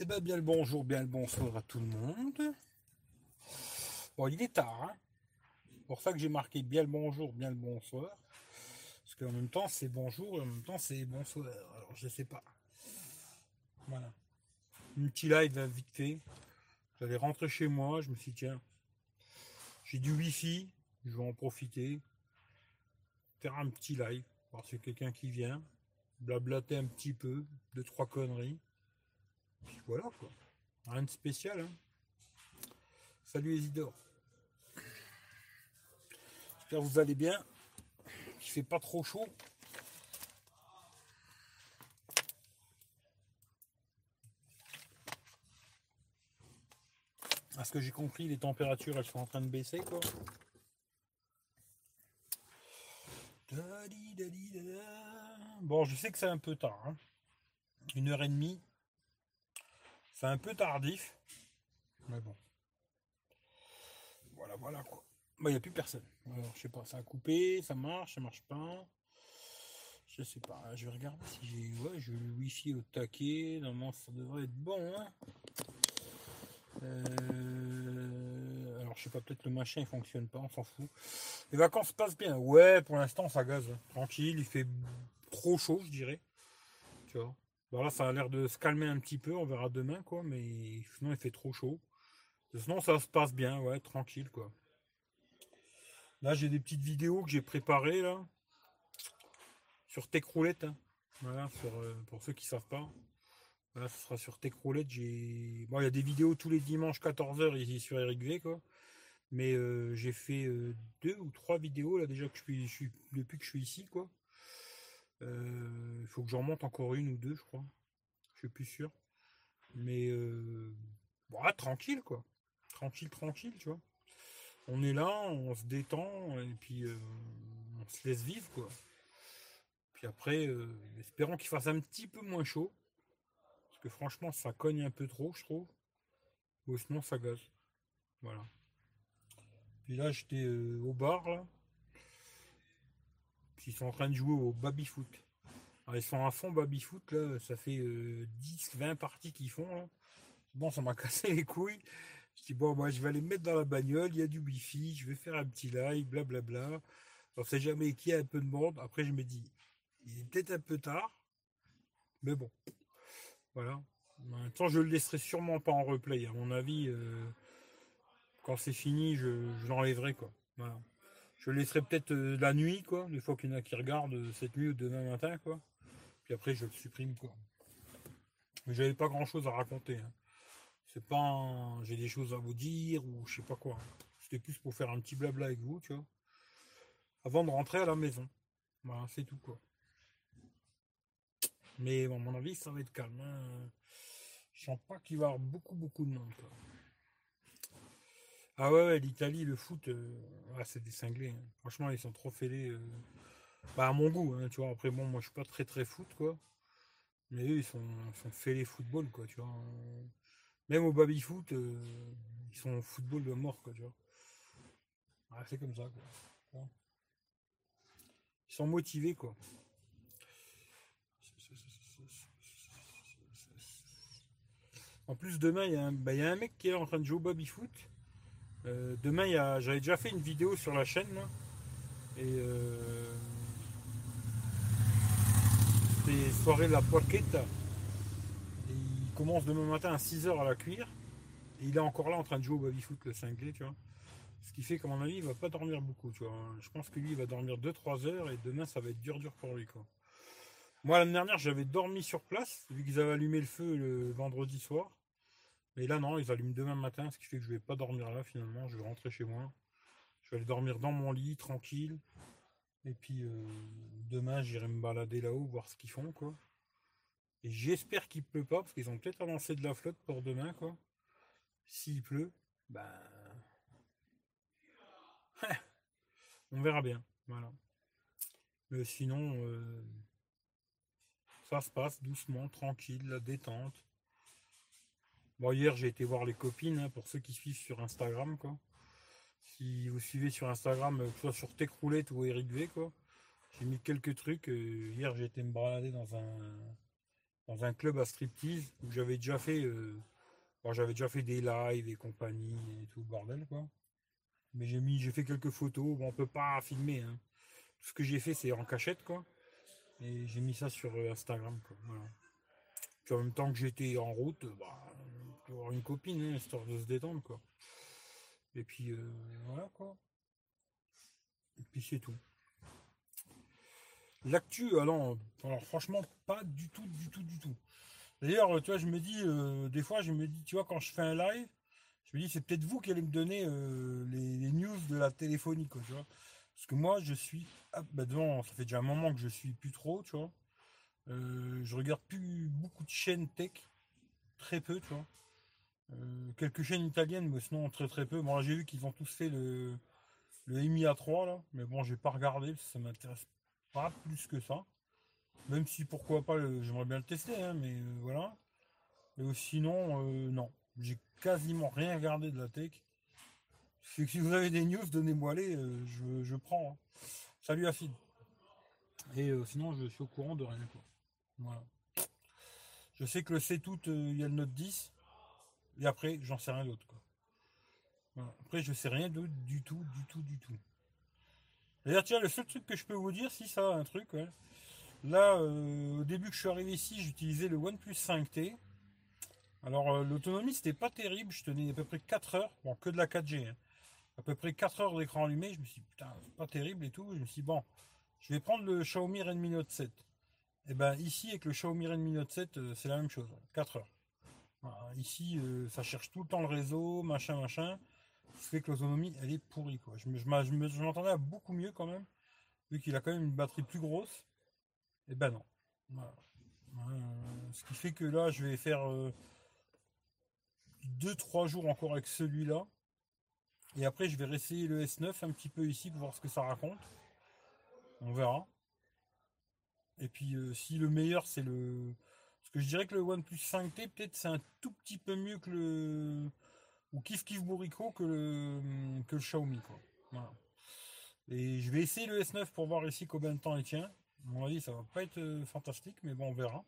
Eh ben bien le bonjour, bien le bonsoir à tout le monde. Bon, il est tard, hein. C'est pour ça que j'ai marqué bien le bonjour, bien le bonsoir. Parce qu'en même temps, c'est bonjour et en même temps, c'est bonsoir. Alors, je sais pas. Voilà. Un petit live vite fait. J'allais rentrer chez moi. Je me suis dit, tiens, j'ai du wifi. Je vais en profiter. Faire un petit live. Voir s'il y a quelqu'un qui vient. Blablater un petit peu. Deux, trois conneries. Puis voilà, quoi. Rien de spécial, hein. Salut Isidore. J'espère que vous allez bien. Il fait pas trop chaud. À ce que j'ai compris, les températures, elles sont en train de baisser, quoi. Bon, je sais que c'est un peu tard, hein. 1h30, c'est un peu tardif. Mais bon, voilà, voilà, quoi. Bah, il n'y a plus personne. Alors, je sais pas, ça a coupé, ça marche pas. Je sais pas, je vais regarder si j'ai... Ouais, j'ai le wifi au taquet. Normalement, ça devrait être bon, hein. Alors, je sais pas, peut-être le machin, il fonctionne pas, on s'en fout. Les vacances se passent bien. Ouais, pour l'instant, ça gaze. Tranquille, il fait trop chaud, je dirais. Tu vois. Bon, là, ça a l'air de se calmer un petit peu, on verra demain, quoi, mais sinon, il fait trop chaud. Sinon, ça se passe bien, ouais, tranquille, quoi. Là, j'ai des petites vidéos que j'ai préparées, là, sur Techroulette, hein. Voilà, pour ceux qui savent pas. Voilà, ce sera sur Techroulette. Bon, il y a des vidéos tous les dimanches 14h ici sur Eric V, quoi. Mais j'ai fait deux ou trois vidéos, là, déjà, depuis que je suis ici, quoi. Il faut que j'en monte encore une ou deux, je crois. Je suis plus sûr. Mais ouais, tranquille, quoi. Tranquille, tranquille, tu vois. On est là, on se détend et puis on se laisse vivre, quoi. Puis après, espérons qu'il fasse un petit peu moins chaud. Parce que franchement, ça cogne un peu trop, je trouve. Ou sinon, ça gaze. Voilà. Puis là, j'étais au bar, là. Puis ils sont en train de jouer au baby-foot. Alors, ils sont à fond baby-foot, là. Ça fait 10, 20 parties qu'ils font, là. Bon, ça m'a cassé les couilles. Je dis, bon, moi, je vais aller me mettre dans la bagnole, il y a du wifi, je vais faire un petit live, blablabla. On sait jamais qui a un peu de monde. Après, je me dis, il est peut-être un peu tard, mais bon, voilà. En même temps, je le laisserai sûrement pas en replay. À mon avis, quand c'est fini, je l'enlèverai, quoi. Voilà. Je le laisserai peut-être la nuit, quoi, des fois qu'il y en a qui regardent cette nuit ou demain matin, quoi. Puis après, je le supprime, quoi. Mais j'avais pas grand-chose à raconter, hein. C'est pas j'ai des choses à vous dire ou je sais pas quoi. C'était plus pour faire un petit blabla avec vous, tu vois. Avant de rentrer à la maison. Voilà, c'est tout, quoi. Mais bon, à mon avis, ça va être calme, hein. Je sens pas qu'il va y avoir beaucoup, beaucoup de monde, quoi. Ah ouais, ouais, l'Italie, le foot, c'est des cinglés, hein. Franchement, ils sont trop fêlés. Bah, à mon goût, hein, tu vois. Après, bon, moi, je suis pas très, très foot, quoi. Mais eux, ils sont fêlés football, quoi, tu vois. Même au baby-foot, ils sont football de mort, quoi, tu vois. Ah, c'est comme ça, quoi. Ils sont motivés, quoi. En plus, demain, il y a un mec qui est en train de jouer au baby-foot. Demain, j'avais déjà fait une vidéo sur la chaîne, là. Et c'est soirée de la porchetta. Et il commence demain matin à 6h à la cuire. Et il est encore là en train de jouer au baby-foot, le cinglé, tu vois. Ce qui fait qu'à mon avis, il va pas dormir beaucoup, tu vois. Je pense que lui, il va dormir 2-3 heures et demain, ça va être dur, dur pour lui, quoi. Moi, l'année dernière, j'avais dormi sur place, vu qu'ils avaient allumé le feu le vendredi soir. Mais là, non, ils allument demain matin, ce qui fait que je vais pas dormir là, finalement. Je vais rentrer chez moi. Je vais aller dormir dans mon lit, tranquille. Et puis, demain, j'irai me balader là-haut, voir ce qu'ils font, quoi. Et j'espère qu'il pleut pas, parce qu'ils ont peut-être annoncé de la flotte pour demain, quoi. S'il pleut, ben, on verra bien. Voilà. Mais sinon, ça se passe doucement, tranquille, la détente. Bon, hier, j'ai été voir les copines, hein, pour ceux qui suivent sur Instagram, quoi. Si vous suivez sur Instagram, que ce soit sur Techroulette ou Eric V, quoi. J'ai mis quelques trucs. Hier, j'ai été me balader dans un club à striptease où j'avais déjà fait des lives et compagnie et tout le bordel quoi. Mais j'ai fait quelques photos. Bon, on peut pas filmer, hein. Tout ce que j'ai fait, c'est en cachette quoi. Et j'ai mis ça sur Instagram quoi. Voilà. Puis en même temps que j'étais en route, bah, pour avoir une copine, hein, histoire de se détendre quoi. Et puis voilà quoi. Et puis c'est tout. L'actu, alors franchement, pas du tout, du tout, du tout. D'ailleurs, tu vois, je me dis, des fois, je me dis, tu vois, quand je fais un live, je me dis, c'est peut-être vous qui allez me donner les news de la téléphonie, quoi, tu vois. Parce que moi, je suis, bah, devant, ça fait déjà un moment que je suis plus trop, tu vois. Je regarde plus beaucoup de chaînes tech, très peu, tu vois. Quelques chaînes italiennes, mais sinon très très peu. Bon, là, j'ai vu qu'ils ont tous fait le Mi A3, là, mais bon, j'ai pas regardé, parce que ça m'intéresse pas plus que ça. Même si pourquoi pas, j'aimerais bien le tester, hein, mais voilà. Et sinon, non. J'ai quasiment rien regardé de la tech. C'est que si vous avez des news, donnez-moi les, je prends, hein. Salut Afid. Et sinon, je suis au courant de rien, quoi. Voilà. Je sais que le 7 août, il y a le Note 10. Et après, j'en sais rien d'autre, quoi. Voilà. Après, je sais rien d'autre du tout, du tout, du tout. D'ailleurs, tiens, le seul truc que je peux vous dire, si ça a un truc, ouais. Là, au début que je suis arrivé ici, j'utilisais le OnePlus 5T. Alors, l'autonomie, c'était pas terrible. Je tenais à peu près 4 heures. Bon, que de la 4G, hein. À peu près 4 heures d'écran allumé. Je me suis dit, putain, c'est pas terrible et tout. Je me suis dit, bon, je vais prendre le Xiaomi Redmi Note 7. Et ben, ici, avec le Xiaomi Redmi Note 7, c'est la même chose. 4 heures. Voilà, ici, ça cherche tout le temps le réseau, machin, machin. Ce qui fait que l'autonomie, elle est pourrie, quoi. Je m'entendais à beaucoup mieux quand même, vu qu'il a quand même une batterie plus grosse. Et ben non. Voilà. Ce qui fait que là, je vais faire 2-3 jours encore avec celui-là. Et après, je vais réessayer le S9 un petit peu ici pour voir ce que ça raconte. On verra. Et puis, si le meilleur, c'est le. Parce que je dirais que le OnePlus 5T, peut-être c'est un tout petit peu mieux que le. Ou kiff kiff bourricot que le Xiaomi, quoi. Voilà. Et je vais essayer le S9 pour voir ici combien de temps il tient. À mon avis, ça va pas être fantastique, mais bon, on verra.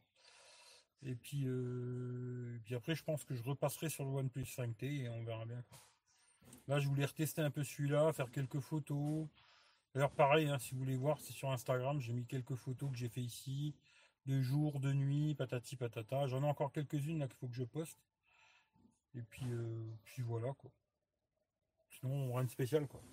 Et puis après, je pense que je repasserai sur le OnePlus 5T et on verra bien, quoi. Là, je voulais retester un peu celui-là, faire quelques photos. D'ailleurs, pareil, hein, si vous voulez voir, c'est sur Instagram. J'ai mis quelques photos que j'ai fait ici, de jour, de nuit, patati patata. J'en ai encore quelques-unes là qu'il faut que je poste. Et puis voilà quoi. Sinon, rien de spécial quoi.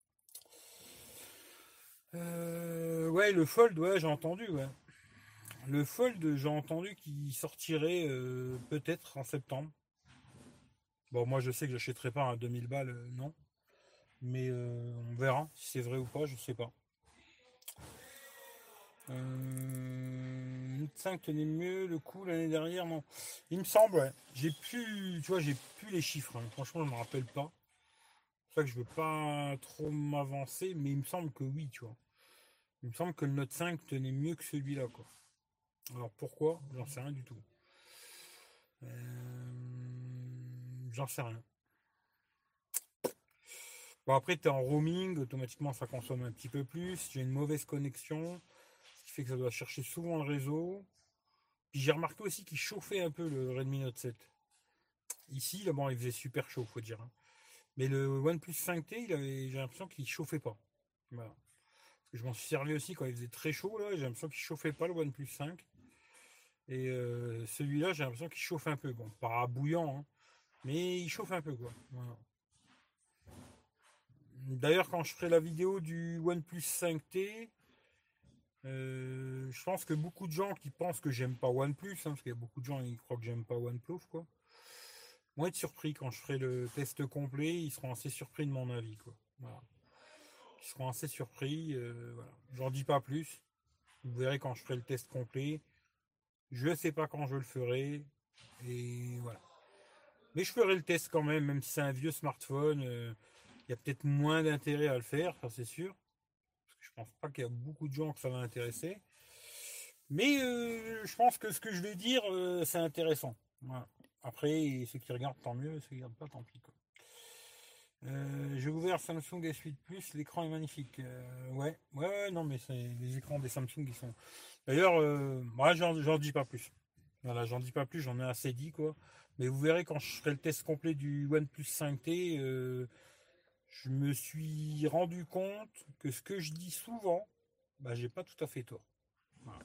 Ouais, le Fold, ouais, j'ai entendu, ouais. Le Fold, j'ai entendu qu'il sortirait peut-être en septembre. Bon, moi, je sais que j'achèterai pas un 2000 balles, non. Mais on verra si c'est vrai ou pas, je sais pas. Note 5 tenait mieux le coup l'année dernière, non. Il me semble, ouais. J'ai plus les chiffres, hein. Franchement, je me rappelle pas. C'est pour ça que je veux pas trop m'avancer, mais il me semble que oui, tu vois. Il me semble que le Note 5 tenait mieux que celui-là, quoi. Alors pourquoi? J'en sais rien du tout. J'en sais rien. Bon, après, tu es en roaming, automatiquement, ça consomme un petit peu plus. J'ai une mauvaise connexion, ce qui fait que ça doit chercher souvent le réseau. Puis j'ai remarqué aussi qu'il chauffait un peu le Redmi Note 7. Ici, là, bon, il faisait super chaud, faut dire, hein. Mais le OnePlus 5T, j'ai l'impression qu'il chauffait pas. Voilà. Parce que je m'en suis servi aussi quand il faisait très chaud, là, j'ai l'impression qu'il chauffait pas le OnePlus 5. Et celui-là, j'ai l'impression qu'il chauffe un peu. Bon, pas bouillant, hein, mais il chauffe un peu, quoi. Voilà. D'ailleurs, quand je ferai la vidéo du OnePlus 5T, je pense que beaucoup de gens qui pensent que j'aime pas OnePlus, hein, parce qu'il y a beaucoup de gens qui croient que j'aime pas OnePlus, quoi, vont être surpris quand je ferai le test complet. Ils seront assez surpris de mon avis, quoi. Voilà. Ils seront assez surpris. Voilà. J'en dis pas plus. Vous verrez quand je ferai le test complet. Je sais pas quand je le ferai. Et voilà. Mais je ferai le test quand même si c'est un vieux smartphone. Il y a peut-être moins d'intérêt à le faire, ça c'est sûr. Parce que je pense pas qu'il y a beaucoup de gens que ça va intéresser. Mais je pense que ce que je vais dire, c'est intéressant. Voilà. Après, ceux qui regardent, tant mieux. Ceux qui regardent pas, tant pis, quoi. J'ai ouvert Samsung S8 Plus, l'écran est magnifique. Ouais, non, mais c'est les écrans des Samsung qui sont. D'ailleurs, moi, j'en dis pas plus. Voilà, j'en dis pas plus, j'en ai assez dit quoi. Mais vous verrez quand je ferai le test complet du OnePlus 5T, je me suis rendu compte que ce que je dis souvent, bah j'ai pas tout à fait tort. Voilà.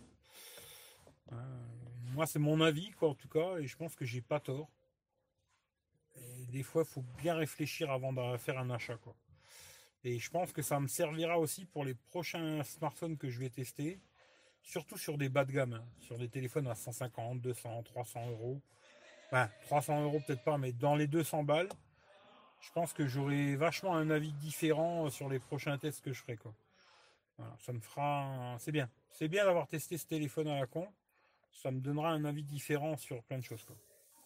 Moi c'est mon avis quoi en tout cas, et je pense que j'ai pas tort. Et des fois il faut bien réfléchir avant de faire un achat quoi. Et je pense que ça me servira aussi pour les prochains smartphones que je vais tester, surtout sur des bas de gamme, hein, sur des téléphones à 150, 200, 300 euros. Enfin, 300 euros peut-être pas, mais dans les 200 balles, je pense que j'aurai vachement un avis différent sur les prochains tests que je ferai, quoi. Voilà, ça me fera. C'est bien. C'est bien d'avoir testé ce téléphone à la con. Ça me donnera un avis différent sur plein de choses, quoi.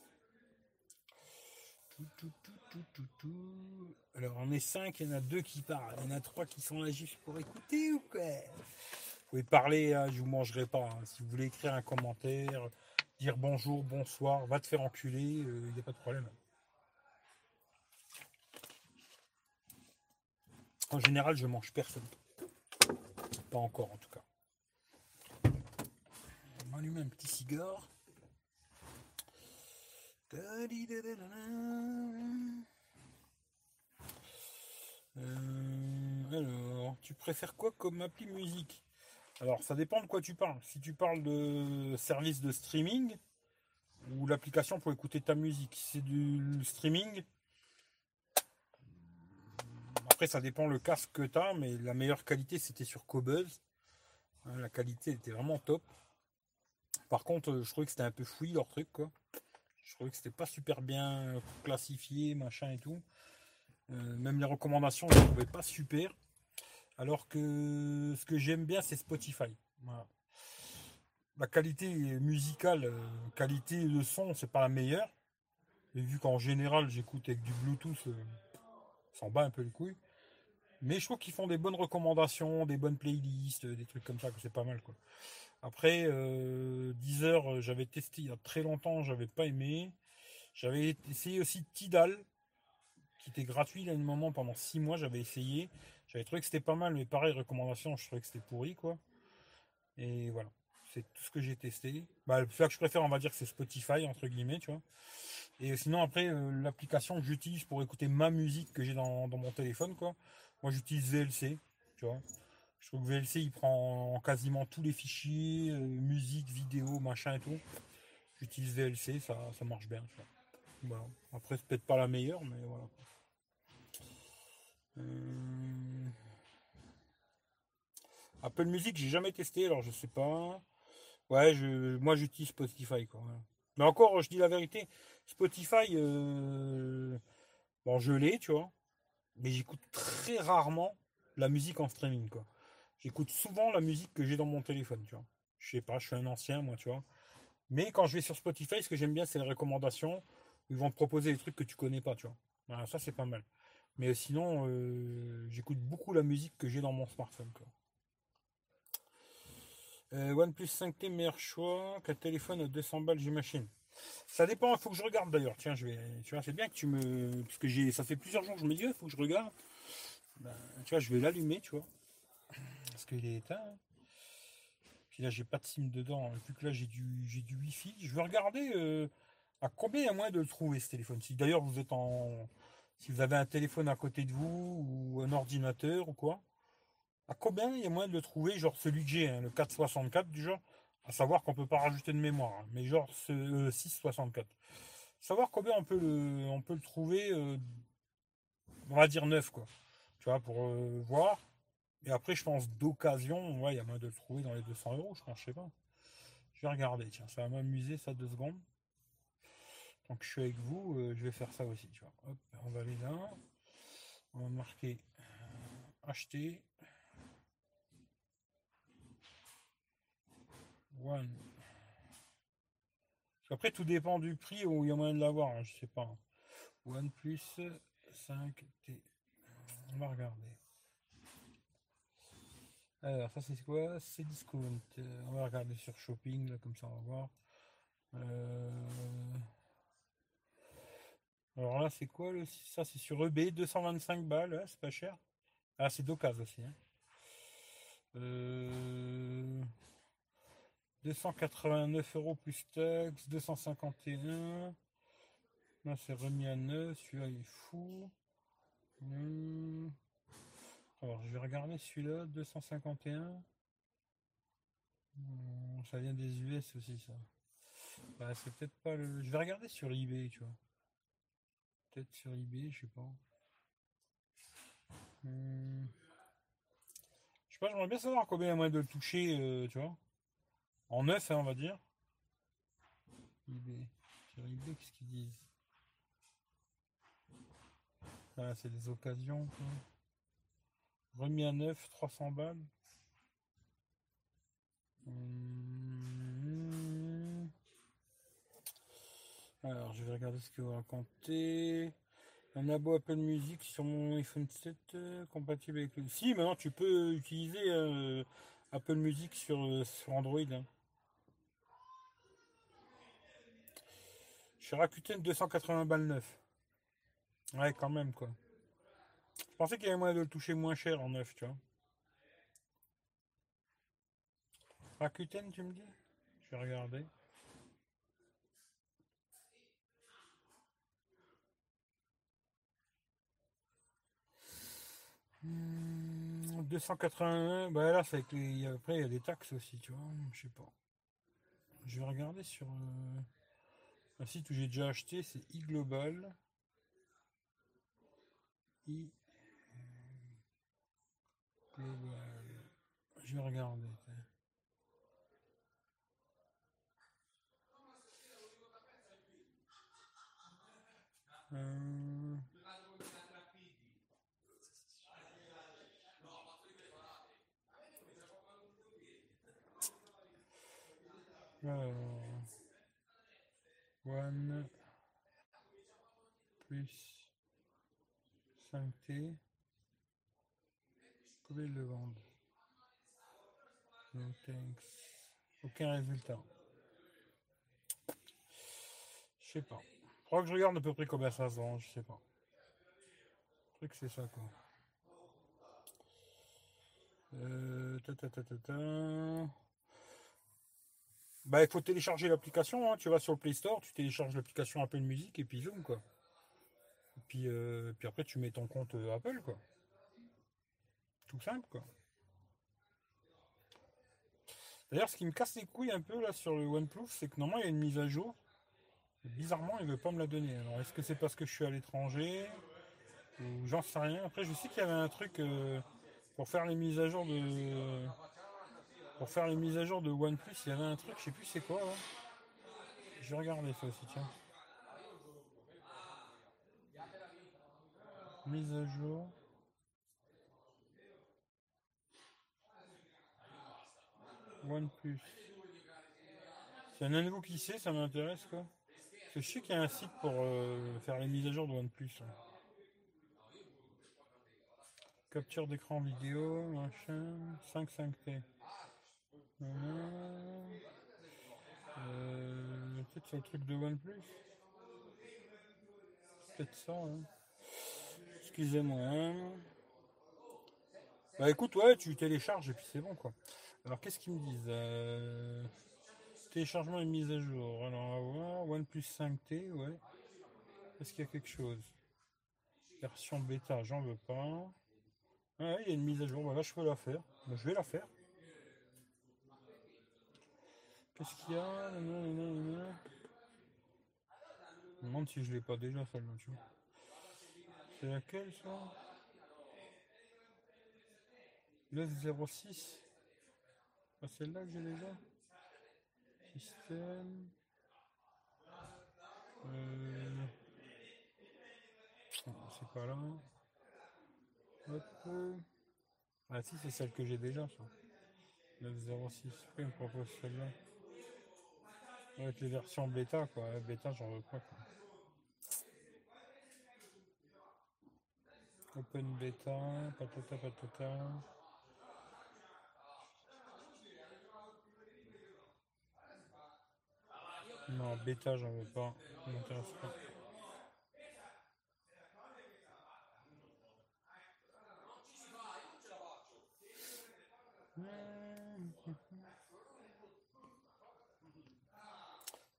Alors, on est 5, il y en a 2 qui parlent. Il y en a 3 qui sont là juste pour écouter ou quoi? Vous pouvez parler, hein, je vous mangerai pas, hein. Si vous voulez écrire un commentaire, dire bonjour, bonsoir, va te faire enculer, il n'y a pas de problème. En général, je mange personne. Pas encore, en tout cas. On va allumer un petit cigare. Alors, tu préfères quoi comme appli musique? Alors, ça dépend de quoi tu parles. Si tu parles de service de streaming ou l'application pour écouter ta musique, si c'est du streaming, après ça dépend le casque que tu as, mais la meilleure qualité c'était sur Qobuz. La qualité était vraiment top. Par contre, je trouvais que c'était un peu fouillis leur truc, quoi. Je trouvais que c'était pas super bien classifié, machin et tout. Même les recommandations, je ne trouvais pas super. Alors que ce que j'aime bien, c'est Spotify. Voilà. La qualité musicale, qualité de son, c'est pas la meilleure. Et vu qu'en général, j'écoute avec du Bluetooth, ça s'en bat un peu le couille. Mais je trouve qu'ils font des bonnes recommandations, des bonnes playlists, des trucs comme ça, que c'est pas mal, quoi. Après, Deezer, j'avais testé il y a très longtemps, j'avais pas aimé. J'avais essayé aussi Tidal, qui était gratuit là, à un moment pendant 6 mois, j'avais essayé. J'avais trouvé que c'était pas mal, mais pareil, recommandation, je trouvais que c'était pourri, quoi. Et voilà, c'est tout ce que j'ai testé. Bah, celui que je préfère, on va dire que c'est Spotify, entre guillemets, tu vois. Et sinon, après, l'application que j'utilise pour écouter ma musique que j'ai dans mon téléphone, quoi. Moi, j'utilise VLC, tu vois. Je trouve que VLC, il prend quasiment tous les fichiers, musique, vidéo, machin et tout. J'utilise VLC, ça marche bien, tu vois. Voilà. Après, c'est peut-être pas la meilleure, mais voilà. Euh, Apple Music, j'ai jamais testé, alors je sais pas. Ouais, moi j'utilise Spotify, quoi. Ouais. Mais encore, je dis la vérité, Spotify, bon, je l'ai, tu vois, mais j'écoute très rarement la musique en streaming, quoi. J'écoute souvent la musique que j'ai dans mon téléphone, tu vois. Je sais pas, je suis un ancien, moi, tu vois. Mais quand je vais sur Spotify, ce que j'aime bien, c'est les recommandations. Ils vont te proposer des trucs que tu connais pas, tu vois. Voilà, ça, c'est pas mal. Mais sinon, j'écoute beaucoup la musique que j'ai dans mon smartphone, quoi. OnePlus 5T, meilleur choix qu'un téléphone à 200 balles, j'imagine. Ça dépend, il faut que je regarde d'ailleurs. Tiens, tu vois, c'est bien que tu me. Parce que ça fait plusieurs jours que je me dis, il faut que je regarde. Ben, tu vois, je vais l'allumer, tu vois. Parce qu'il est éteint, hein. Puis là, j'ai pas de SIM dedans, hein. Vu que là, j'ai du Wi-Fi. Je vais regarder à combien il y a moyen de le trouver ce téléphone. Si d'ailleurs vous êtes en. Si vous avez un téléphone à côté de vous, ou un ordinateur, ou quoi. À combien il y a moyen de le trouver, genre celui que j'ai, hein, le 464 du genre, à savoir qu'on peut pas rajouter de mémoire, hein, mais genre ce 664. Savoir combien on peut le trouver, on va dire neuf quoi. Tu vois, pour voir. Et après, je pense d'occasion, ouais, il y a moyen de le trouver dans les 200 euros, je pense, je sais pas. Je vais regarder, tiens, ça va m'amuser ça 2 secondes. Tant que je suis avec vous, je vais faire ça aussi, tu vois. Hop, on va aller là. On va marquer acheter. One. Après, tout dépend du prix où il y a moyen de l'avoir, hein, je sais pas. OnePlus 5T. On va regarder. Alors, ça c'est quoi? C'est discount. On va regarder sur shopping, là, comme ça on va voir. Euh, Alors là, c'est quoi ça? C'est sur eBay, 225 balles, ouais, c'est pas cher. Ah, c'est d'occasion aussi, hein. Euh, 289 € plus taxes, 251. Là, c'est remis à neuf. Celui-là, il est fou. Alors, je vais regarder celui-là, 251. Ça vient des US aussi, ça. Bah, c'est peut-être pas le. Je vais regarder sur eBay, tu vois. Peut-être sur eBay, je sais pas. Je sais pas, j'aimerais bien savoir combien il y a moyen de le toucher, tu vois. En neuf, hein, on va dire. eBay. Sur eBay, qu'est-ce qu'ils disent? Ah, c'est des occasions, quoi. Remis à neuf, 300 balles. Alors, je vais regarder ce que vous racontez. Un abo Apple Music sur mon iPhone 7 compatible avec le. Si, maintenant tu peux utiliser Apple Music sur Android, hein. Chez Rakuten, 280 balles neuf. Ouais, quand même, quoi. Je pensais qu'il y avait moyen de le toucher moins cher en neuf, tu vois. Rakuten, tu me dis? Je vais regarder. 281, bah là, c'est avec les. Après, il y a des taxes aussi, tu vois. Je sais pas. Je vais regarder sur un site où j'ai déjà acheté, c'est iGlobal. iGlobal. Je vais regarder. Euh, alors, One plus 5T. Combien ils le vendent? No thanks. Aucun résultat. Je sais pas. Faudra que je regarde à peu près combien ça se vend, je sais pas. Je crois que c'est ça, quoi. Ta, ta, ta, ta, ta. Bah, il faut télécharger l'application, hein. Tu vas sur le Play Store, tu télécharges l'application Apple Music et puis zoom, quoi. Et puis après, tu mets ton compte Apple, quoi. Tout simple, quoi. D'ailleurs, ce qui me casse les couilles un peu là sur le OnePlus, c'est que normalement il y a une mise à jour. Et bizarrement, il veut pas me la donner. Alors, est-ce que c'est parce que je suis à l'étranger ou j'en sais rien. Après, je sais qu'il y avait un truc pour faire les mises à jour de OnePlus. Il y avait un truc, je sais plus c'est quoi. Là. Je vais regarder ça aussi, tiens. Mise à jour. OnePlus. C'est un nouveau qui sait, ça m'intéresse quoi. Parce que je sais qu'il y a un site pour faire les mises à jour de OnePlus. Là. Capture d'écran vidéo, machin, 5.5T. Peut-être sur le truc de OnePlus. Peut-être ça, hein. Excusez-moi. Hein. Bah écoute, ouais, tu télécharges et puis c'est bon quoi. Alors qu'est-ce qu'ils me disent téléchargement et mise à jour. Alors on va voir. OnePlus 5T, ouais. Est-ce qu'il y a quelque chose? Version bêta, j'en veux pas. Ah ouais, il y a une mise à jour. Bah là, je peux la faire. Bah, je vais la faire. Qu'est-ce qu'il y a? Je me demande si je l'ai pas déjà celle-là, tu vois. C'est laquelle ça? 906. Ah, celle-là que j'ai déjà. Système. Euh... C'est pas là. Hop. Ah si, c'est celle que j'ai déjà, ça. 906. Pourquoi il me propose celle-là? Avec les versions bêta, quoi. La bêta, j'en veux pas, quoi. Open bêta, patata patata. Non, bêta, j'en veux pas. Ça m'intéresse pas.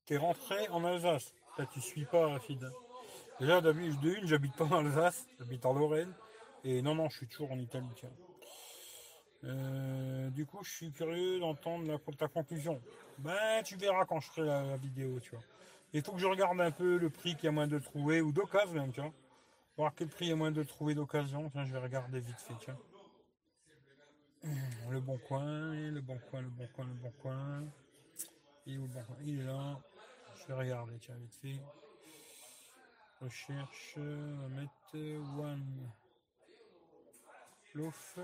T'es rentré en Alsace. Là, tu suis pas, Fid. Déjà, de une, j'habite pas en Alsace, j'habite en Lorraine. Et non, non, je suis toujours en Italie, tiens. Du coup, je suis curieux d'entendre ta conclusion. Ben, tu verras quand je ferai la vidéo, tu vois. Il faut que je regarde un peu le prix qu'il y a moyen de trouver, ou d'occasion même, tu vois. Voir quel prix il y a moyen de trouver d'occasion. Tiens, je vais regarder vite fait, tiens. Le bon coin, le bon coin, le bon coin, le bon coin. Il est où le bon coin? Il est là. Je vais regarder, tiens, vite fait. Recherche, on va mettre One Loaf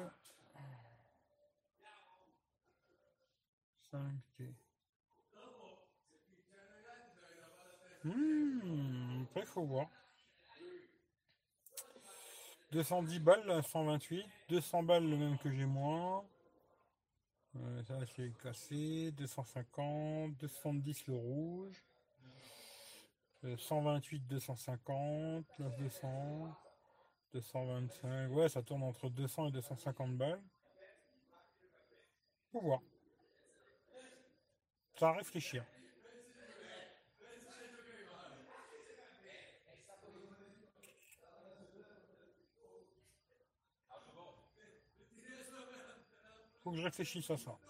5T. Après, il faut voir. 210 balles, 128. 200 balles, le même que j'ai moi. Ça, c'est cassé. 250. 210 le rouge. 128, 250. Là, 200. 225. Ouais, ça tourne entre 200 et 250 balles. Faut voir. Ça à réfléchir. Faut que je réfléchisse à ça.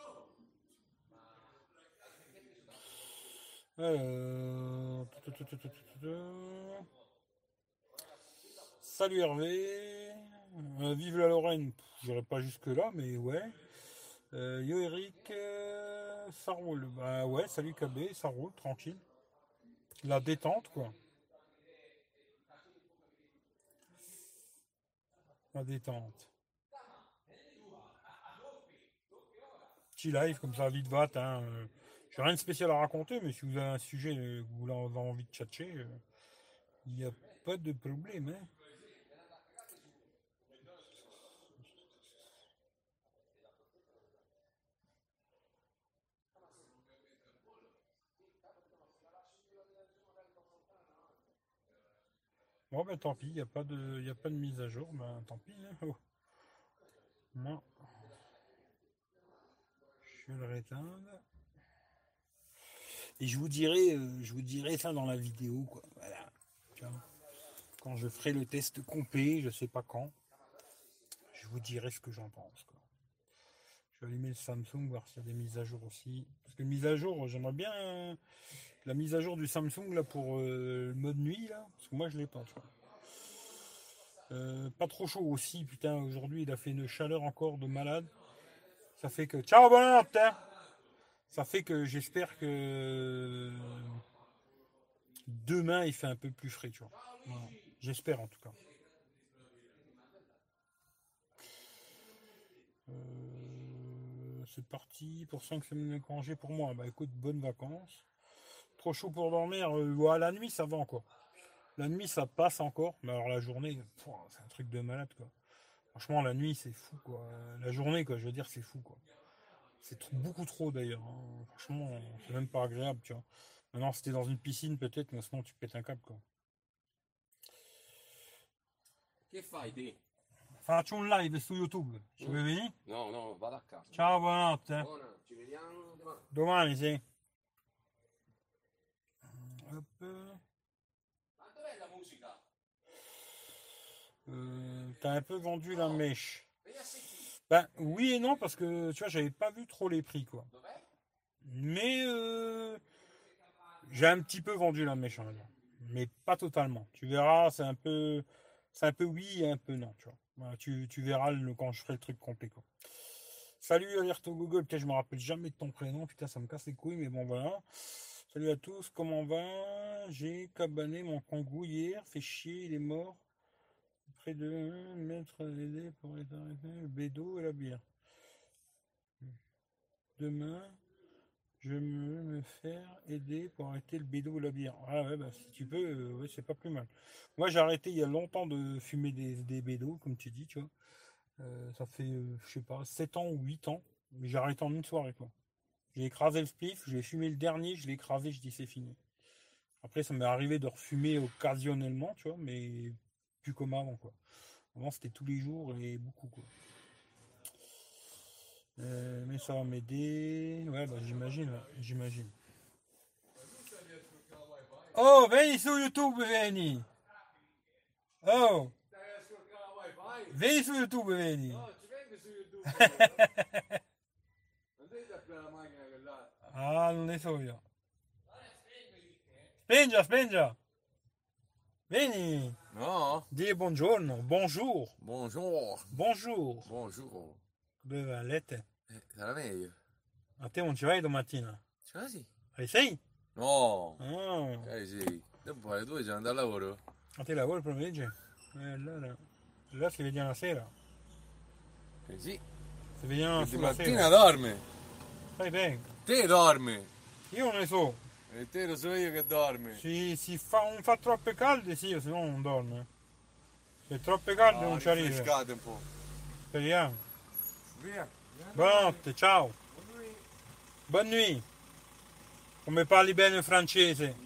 Salut Hervé. Vive la Lorraine. J'irai pas jusque là, mais ouais. Yo Eric, ça roule. Bah ouais, salut KB, ça roule, tranquille. La détente, quoi. La détente. Petit live comme ça, vite vat. Hein. J'ai rien de spécial à raconter, mais si vous avez un sujet que vous avez envie de tchatcher, il n'y a pas de problème. Hein. Bon, ben tant pis, y a pas de mise à jour, ben tant pis. Hein. Oh. Moi, je vais le réteindre. Et je vous dirai ça dans la vidéo, quoi. Voilà. Tu vois, quand je ferai le test complet, je sais pas quand, je vous dirai ce que j'en pense, quoi. Je vais allumer le Samsung, voir s'il y a des mises à jour aussi. Parce que mise à jour, j'aimerais bien la mise à jour du Samsung là pour le mode nuit là. Parce que moi je l'ai pas, tu vois. Pas trop chaud aussi, putain, aujourd'hui il a fait une chaleur encore de malade. Ça fait que. Ciao bonne hein. Ça fait que j'espère que demain il fait un peu plus frais, tu vois. Voilà. J'espère en tout cas. C'est parti pour 5 semaines de congé pour moi. Bah écoute, bonnes vacances. Trop chaud pour dormir. Ouais, la nuit ça va encore. La nuit ça passe encore. Mais alors la journée, c'est un truc de malade quoi. Franchement la nuit c'est fou quoi. La journée quoi, je veux dire c'est fou quoi. C'est beaucoup trop d'ailleurs. Hein. Franchement, c'est même pas agréable, tu vois. Maintenant, si t'es dans une piscine, peut-être, mais sinon tu pètes un câble, quoi. Che fai te? Faccio un live su YouTube. Ci vuoi venire? No, no, vado a casa. Ciao, buonanotte. Buona, ci vediamo domani. Domani, sì. Hop. Ma dov'è la musica? T'as un peu vendu la mèche. Vieni a sentire. Ben, oui et non, parce que, tu vois, j'avais pas vu trop les prix, quoi. Dov'è? Mais, j'ai un petit peu vendu la mèche, on va dire. Mais pas totalement. Tu verras, c'est un peu oui et un peu non, tu vois. Voilà, tu verras quand je ferai le truc complet, quoi. Salut Alerte Google, putain, je me rappelle jamais de ton prénom, putain, ça me casse les couilles, mais bon, voilà. Salut à tous, comment va? J'ai cabané mon kangou hier, fait chier, il est mort. Près de mettre les dés pour arrêter le bédo et la bière. Demain, je vais me faire aider pour arrêter le bédo et la bière. Ah ouais, bah si tu peux, ouais, c'est pas plus mal. Moi, j'ai arrêté il y a longtemps de fumer des bédos, comme tu dis, tu vois. Ça fait, je sais pas, 7 ans ou 8 ans, mais j'ai arrêté en une soirée, quoi. J'ai écrasé le spliff, j'ai fumé le dernier, je l'ai écrasé, je dis c'est fini. Après, ça m'est arrivé de refumer occasionnellement, tu vois, mais plus comme avant, quoi. Avant, c'était tous les jours et beaucoup, quoi. Mais ça va m'aider. Ouais, bah j'imagine, ouais, j'imagine. Oh, vieni su YouTube, vieni. Oh, Stai scorcando la wifi? vieni su YouTube, vieni. No, ci vengo su YouTube. Non devi sapere la macchina che là. Ah, non ne so io. Spingia, spingia. Vieni. No? Dì buongiorno. Bonjour. Buongiorno. Bonjour. Buongiorno. Dove vai a letto? Sarà meglio. A te non ci vai domattina? Cioè sì? Alle 6? No. Ah, Sì. Dopo alle 2 già andare al lavoro. a te lavori il pomeriggio? Allora si vediamo la sera. Sì. Si vediamo Che di sulla mattina sera. dorme. Fai bene. Te dormi. Io non ne so. E te lo so io che dormi. Non fa troppe calde, sì, se no non dorme. Se è troppe calde non ci arriva. Rinfrescate un po'. Speriamo. Via. Buonanotte, ciao. Bonne nuit. Come parli bene il francese.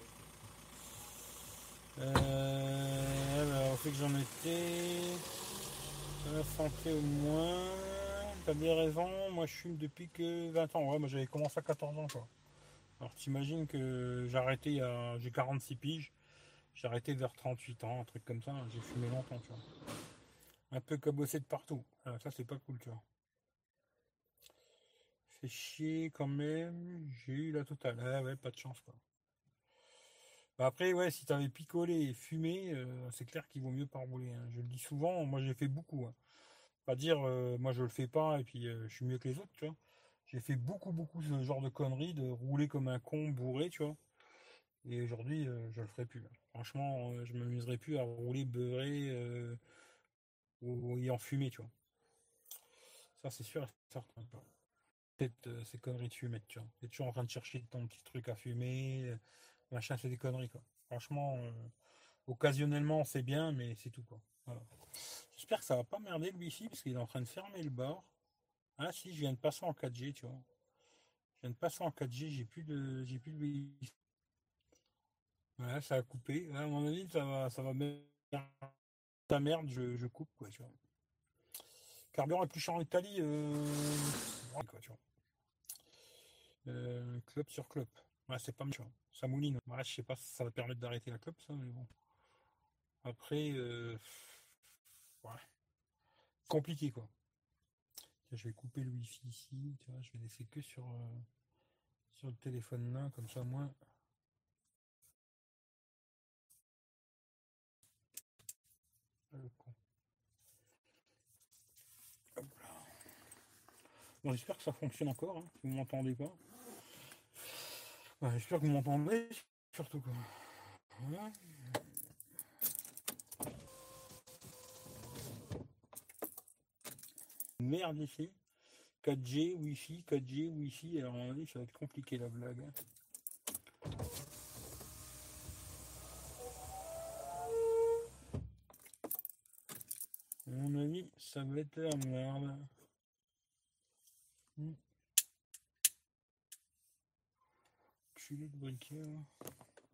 Alors, faut que j'en étais. La santé au moins. T'as bien raison, moi je fume depuis que 20 ans. Ouais, moi j'avais commencé à 14 ans quoi. Alors t'imagines que j'ai 46 piges. J'ai arrêté vers 38 ans, un truc comme ça. J'ai fumé longtemps, tu vois. Un peu cabossé de partout. Alors, ça c'est pas cool, tu vois. Fait chier quand même. J'ai eu la totale. Ah ouais, pas de chance quoi. Bah après, ouais, si t'avais picolé et fumé, c'est clair qu'il vaut mieux pas rouler, hein. Je le dis souvent, moi j'ai fait beaucoup, hein. Pas dire, moi je le fais pas et puis je suis mieux que les autres, tu vois. J'ai fait beaucoup ce genre de conneries, de rouler comme un con bourré, tu vois. Et aujourd'hui, je le ferai plus, là. Franchement, je m'amuserai plus à rouler beurré ou ayant fumé, tu vois. Ça, c'est sûr et certain, quoi. Peut-être ces conneries de fumette, tu vois. T'es toujours en train de chercher ton petit truc à fumer, machin, c'est des conneries, quoi. Franchement, occasionnellement, c'est bien, mais c'est tout, quoi. Voilà. J'espère que ça va pas merder le wifi parce qu'il est en train de fermer le bar. Ah si, je viens de passer en 4G, tu vois. Je viens de passer en 4G, j'ai plus de wifi. Voilà, ça a coupé. Là, à mon avis, ça va mettre ta merde, je coupe, quoi, tu vois. Carburant est plus cher en Italie, ouais, quoi, tu vois. Clope sur clope. Ouais, c'est pas mal, tu vois. Ça mouline. Ouais, je sais pas si ça va permettre d'arrêter la clope, ça, mais bon. Après, ouais, compliqué, quoi. Tiens, je vais couper le wifi ici, tu vois, je vais laisser que sur le téléphone là, comme ça, moi. Bon, j'espère que ça fonctionne encore, hein, si vous m'entendez pas. Ouais, j'espère que vous m'entendez, surtout quoi. Voilà. Merde ici. 4G, Wi-Fi, 4G, Wi-Fi, alors à mon avis ça va être compliqué la blague, hein. À mon avis, ça va être la merde. Culé de briquet, là.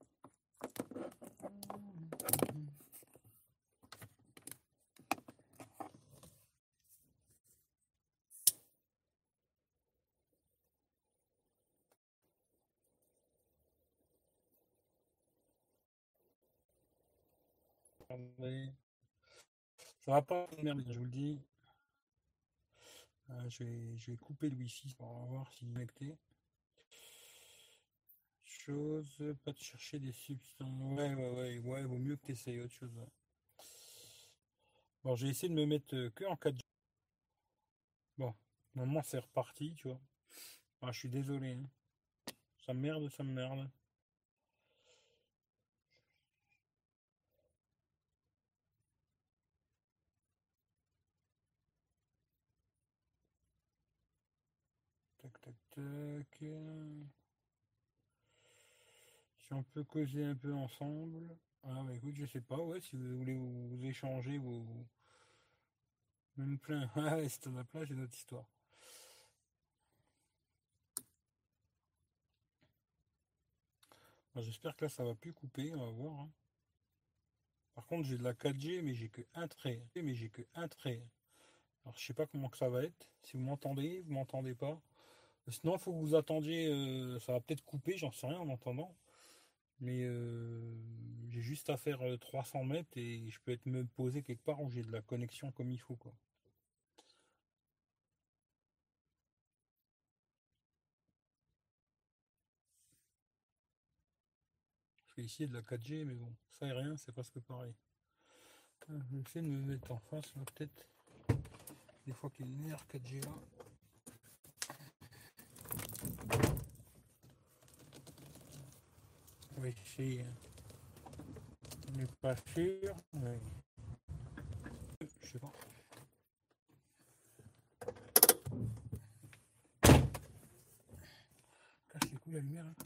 Ça va pas merder, je vous le dis. Je vais couper le wifi pour voir s'il est connecté. Chose, pas de chercher des substances. Ouais, vaut mieux que tu essayes autre chose. Ouais. Bon, j'ai essayé de me mettre que en 4G. Bon, normalement c'est reparti, tu vois. Ah, je suis désolé, hein. Ça me merde, ça me merde. Tac, tac, tac. Si on peut causer un peu ensemble. Ah bah écoute, je sais pas, ouais, si vous voulez vous échanger vos. Même plein. Ah ouais, si t'en as plein, c'est notre histoire. Bon, j'espère que là ça va plus couper, on va voir, hein. Par contre j'ai de la 4G mais j'ai que un trait. Alors je sais pas comment que ça va être. Si vous m'entendez pas. Sinon il faut que vous attendiez, ça va peut-être couper, j'en sais rien en entendant. Mais j'ai juste à faire 300 mètres et je peux être me poser quelque part où j'ai de la connexion comme il faut, quoi. Parce qu'ici il y a de la 4G, mais bon, ça et rien, c'est presque pareil. Je vais essayer de me mettre en face, là, peut-être. Des fois qu'il y a une meilleure 4G là. On va essayer. On n'est pas sûr, mais je sais pas. Casse les couilles la lumière. Hein.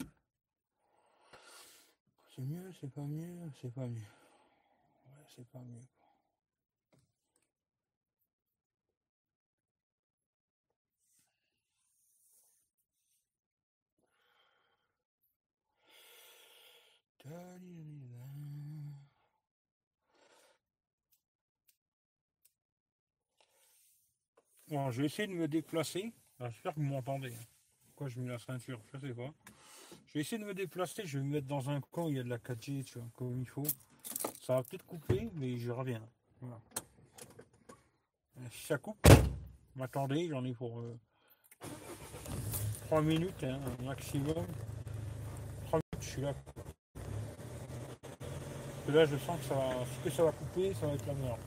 C'est mieux, c'est pas mieux, c'est pas mieux. Ouais, c'est pas mieux. Bon, je vais essayer de me déplacer. J'espère que vous m'entendez. Pourquoi je mets la ceinture, je sais pas. Je vais essayer de me déplacer, je vais me mettre dans un coin où il y a de la 4G, tu vois, comme il faut. Ça va peut-être couper, mais je reviens. Voilà. Si ça coupe, m'attendez, j'en ai pour 3 minutes, hein, un maximum. 3 minutes, je suis là. Parce que là, je sens que ça va couper, ça va être la merde.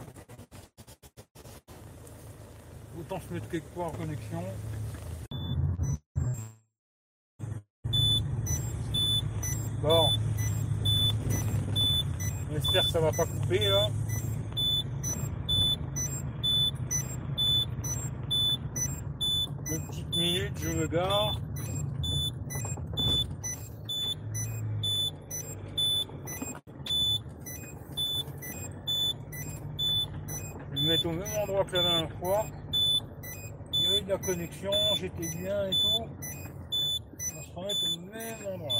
Autant se mettre quelque part en connexion. Bon, j'espère que ça va pas couper là. Une petite minute, je me gare. Je vais me mettre au même endroit que la dernière fois. Il y avait de la connexion, j'étais bien et tout. On va se remettre au même endroit.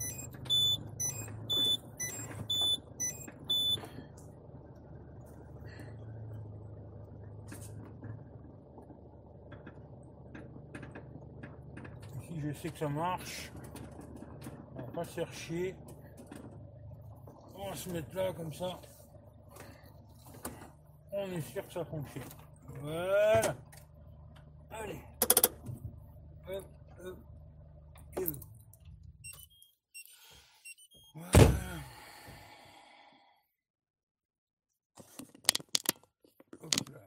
Ici, je sais que ça marche. On va pas se faire chier. On va se mettre là comme ça. On est sûr que ça fonctionne. Voilà. Allez. Hop, hop, et hop. Voilà. Hop là.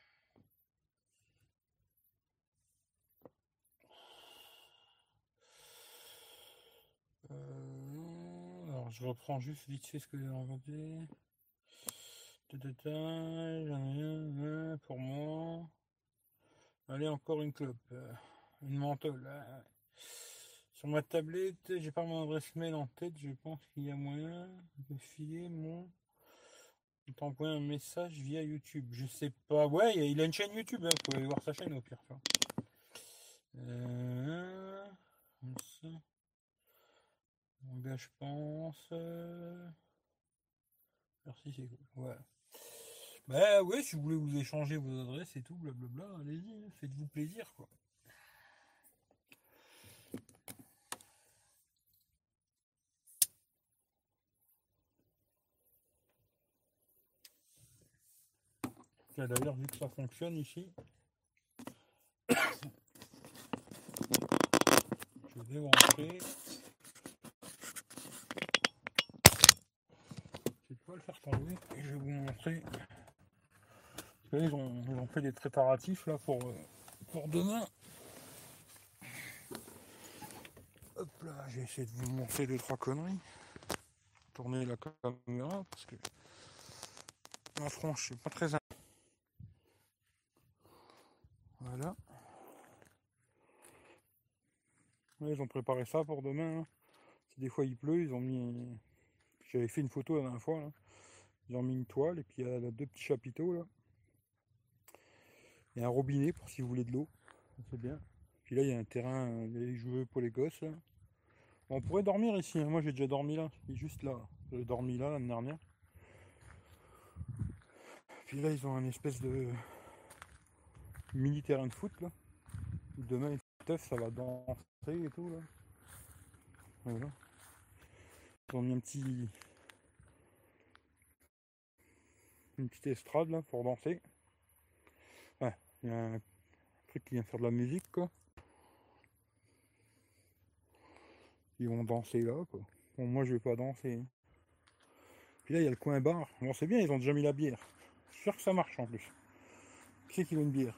Alors je reprends juste vite fait ce que j'ai inventé. J'en ai un pour moi. Allez, encore une clope. Une menthol. Sur ma tablette, j'ai pas mon adresse mail en tête. Je pense qu'il y a moyen de filer mon. De t'envoyer un message via YouTube. Je sais pas. Ouais, il a une chaîne YouTube. Hein. Vous pouvez aller voir sa chaîne au pire. Tu vois. Ça. Là, je pense. Merci, c'est cool. Ouais. Bah ouais, si vous voulez vous échanger vos adresses et tout, blablabla, allez-y, hein, faites-vous plaisir, quoi. Tiens, d'ailleurs, vu que ça fonctionne ici, je vais rentrer. Je vais pas le faire tomber et je vais vous montrer. Parce que là, ils ont fait des préparatifs là pour demain. Hop là, j'ai essayé de vous montrer 2-3 conneries. Tourner la caméra parce que la franche, c'est pas très. Voilà. Ouais, ils ont préparé ça pour demain. Hein. Si des fois il pleut, ils ont mis. J'avais fait une photo la dernière fois. Là. Ils ont mis une toile et puis il y a deux petits chapiteaux là. Il y a un robinet pour si vous voulez de l'eau. C'est bien. Puis là il y a un terrain, les jouets pour les gosses. Là. Bon, on pourrait dormir ici. Hein. Moi j'ai déjà dormi là. Il est juste là. J'ai dormi là l'année dernière. Puis là ils ont un espèce de mini terrain de foot là. Demain les teufs ça va danser et tout là. Voilà. Ils ont mis une petite estrade là pour danser. Ouais, il y a un truc qui vient faire de la musique quoi. Ils vont danser là quoi. Bon, moi je vais pas danser, hein. Puis là il y a le coin bar. Bon c'est bien, ils ont déjà mis la bière. Je suis sûr que ça marche en plus. Qui c'est qui veut une bière?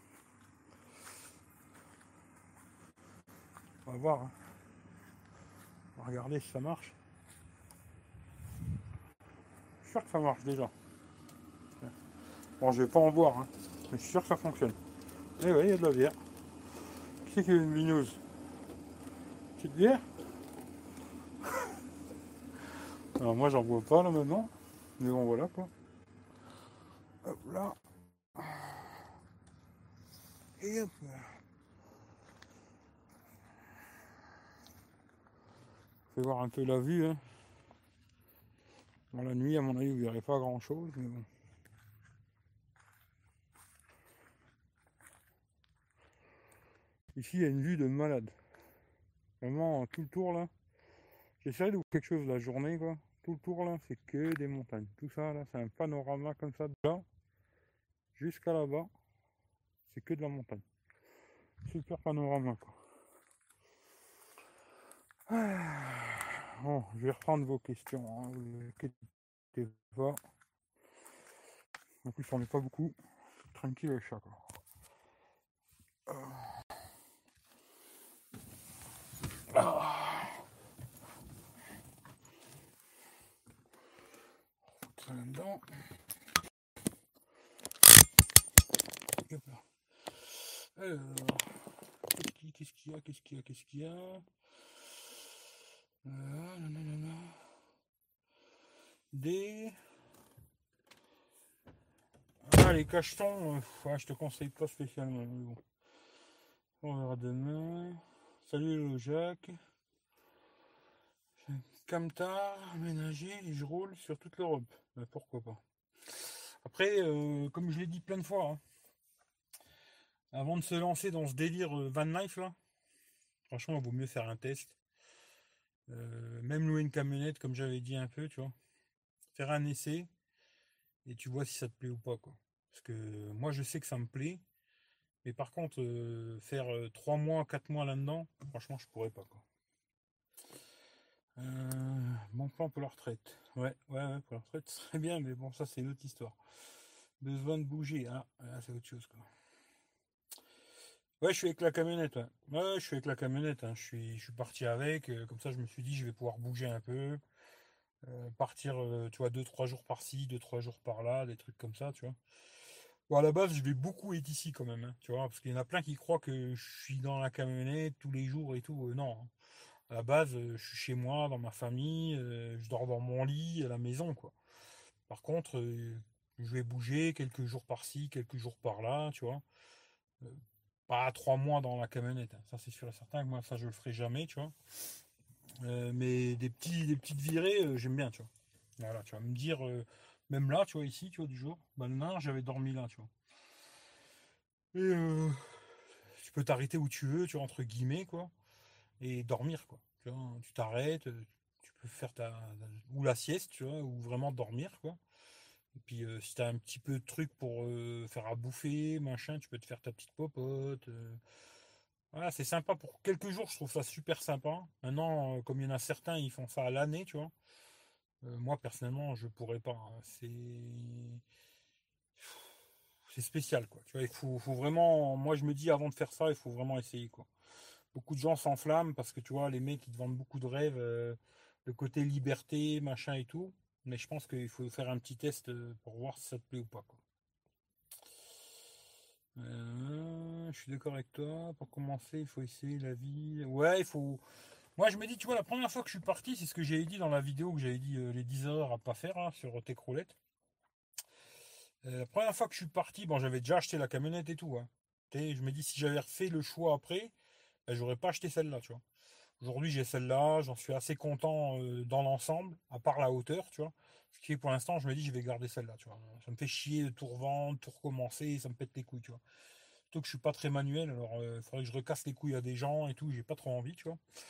On va voir, hein. On va regarder si ça marche. Je suis sûr que ça marche déjà. Bon je vais pas en boire, hein, mais je suis sûr que ça fonctionne. Et ouais, il y a de la bière. Qui c'est qui veut une bignouse? Petite bière? Alors moi j'en bois pas là maintenant. Mais bon voilà quoi. Hop là. Et hop là. Je vais voir un peu la vue, hein. Bon, la nuit, à mon avis, vous verrez pas grand chose, mais bon. Ici, il y a une vue de malade. Vraiment, tout le tour là. J'essaie de voir quelque chose la journée, quoi. Tout le tour là, c'est que des montagnes. Tout ça là, c'est un panorama comme ça, de là jusqu'à là-bas. C'est que de la montagne. Super panorama, quoi. Bon, je vais reprendre vos questions, hein. Vous inquiétez pas. En plus, on n'est pas beaucoup. Tranquille le chat, quoi. Ça là-dedans. Hop là. Alors, qu'est-ce qu'il y a nanana. Des... Ah, les cachetons, ouais, je te conseille pas spécialement, mais bon. On verra demain. Salut le Jacques. Camtar, aménagé, et je roule sur toute l'Europe. Ben, pourquoi pas. Après, comme je l'ai dit plein de fois, hein, avant de se lancer dans ce délire van life là, franchement, il vaut mieux faire un test. Même louer une camionnette, comme j'avais dit un peu, tu vois. Faire un essai et tu vois si ça te plaît ou pas, quoi. Parce que moi, je sais que ça me plaît. Mais par contre, faire 3 mois, 4 mois là-dedans, franchement, je pourrais pas, quoi. Bon plan pour la retraite. Ouais, pour la retraite, ce serait bien, mais bon, ça, c'est une autre histoire. Besoin de bouger, hein. Ah, c'est autre chose, quoi. Ouais, je suis avec la camionnette, ouais. Ouais, je suis avec la camionnette, hein. Je suis parti avec, comme ça, je me suis dit, je vais pouvoir bouger un peu, partir, tu vois, 2-3 jours par-ci, 2-3 jours par-là, des trucs comme ça, tu vois. Bon, à la base, je vais beaucoup être ici quand même, hein, tu vois, parce qu'il y en a plein qui croient que je suis dans la camionnette tous les jours et tout. Non, hein. À la base, je suis chez moi, dans ma famille, je dors dans mon lit, à la maison, quoi. Par contre, je vais bouger quelques jours par-ci, quelques jours par-là, tu vois. Euh, Pas 3 mois dans la camionnette, hein. Ça c'est sûr et certain que moi, ça je le ferai jamais, tu vois. Mais des petites virées, j'aime bien, tu vois. Voilà, tu vas me dire, même là, tu vois, ici, tu vois, du jour, ben là, j'avais dormi là, tu vois. Et tu peux t'arrêter où tu veux, tu vois, entre guillemets, quoi, et dormir, quoi. Tu vois, tu t'arrêtes, tu peux faire ou la sieste, tu vois, ou vraiment dormir, quoi. Et puis, si t'as un petit peu de trucs pour faire à bouffer, machin, tu peux te faire ta petite popote. Voilà, c'est sympa pour quelques jours, je trouve ça super sympa. Maintenant, comme il y en a certains, ils font ça à l'année, tu vois. Moi, personnellement, je pourrais pas, hein. C'est spécial, quoi. Tu vois, il faut vraiment. Moi, je me dis, avant de faire ça, il faut vraiment essayer, quoi. Beaucoup de gens s'enflamment parce que tu vois, les mecs, ils te vendent beaucoup de rêves, le côté liberté, machin et tout. Mais je pense qu'il faut faire un petit test pour voir si ça te plaît ou pas, quoi. Je suis d'accord avec toi. Pour commencer, il faut essayer la vie. Ouais, il faut. Moi, je me dis, tu vois, la première fois que je suis parti, c'est ce que j'avais dit dans la vidéo que j'avais dit les 10 heures à pas faire, hein, sur Techroulette. La première fois que je suis parti, bon, j'avais déjà acheté la camionnette et tout, hein. Je me dis, si j'avais refait le choix après, ben, j'aurais pas acheté celle-là, tu vois. Aujourd'hui, j'ai celle-là, j'en suis assez content dans l'ensemble, à part la hauteur, tu vois. Ce qui est pour l'instant, je me dis, je vais garder celle-là, tu vois. Ça me fait chier de tout revendre, tout recommencer, ça me pète les couilles, tu vois. Surtout que je suis pas très manuel, alors il faudrait que je recasse les couilles à des gens et tout, j'ai pas trop envie, tu vois.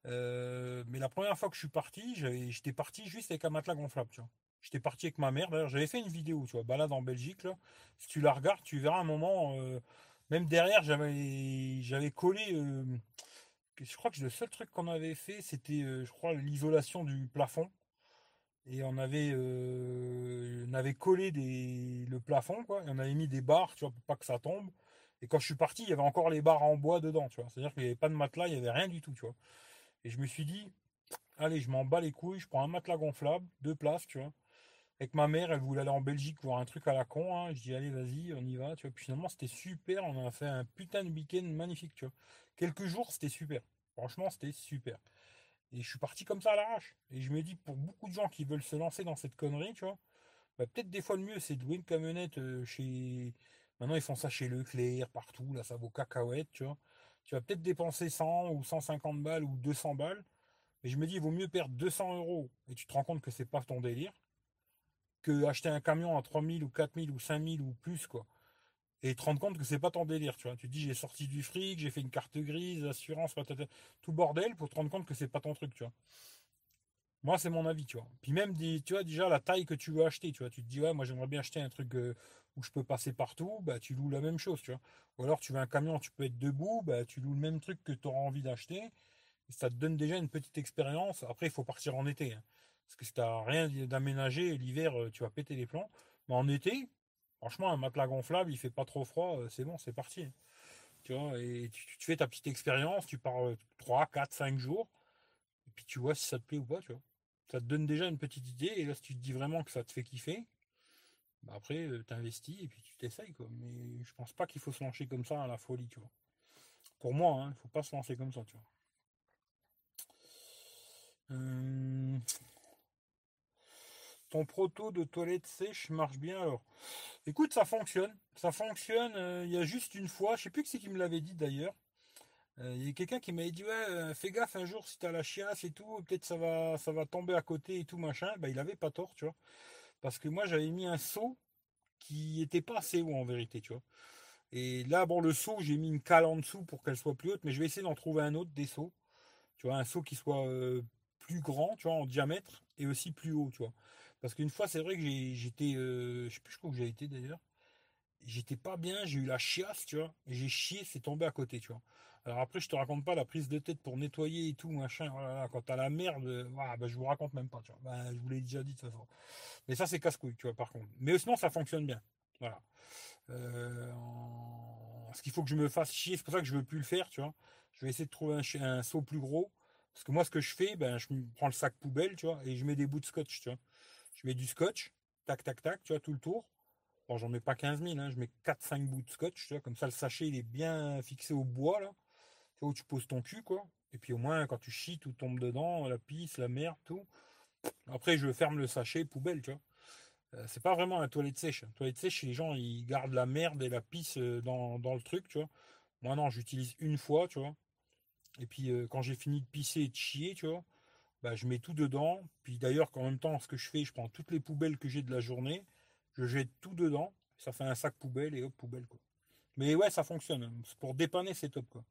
Mais la première fois que je suis parti, j'étais parti juste avec un matelas gonflable, tu vois. J'étais parti avec ma mère. D'ailleurs, j'avais fait une vidéo, tu vois, balade en Belgique, là. Si tu la regardes, tu verras un moment, même derrière, j'avais collé, je crois que le seul truc qu'on avait fait, c'était, je crois, l'isolation du plafond. Et on avait collé le plafond, quoi. Et on avait mis des barres, tu vois, pour pas que ça tombe. Et quand je suis parti, il y avait encore les barres en bois dedans, tu vois. C'est-à-dire qu'il n'y avait pas de matelas, il n'y avait rien du tout, tu vois. Et je me suis dit, allez, je m'en bats les couilles, je prends un matelas gonflable, 2 places, tu vois. Avec ma mère, elle voulait aller en Belgique voir un truc à la con, hein. Je dis, allez, vas-y, on y va, tu vois. Puis finalement, c'était super, on a fait un putain de week-end magnifique, tu vois. Quelques jours, c'était super. Franchement, c'était super. Et je suis parti comme ça à l'arrache. Et je me dis, pour beaucoup de gens qui veulent se lancer dans cette connerie, tu vois, bah, peut-être des fois le mieux, c'est de louer une camionnette chez. Maintenant, ils font ça chez Leclerc, partout, là, ça vaut cacahuète, tu vois. Tu vas peut-être dépenser 100 ou 150 balles ou 200 balles. Mais je me dis, il vaut mieux perdre 200 euros et tu te rends compte que c'est pas ton délire que acheter un camion à 3000 ou 4000 ou 5000 ou plus, quoi. Et te rendre compte que c'est pas ton délire, tu vois. Tu te dis, j'ai sorti du fric, j'ai fait une carte grise, assurance, patata, tout bordel pour te rendre compte que c'est pas ton truc, tu vois. Moi, c'est mon avis, tu vois. Puis même, tu vois, déjà, la taille que tu veux acheter, tu vois. Tu te dis, ouais, moi, j'aimerais bien acheter un truc où je peux passer partout, bah, tu loues la même chose, tu vois. Ou alors, tu veux un camion, tu peux être debout, bah, tu loues le même truc que tu auras envie d'acheter. Et ça te donne déjà une petite expérience. Après, il faut partir en été, hein. Parce que si t'as rien d'aménagé, l'hiver, tu vas péter les plombs. Mais en été, franchement, un matelas gonflable, il fait pas trop froid, c'est bon, c'est parti, hein. Tu vois, et tu fais ta petite expérience, tu pars 3, 4, 5 jours. Et puis tu vois si ça te plaît ou pas, tu vois. Ça te donne déjà une petite idée, et là si tu te dis vraiment que ça te fait kiffer, bah après t'investis et puis tu t'essayes, quoi. Mais je pense pas qu'il faut se lancer comme ça à la folie, tu vois. Pour moi, hein, il faut pas se lancer comme ça, tu vois. Euh, Ton proto de toilette sèche marche bien alors. Écoute, ça fonctionne. Ça fonctionne. Il y a juste une fois, je sais plus que c'est qui me l'avait dit d'ailleurs. Il y a quelqu'un qui m'avait dit ouais, fais gaffe un jour si t'as la chiasse et tout, peut-être ça va tomber à côté et tout machin. Bah il avait pas tort, tu vois. Parce que moi j'avais mis un seau qui était pas assez haut en vérité, tu vois. Et là, bon, le seau, j'ai mis une cale en dessous pour qu'elle soit plus haute, mais je vais essayer d'en trouver un autre des seaux. Tu vois, un seau qui soit plus grand, tu vois, en diamètre et aussi plus haut, tu vois. Parce qu'une fois, c'est vrai que j'étais, je sais plus où j'ai été d'ailleurs. J'étais pas bien, j'ai eu la chiasse, tu vois, et j'ai chié, c'est tombé à côté, tu vois. Alors après, je te raconte pas la prise de tête pour nettoyer et tout, machin. Oh là là, quand t'as la merde, bah, je vous raconte même pas, tu vois. Bah, je vous l'ai déjà dit de toute façon. Mais ça, c'est casse-couille, tu vois, par contre. Mais sinon, ça fonctionne bien. Voilà. Ce qu'il faut que je me fasse chier, c'est pour ça que je veux plus le faire, tu vois. Je vais essayer de trouver un seau plus gros. Parce que moi, ce que je fais, ben, je me prends le sac poubelle, tu vois, et je mets des bouts de scotch, tu vois. Je mets du scotch, tac, tac, tac, tu vois, tout le tour. Bon, j'en mets pas 15 000, hein, je mets 4, 5 bouts de scotch, tu vois, comme ça, le sachet, il est bien fixé au bois, là. Tu vois, où tu poses ton cul, quoi. Et puis au moins, quand tu chies, tout tombe dedans, la pisse, la merde, tout. Après, je ferme le sachet, poubelle, tu vois. C'est pas vraiment un toilette sèche. Un toilette sèche, les gens, ils gardent la merde et la pisse dans le truc, tu vois. Moi, non, j'utilise une fois, tu vois. Et puis, quand j'ai fini de pisser et de chier, tu vois, bah, je mets tout dedans. Puis d'ailleurs, qu'en même temps, ce que je fais, je prends toutes les poubelles que j'ai de la journée, je jette tout dedans. Ça fait un sac poubelle et hop, poubelle, quoi. Mais ouais, ça fonctionne, hein. Pour dépanner, c'est top, quoi.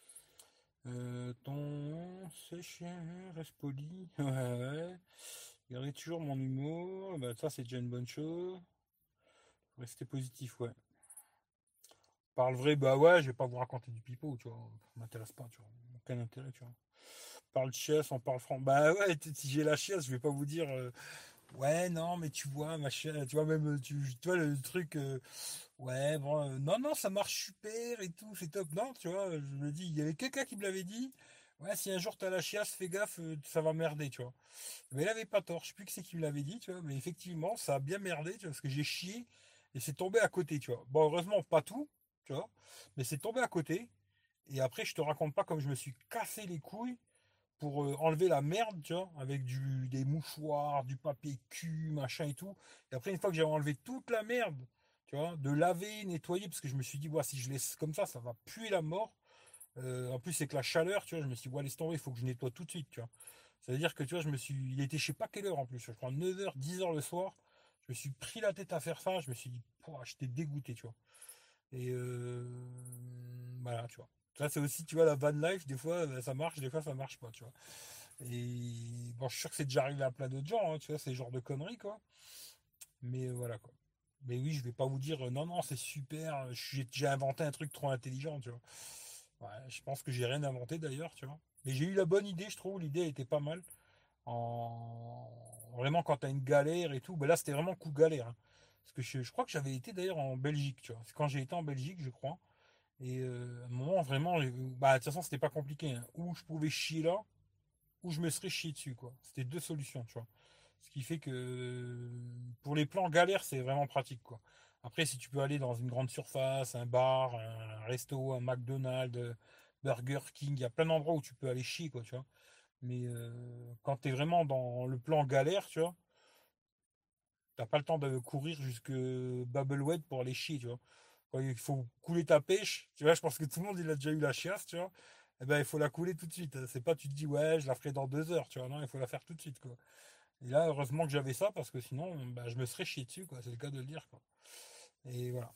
Ton sèche, reste poli. Ouais, ouais. Gardez toujours mon humour. Bah, ça, c'est déjà une bonne chose. Rester positif, ouais. Parle vrai, bah ouais, je vais pas vous raconter du pipeau, tu vois. Ça m'intéresse pas, tu vois. Aucun intérêt, tu vois. Parle chiasse, on parle franc. Bah ouais, si j'ai la chiasse, je vais pas vous dire, ouais, non, mais tu vois, machin, tu vois, même, tu vois, le truc, ouais, bon, non, non, ça marche super et tout, c'est top. Non, tu vois, je me dis, il y avait quelqu'un qui me l'avait dit, ouais, si un jour t'as la chiasse, fais gaffe, ça va merder, tu vois. Mais il avait pas tort, je sais plus que c'est qui me l'avait dit, tu vois, mais effectivement, ça a bien merdé, tu vois, parce que j'ai chié et c'est tombé à côté, tu vois. Bon, heureusement, pas tout, tu vois, mais c'est tombé à côté. Et après, je te raconte pas comme je me suis cassé les couilles pour enlever la merde, tu vois, avec des mouchoirs, du papier cul, machin et tout. Et après, une fois que j'ai enlevé toute la merde, tu vois, de laver, nettoyer, parce que je me suis dit, ouais, si je laisse comme ça va puer la mort. En plus, c'est que la chaleur, tu vois, je me suis dit, ouais, laisse tomber, il faut que je nettoie tout de suite, tu vois. Ça veut dire que, tu vois, il était je sais pas quelle heure en plus, je crois 9 h 10 h le soir. Je me suis pris la tête à faire ça, je me suis dit, pouah, j'étais dégoûté, tu vois. Et voilà, tu vois. Ça, c'est aussi, tu vois, la van life, des fois, ça marche, des fois, ça marche pas, tu vois. Et bon, je suis sûr que c'est déjà arrivé à plein d'autres gens, hein, tu vois, c'est ce genre de conneries, quoi. Mais voilà, quoi. Mais oui, je vais pas vous dire, non, non, c'est super, j'ai inventé un truc trop intelligent, tu vois. Ouais, je pense que j'ai rien inventé d'ailleurs, tu vois. Mais j'ai eu la bonne idée, je trouve, l'idée était pas mal. En... Vraiment, quand t'as une galère et tout, ben là, c'était vraiment coup de galère, hein. Parce que je crois que j'avais été d'ailleurs en Belgique, tu vois. C'est quand j'ai été en Belgique, je crois. Et à un moment, vraiment, bah, de toute façon, c'était pas compliqué, hein. Ou je pouvais chier là, ou je me serais chié dessus, quoi. C'était deux solutions, tu vois. Ce qui fait que pour les plans galères, c'est vraiment pratique, quoi. Après, si tu peux aller dans une grande surface, un bar, un resto, un McDonald's, Burger King, il y a plein d'endroits où tu peux aller chier, quoi, tu vois. Mais quand tu es vraiment dans le plan galère, tu vois, t'as pas le temps de courir jusque Babelwed pour aller chier, tu vois. Quand il faut couler ta pêche, tu vois, je pense que tout le monde il a déjà eu la chiasse, tu vois. Eh ben, il faut la couler tout de suite. C'est pas tu te dis ouais, je la ferai dans 2 heures, tu vois. Non, il faut la faire tout de suite, quoi. Et là, heureusement que j'avais ça parce que sinon, bah, je me serais chié dessus, quoi. C'est le cas de le dire, quoi. Et voilà.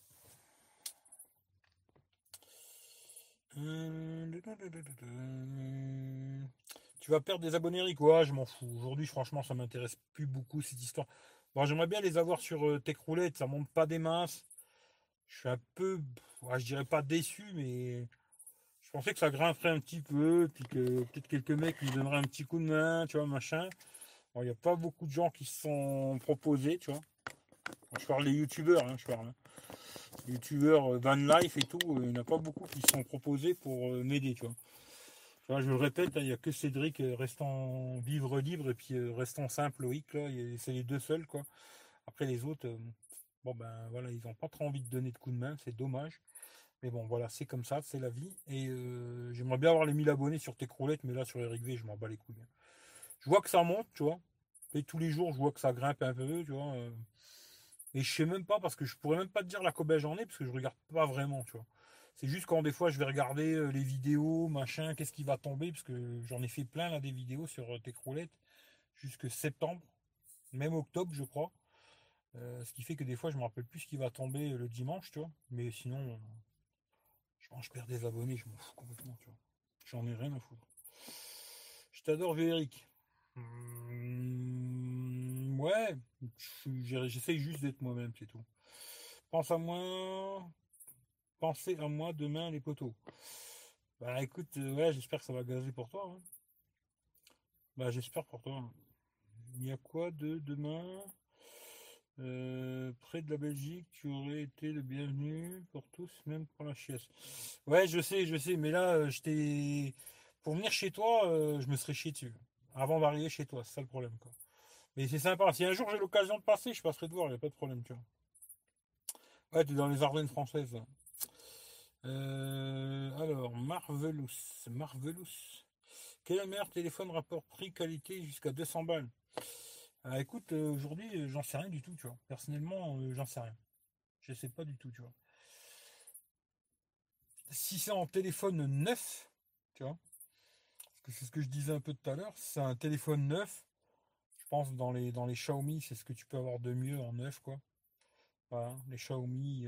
Tu vas perdre des abonnés, Rick. Ouais, je m'en fous. Aujourd'hui, franchement, ça m'intéresse plus beaucoup cette histoire. Bon, j'aimerais bien les avoir sur Techroulette, ça monte pas des masses. Je suis un peu, ouais, je dirais pas déçu, mais je pensais que ça grimperait un petit peu, puis que peut-être quelques mecs nous donneraient un petit coup de main, tu vois, machin. Bon, il n'y a pas beaucoup de gens qui se sont proposés, tu vois. Bon, je parle des youtubeurs, hein, je parle, hein. Youtubeurs van life et tout, il n'y en a pas beaucoup qui se sont proposés pour m'aider, tu vois. Tu vois, je le répète, hein, il n'y a que Cédric restant vivre libre et puis restant simple Loïc, là, c'est les deux seuls, quoi. Après les autres, bon ben voilà, ils n'ont pas trop envie de donner de coup de main, c'est dommage. Mais bon, voilà, c'est comme ça, c'est la vie. Et j'aimerais bien avoir les 1000 abonnés sur tes croulettes, mais là, sur Eric V, je m'en bats les couilles, hein. Je vois que ça monte, tu vois. Et tous les jours, je vois que ça grimpe un peu, tu vois. Et je sais même pas, parce que je pourrais même pas te dire la combien j'en ai, parce que je regarde pas vraiment, tu vois. C'est juste quand des fois, je vais regarder les vidéos, machin, qu'est-ce qui va tomber, parce que j'en ai fait plein, là, des vidéos sur tes croulettes, jusque septembre, même octobre, je crois. Ce qui fait que des fois, je me rappelle plus ce qui va tomber le dimanche, tu vois. Mais sinon, je perds des abonnés, je m'en fous complètement, tu vois. J'en ai rien à foutre. Je t'adore, Véric. Ouais, j'essaye juste d'être moi-même, c'est tout. Pense à moi, pensez à moi demain, les poteaux. Bah écoute, ouais, j'espère que ça va gazer pour toi, hein. Bah j'espère pour toi, hein. Il y a quoi de demain? Près de la Belgique, tu aurais été le bienvenu pour tous, même pour la chiasse. Ouais, je sais, mais là, pour venir chez toi, je me serais chié dessus. Avant d'arriver chez toi, c'est ça le problème, quoi. Mais c'est sympa. Si un jour j'ai l'occasion de passer, je passerai te voir, il n'y a pas de problème, tu vois. Ouais, t'es dans les Ardennes françaises, là. Alors, Marvelous. Marvelous. Quel est le meilleur téléphone rapport prix-qualité jusqu'à 200 balles? Ah, écoute, aujourd'hui, j'en sais rien du tout, tu vois. Personnellement, j'en sais rien. Je sais pas du tout, tu vois. Si c'est en téléphone neuf, tu vois, parce que c'est ce que je disais un peu tout à l'heure, si c'est un téléphone neuf, je pense dans les Xiaomi, c'est ce que tu peux avoir de mieux en neuf, quoi. Voilà, les Xiaomi,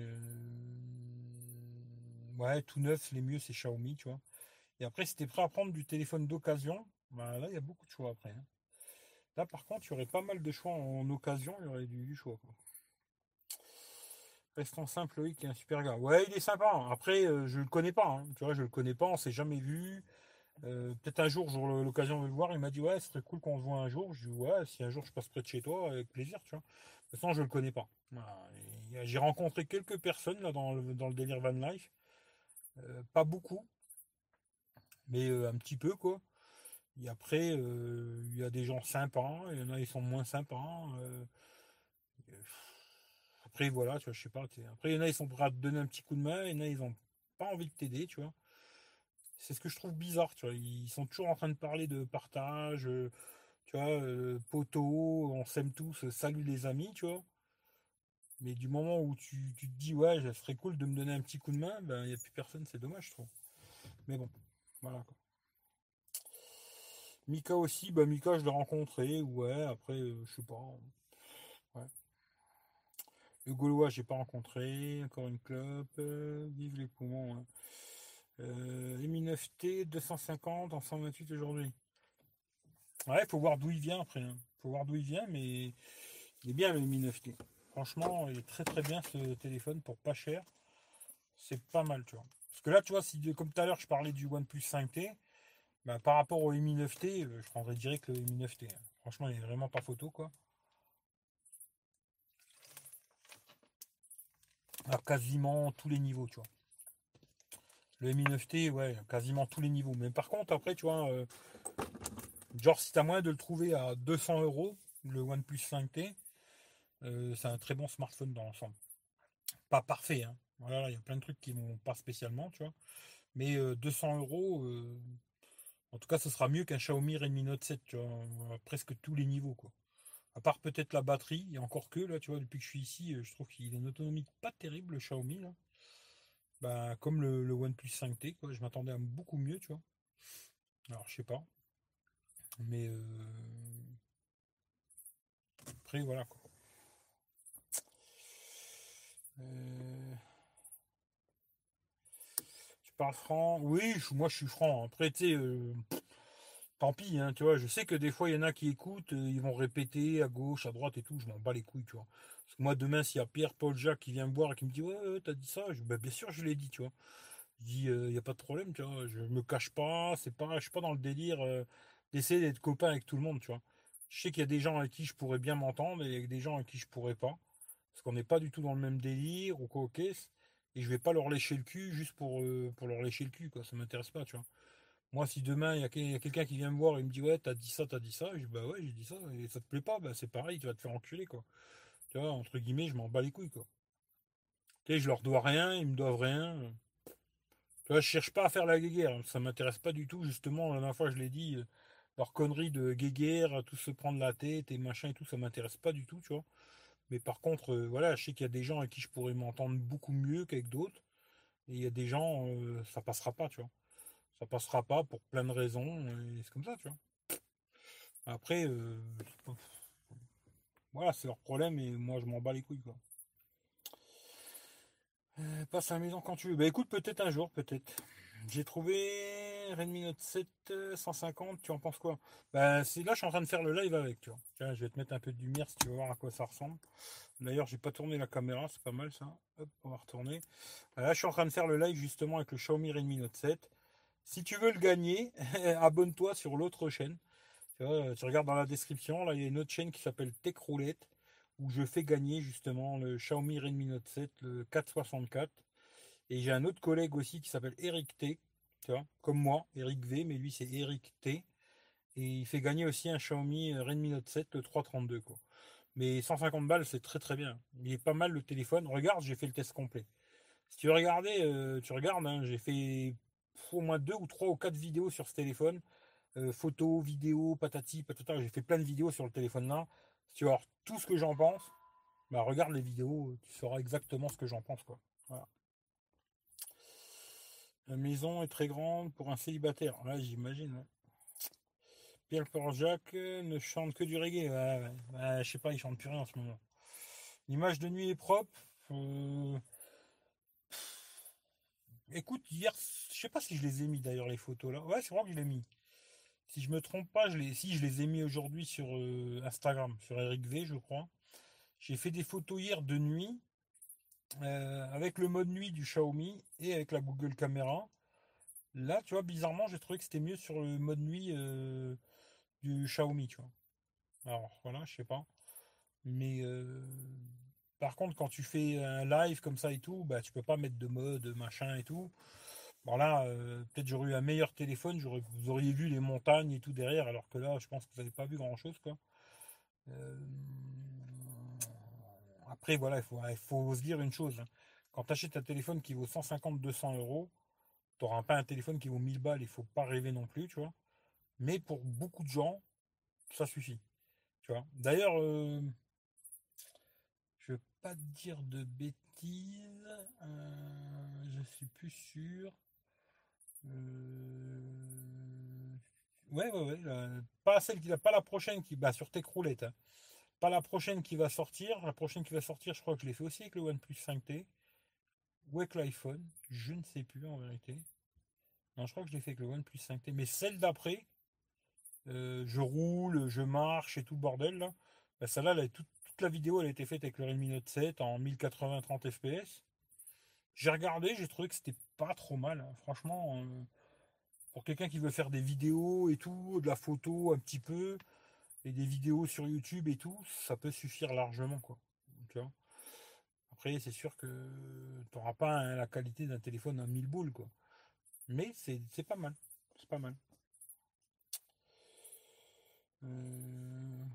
ouais, tout neuf, les mieux c'est Xiaomi, tu vois. Et après, si t'es prêt à prendre du téléphone d'occasion, bah là, il y a beaucoup de choix après, hein. Là, par contre, il y aurait pas mal de choix en occasion, il y aurait du choix, quoi. Restons simple, Loïc est un super gars. Ouais, il est sympa, hein. Après, je le connais pas, hein. Tu vois, je le connais pas, on s'est jamais vu. Peut-être un jour, j'aurai l'occasion de le voir. Il m'a dit, ouais, ce serait cool qu'on se voit un jour. Je dis, ouais, si un jour je passe près de chez toi, avec plaisir, tu vois. De toute façon, je le connais pas. Voilà. J'ai rencontré quelques personnes là dans le délire van life. Pas beaucoup, mais un petit peu, quoi. Et après, il y a des gens sympas, il y en a, ils sont moins sympas. euh, Après, voilà, tu vois, je sais pas. Après, il y en a, ils sont prêts à te donner un petit coup de main, il y en a, ils ont pas envie de t'aider, tu vois. C'est ce que je trouve bizarre, tu vois. Ils sont toujours en train de parler de partage, tu vois, poteau, on s'aime tous, salut les amis, tu vois. Mais du moment où tu te dis, ouais, ça serait cool de me donner un petit coup de main, ben, il n'y a plus personne, c'est dommage, je trouve. Mais bon, voilà, quoi. Mika aussi, bah Mika, je l'ai rencontré, ouais, après, je sais pas. Ouais. Le Gaulois, j'ai pas rencontré, encore une clope, vive les poumons, hein. Mi 9T 250 en 128 aujourd'hui. Ouais, faut voir d'où il vient après, hein. Faut voir d'où il vient, mais il est bien le Mi 9T. Franchement, il est très très bien ce téléphone pour pas cher. C'est pas mal, tu vois. Parce que là, tu vois, si comme tout à l'heure je parlais du OnePlus 5T, bah, par rapport au Mi 9T, je prendrais direct le Mi 9T, hein. Franchement, il est vraiment pas photo, quoi. À quasiment tous les niveaux, tu vois. Le Mi 9T, ouais, quasiment tous les niveaux. Mais par contre, après, tu vois, genre si t'as moyen de le trouver à 200 euros, le OnePlus 5T, c'est un très bon smartphone dans l'ensemble. Pas parfait, hein. Voilà, il y a plein de trucs qui vont pas spécialement, tu vois. Mais 200 euros, en tout cas, ce sera mieux qu'un Xiaomi Redmi Note 7, tu vois, à presque tous les niveaux, quoi. À part peut-être la batterie, et encore que, là, tu vois, depuis que je suis ici, je trouve qu'il a une autonomie pas terrible, le Xiaomi, là. Bah, comme le OnePlus 5T, quoi. Je m'attendais à beaucoup mieux, tu vois. Alors, je sais pas. Mais après, voilà, quoi. Euh, Tu parles franc? Oui, moi je suis franc. Après, tu sais, tant pis, hein, tu vois. Je sais que des fois, il y en a qui écoutent, ils vont répéter à gauche, à droite et tout. Je m'en bats les couilles, tu vois. Parce que moi, demain, s'il y a Pierre, Paul, Jacques qui vient me voir et qui me dit, ouais, ouais, t'as dit ça, bah, bien sûr, je l'ai dit, tu vois. Je dis, il n'y a pas de problème, tu vois. Je me cache pas, je suis pas dans le délire d'essayer d'être copain avec tout le monde, tu vois. Je sais qu'il y a des gens avec qui je pourrais bien m'entendre et il y a des gens avec qui je pourrais pas. Parce qu'on n'est pas du tout dans le même délire ou quoi, ok. Et je vais pas leur lécher le cul juste pour leur lécher le cul, quoi. Ça m'intéresse pas, tu vois. Moi, si demain, il y a quelqu'un qui vient me voir et me dit, ouais, t'as dit ça, je dis, bah ouais, j'ai dit ça, et ça te plaît pas, bah c'est pareil, tu vas te faire enculer, quoi. Tu vois, entre guillemets, je m'en bats les couilles, quoi. Tu sais, je leur dois rien, ils me doivent rien. Tu vois, je cherche pas à faire la guéguerre, ça m'intéresse pas du tout, justement, la dernière fois, je l'ai dit, leur connerie de guéguerre, tout se prendre la tête et machin et tout, ça m'intéresse pas du tout, tu vois. Mais par contre, voilà, je sais qu'il y a des gens avec qui je pourrais m'entendre beaucoup mieux qu'avec d'autres. Et il y a des gens, ça passera pas, tu vois. Ça passera pas pour plein de raisons, et c'est comme ça, tu vois. Après, voilà, c'est leur problème et moi je m'en bats les couilles, quoi. Passe à la maison quand tu veux. Bah écoute, peut-être un jour, peut-être. J'ai trouvé Redmi Note 7 150, tu en penses quoi? Bah c'est là, je suis en train de faire le live avec, tu vois. Tiens, je vais te mettre un peu de lumière si tu veux voir à quoi ça ressemble. D'ailleurs, j'ai pas tourné la caméra, c'est pas mal ça. Hop, on va retourner. Là, je suis en train de faire le live justement avec le Xiaomi Redmi Note 7. Si tu veux le gagner, abonne-toi sur l'autre chaîne. Tu vois, tu regardes dans la description, là, il y a une autre chaîne qui s'appelle Tech Roulette, où je fais gagner justement le Xiaomi Redmi Note 7, le 464. Et j'ai un autre collègue aussi qui s'appelle Eric T, tu vois, comme moi, Eric V, mais lui c'est Eric T. Et il fait gagner aussi un Xiaomi Redmi Note 7, le 332, quoi. Mais 150 balles, c'est très très bien. Il est pas mal le téléphone. Regarde, j'ai fait le test complet. Si tu veux regarder, tu regardes, hein, j'ai fait au moins 2 ou 3 ou 4 vidéos sur ce téléphone. Photos, vidéos, patati, patata. J'ai fait plein de vidéos sur le téléphone là. Si tu veux voir tout ce que j'en pense, bah regarde les vidéos, tu sauras exactement ce que j'en pense, quoi. Voilà. La maison est très grande pour un célibataire. Là, j'imagine, ouais. Pierre Paul Jacques ne chante que du reggae. Ouais, ouais. Bah, je sais pas, il chante plus rien en ce moment. L'image de nuit est propre. Euh, Écoute, hier, je sais pas si je les ai mis d'ailleurs les photos là. Ouais, c'est vrai que je les ai mis. Si je me trompe pas, si je les ai mis aujourd'hui sur Instagram, sur Eric V, je crois. J'ai fait des photos hier de nuit avec le mode nuit du Xiaomi et avec la Google Caméra. Là, tu vois, bizarrement, j'ai trouvé que c'était mieux sur le mode nuit du Xiaomi, tu vois. Alors voilà, je sais pas. Mais par contre, quand tu fais un live comme ça et tout, bah tu peux pas mettre de mode, machin et tout. Bon là, peut-être j'aurais eu un meilleur téléphone, vous auriez vu les montagnes et tout derrière, alors que là, je pense que vous n'avez pas vu grand-chose, quoi. Euh, Après, voilà, il faut se dire une chose, hein. Quand tu achètes un téléphone qui vaut 150-200 euros, tu n'auras pas un téléphone qui vaut 1000 balles, il faut pas rêver non plus, tu vois. Mais pour beaucoup de gens, ça suffit, tu vois. D'ailleurs, je ne veux pas te dire de bêtises, je suis plus sûr. Ouais, ouais, ouais. Pas celle qui, pas la prochaine qui, bah, sur Techroulette, hein. Pas la prochaine qui va sortir. La prochaine qui va sortir, je crois que je l'ai fait aussi avec le OnePlus 5T ou avec l'iPhone. Je ne sais plus en vérité. Non, je crois que je l'ai fait avec le OnePlus 5T. Mais celle d'après, je roule, je marche et tout le bordel là. Bah, celle-là, toute la vidéo, elle a été faite avec le Redmi Note 7 en 1080 30 fps. J'ai regardé, j'ai trouvé que c'était pas trop mal, hein. Franchement, pour quelqu'un qui veut faire des vidéos et tout, de la photo un petit peu, et des vidéos sur YouTube et tout, ça peut suffire largement, quoi. Tu vois. Après, c'est sûr que tu n'auras pas la qualité d'un téléphone à 1000 boules, quoi. Mais c'est pas mal. C'est pas mal. Euh,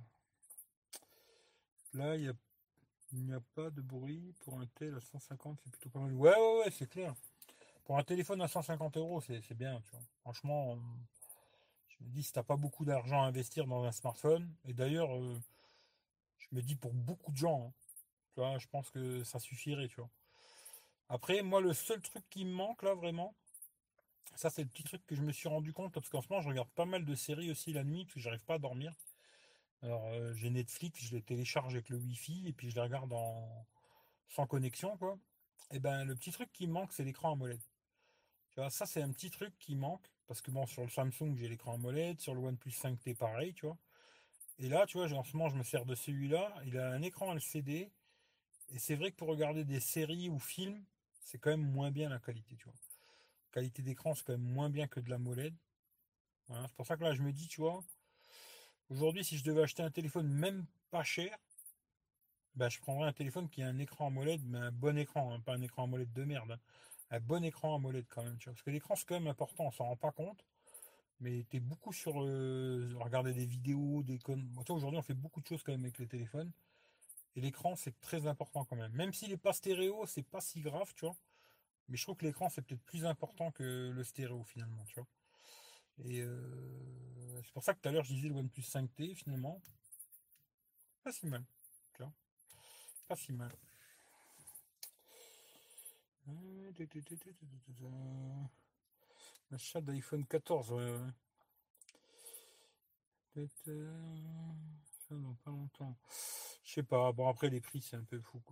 Là, il n'y a pas de bruit pour un tel à 150, c'est plutôt pas mal. Ouais, ouais, ouais, c'est clair. Pour un téléphone à 150 euros, c'est bien, tu vois. Franchement, je me dis, si t'as pas beaucoup d'argent à investir dans un smartphone, et d'ailleurs, je me dis pour beaucoup de gens, hein, tu vois, je pense que ça suffirait, tu vois. Après, moi, le seul truc qui me manque, là, vraiment, ça, c'est le petit truc que je me suis rendu compte, parce qu'en ce moment, je regarde pas mal de séries aussi la nuit, parce que j'arrive pas à dormir. Alors, j'ai Netflix, je les télécharge avec le Wi-Fi, et puis je les regarde sans connexion, quoi. Et ben, le petit truc qui me manque, c'est l'écran AMOLED. Tu vois, ça, c'est un petit truc qui manque, parce que bon, sur le Samsung, j'ai l'écran AMOLED, sur le OnePlus 5T, pareil, tu vois. Et là, tu vois, en ce moment, je me sers de celui-là, il a un écran LCD, et c'est vrai que pour regarder des séries ou films, c'est quand même moins bien la qualité, tu vois. Qualité d'écran, c'est quand même moins bien que de la AMOLED. Voilà, c'est pour ça que là, je me dis, tu vois, aujourd'hui, si je devais acheter un téléphone même pas cher, bah, je prendrais un téléphone qui a un écran AMOLED, mais un bon écran, hein, pas un écran AMOLED de merde, hein. Un bon écran AMOLED quand même, tu vois. Parce que l'écran, c'est quand même important, on s'en rend pas compte. Mais t'es beaucoup sur regarder des vidéos, des connes. Bon, aujourd'hui, on fait beaucoup de choses quand même avec les téléphones. Et l'écran, c'est très important quand même. Même s'il n'est pas stéréo, c'est pas si grave, tu vois. Mais je trouve que l'écran, c'est peut-être plus important que le stéréo finalement, tu vois. Et c'est pour ça que tout à l'heure, je disais le OnePlus 5T, finalement, pas si mal, tu vois. Pas si mal. L'achat d'iPhone 14, ouais, ouais. Peut-être ça dans pas longtemps. Je sais pas. Bon, après, les prix, c'est un peu fou, quoi.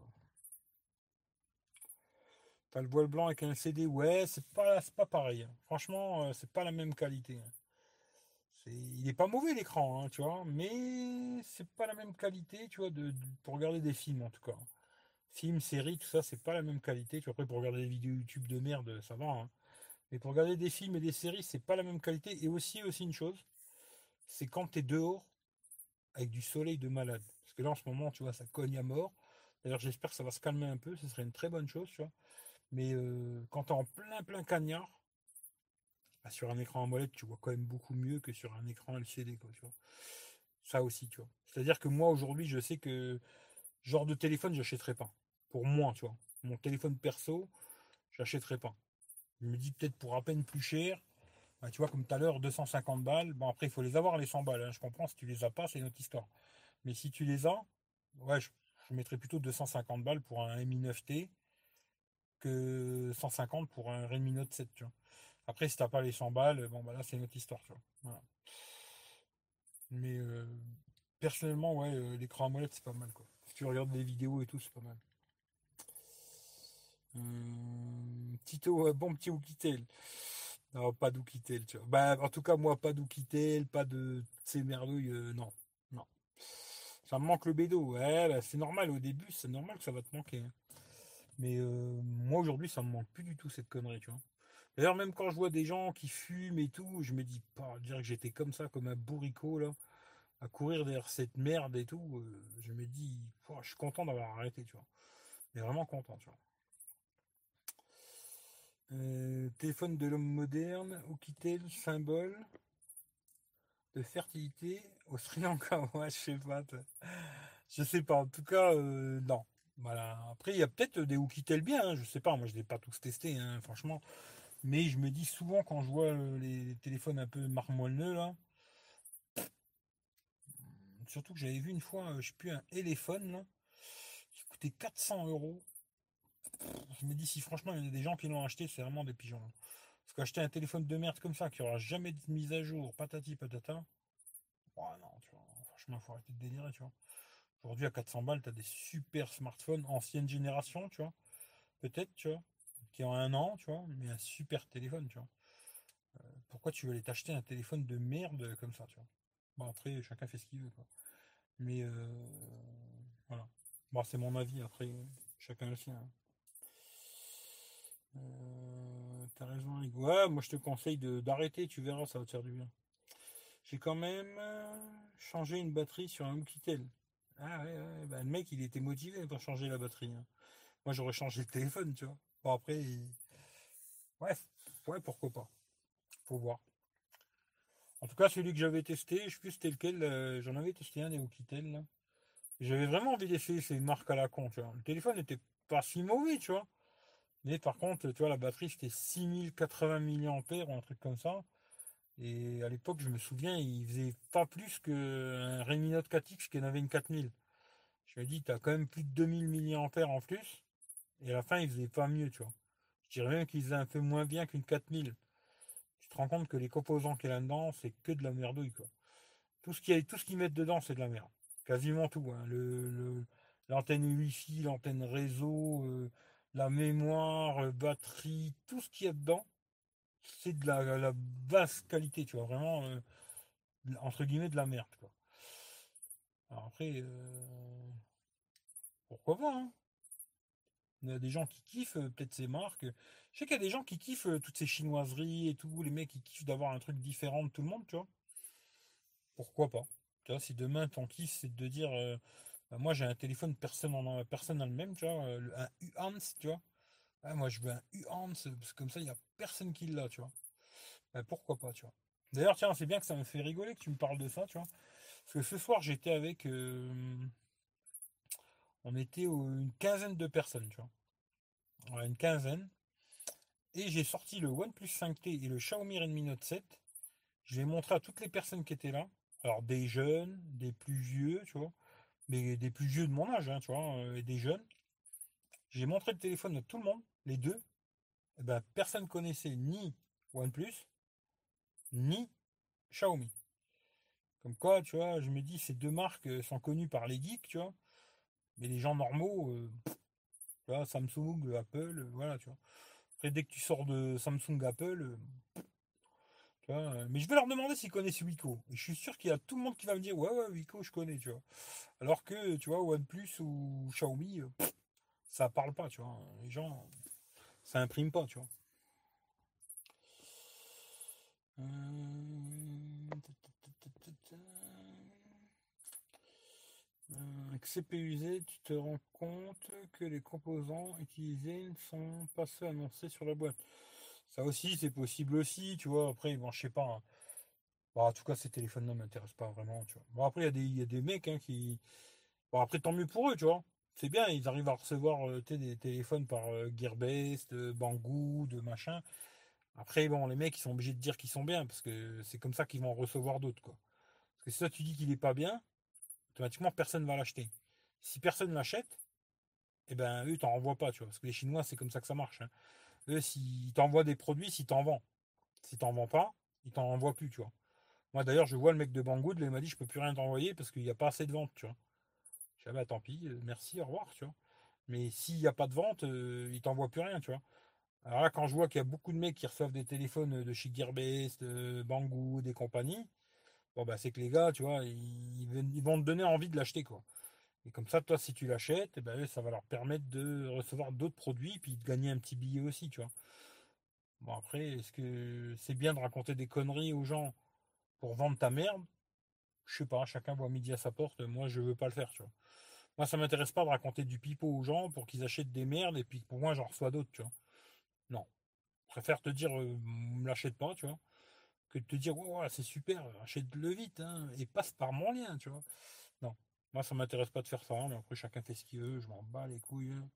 T'as le voile blanc avec un CD, ouais, c'est pas pareil, hein. Franchement, c'est pas la même qualité, hein. Il est pas mauvais l'écran, hein, tu vois, mais c'est pas la même qualité, tu vois, pour regarder des films en tout cas. Films, séries, tout ça, c'est pas la même qualité. Tu vois, après, pour regarder des vidéos YouTube de merde, ça va, hein. Mais pour regarder des films et des séries, c'est pas la même qualité. Et aussi une chose, c'est quand t'es dehors avec du soleil de malade. Parce que là, en ce moment, tu vois, ça cogne à mort. D'ailleurs, j'espère que ça va se calmer un peu. Ce serait une très bonne chose, tu vois. Mais quand t'es en plein cagnard, bah, sur un écran AMOLED, tu vois quand même beaucoup mieux que sur un écran LCD, quoi, tu vois. Ça aussi, tu vois. C'est-à-dire que moi, aujourd'hui, je sais que genre de téléphone, j'achèterai pas. Pour moi, tu vois. Mon téléphone perso, j'achèterai pas. Je me dis peut-être pour à peine plus cher. Bah, tu vois, comme tout à l'heure, 250 balles. Bon, après, il faut les avoir, les 100 balles, hein. Je comprends, si tu les as pas, c'est une autre histoire. Mais si tu les as, ouais, je mettrais plutôt 250 balles pour un Mi 9T que 150 pour un Redmi Note 7, tu vois. Après, si t'as pas les 100 balles, bon, bah là, c'est une autre histoire, tu vois. Voilà. Mais personnellement, ouais, l'écran AMOLED, c'est pas mal, quoi. Si tu regardes des vidéos et tout, c'est pas mal. Tito, bon petit Oukitel. Non, pas d'Oukitel, tu vois. Bah, en tout cas, moi, pas d'Oukitel, pas de ces merdouilles, non. Non. Ça me manque le bédo. Ouais, bah, c'est normal, au début, c'est normal que ça va te manquer, hein. Mais moi, aujourd'hui, ça me manque plus du tout, cette connerie, tu vois. D'ailleurs, même quand je vois des gens qui fument et tout, je me dis pas, dire que j'étais comme ça, comme un bourricot, là, à courir derrière cette merde et tout, je me dis, oh, je suis content d'avoir arrêté, tu vois. Mais vraiment content, tu vois. Téléphone de l'homme moderne, Oukitel, symbole de fertilité au Sri Lanka. Ouais, je sais pas. Je sais pas. En tout cas, non. Voilà. Après, il y a peut-être des Oukitel bien, hein, je sais pas. Moi, je l'ai pas tous testés, hein, franchement. Mais je me dis souvent quand je vois les téléphones un peu marmolleux là, surtout que j'avais vu une fois, je sais plus, un téléphone là, qui coûtait 400 euros. Je me dis si franchement il y a des gens qui l'ont acheté, c'est vraiment des pigeons, hein. Parce qu'acheter un téléphone de merde comme ça, qui aura jamais de mise à jour, patati patata, oh non, tu vois, franchement, faut arrêter de délirer, tu vois. Aujourd'hui, à 400 balles, t'as des super smartphones ancienne génération, tu vois, peut-être, tu vois, qui ont un an, tu vois, mais un super téléphone, tu vois. pourquoi tu veux aller t'acheter un téléphone de merde comme ça, tu vois. Bon, après, chacun fait ce qu'il veut, quoi. Mais voilà. Bon, c'est mon avis, après, chacun le sien, hein. T'as raison, Rick. Ouais, moi je te conseille d'arrêter, tu verras, ça va te faire du bien. J'ai quand même changé une batterie sur un Oukitel. Ah ouais, ouais, bah, le mec il était motivé pour changer la batterie, hein. Moi j'aurais changé le téléphone, tu vois. Bon après, ouais, ouais, pourquoi pas. Faut voir. En tout cas, celui que j'avais testé, je sais plus c'était lequel, j'en avais testé un des Oukitel, là. J'avais vraiment envie d'essayer ces marques à la con, tu vois. Le téléphone n'était pas si mauvais, tu vois. Mais par contre, tu vois, la batterie c'était 6080 mAh ou un truc comme ça. Et à l'époque, je me souviens, il faisait pas plus qu'un Redmi Note 4X qui en avait une 4000. Je me dis, t'as quand même plus de 2000 mAh en plus. Et à la fin, il faisait pas mieux, tu vois. Je dirais même qu'il faisait un peu moins bien qu'une 4000. Tu te rends compte que les composants qu'il y a là-dedans, c'est que de la merdouille, quoi. Tout ce qu'ils mettent dedans, c'est de la merde. Quasiment tout, hein. L'antenne Wi-Fi, l'antenne réseau, la mémoire, batterie, tout ce qu'il y a dedans, c'est de la basse qualité, tu vois. Vraiment, entre guillemets, de la merde, quoi. Alors après, pourquoi pas, hein. Il y a des gens qui kiffent peut-être ces marques. Je sais qu'il y a des gens qui kiffent toutes ces chinoiseries et tout, les mecs qui kiffent d'avoir un truc différent de tout le monde, tu vois. Pourquoi pas? Tu vois, si demain ton kiff c'est de dire bah, moi j'ai un téléphone, personne n'a le même, tu vois, un U-Hans, tu vois. Ah, moi je veux un U-Hans, parce que comme ça il n'y a personne qui l'a, tu vois. Bah, pourquoi pas, tu vois. D'ailleurs, tiens, c'est bien que ça me fait rigoler que tu me parles de ça, tu vois. Parce que ce soir j'étais avec on était une quinzaine de personnes, tu vois. Ouais, une quinzaine. Et j'ai sorti le OnePlus 5T et le Xiaomi Redmi Note 7. Je l'ai montré à toutes les personnes qui étaient là. Alors des jeunes, des plus vieux, tu vois. Mais des plus vieux de mon âge, hein, tu vois, et des jeunes. J'ai montré le téléphone à tout le monde, les deux. Eh ben, personne connaissait ni OnePlus, ni Xiaomi. Comme quoi, tu vois, je me dis, ces deux marques sont connues par les geeks, tu vois. Mais les gens normaux, tu vois, Samsung, Apple, voilà, tu vois. Après, dès que tu sors de Samsung, Apple, tu vois, mais je vais leur demander s'ils connaissent Wiko. Et je suis sûr qu'il y a tout le monde qui va me dire, ouais, ouais, Wiko, je connais, tu vois. Alors que, tu vois, OnePlus ou Xiaomi, ça parle pas, tu vois. Les gens, ça imprime pas, tu vois. Avec CPU-Z, tu te rends compte que les composants utilisés ne sont pas ceux annoncés sur la boîte. Ça aussi, c'est possible aussi, tu vois. Après, bon, je sais pas, hein. Bon, en tout cas, ces téléphones-là ne m'intéressent pas vraiment, tu vois. Bon, après, il y a des mecs hein, qui. Bon, après, tant mieux pour eux, tu vois. C'est bien, ils arrivent à recevoir des téléphones par Gearbest, Banggood, machin. Après, bon, les mecs, ils sont obligés de dire qu'ils sont bien, parce que c'est comme ça qu'ils vont en recevoir d'autres, quoi. Parce que si toi, tu dis qu'il est pas bien, automatiquement, personne va l'acheter. Si personne l'achète, eh ben, eux, t'en renvoient pas, tu vois. Parce que les Chinois, c'est comme ça que ça marche, hein. Eux, s'ils t'envoient des produits, s'ils t'en vendent. Si t'en vends pas, ils t'en envoient plus, tu vois. Moi, d'ailleurs, je vois le mec de Banggood, là, il m'a dit, je peux plus rien t'envoyer parce qu'il n'y a pas assez de ventes, tu vois. Je dis, ah bah, tant pis, merci, au revoir, tu vois. Mais s'il n'y a pas de vente, il t'envoie plus rien, tu vois. Alors là, quand je vois qu'il y a beaucoup de mecs qui reçoivent des téléphones de chez Gearbest, de Banggood et compagnie, bon, bah, c'est que les gars, tu vois, ils vont te donner envie de l'acheter, quoi. Et comme ça, toi, si tu l'achètes, eh ben, ça va leur permettre de recevoir d'autres produits, puis de gagner un petit billet aussi, tu vois. Bon, après, est-ce que c'est bien de raconter des conneries aux gens pour vendre ta merde? Je sais pas, chacun voit midi à sa porte, moi, je veux pas le faire, tu vois. Moi, ça m'intéresse pas de raconter du pipeau aux gens pour qu'ils achètent des merdes et puis que pour moi, j'en reçois d'autres, tu vois. Non. Je préfère te dire, me l'achète pas, tu vois, que de te dire, ouais, ouais, c'est super, achète-le vite, hein, et passe par mon lien, tu vois. Non. Moi, ça m'intéresse pas de faire ça, hein, mais après, chacun fait ce qu'il veut, je m'en bats les couilles, hein.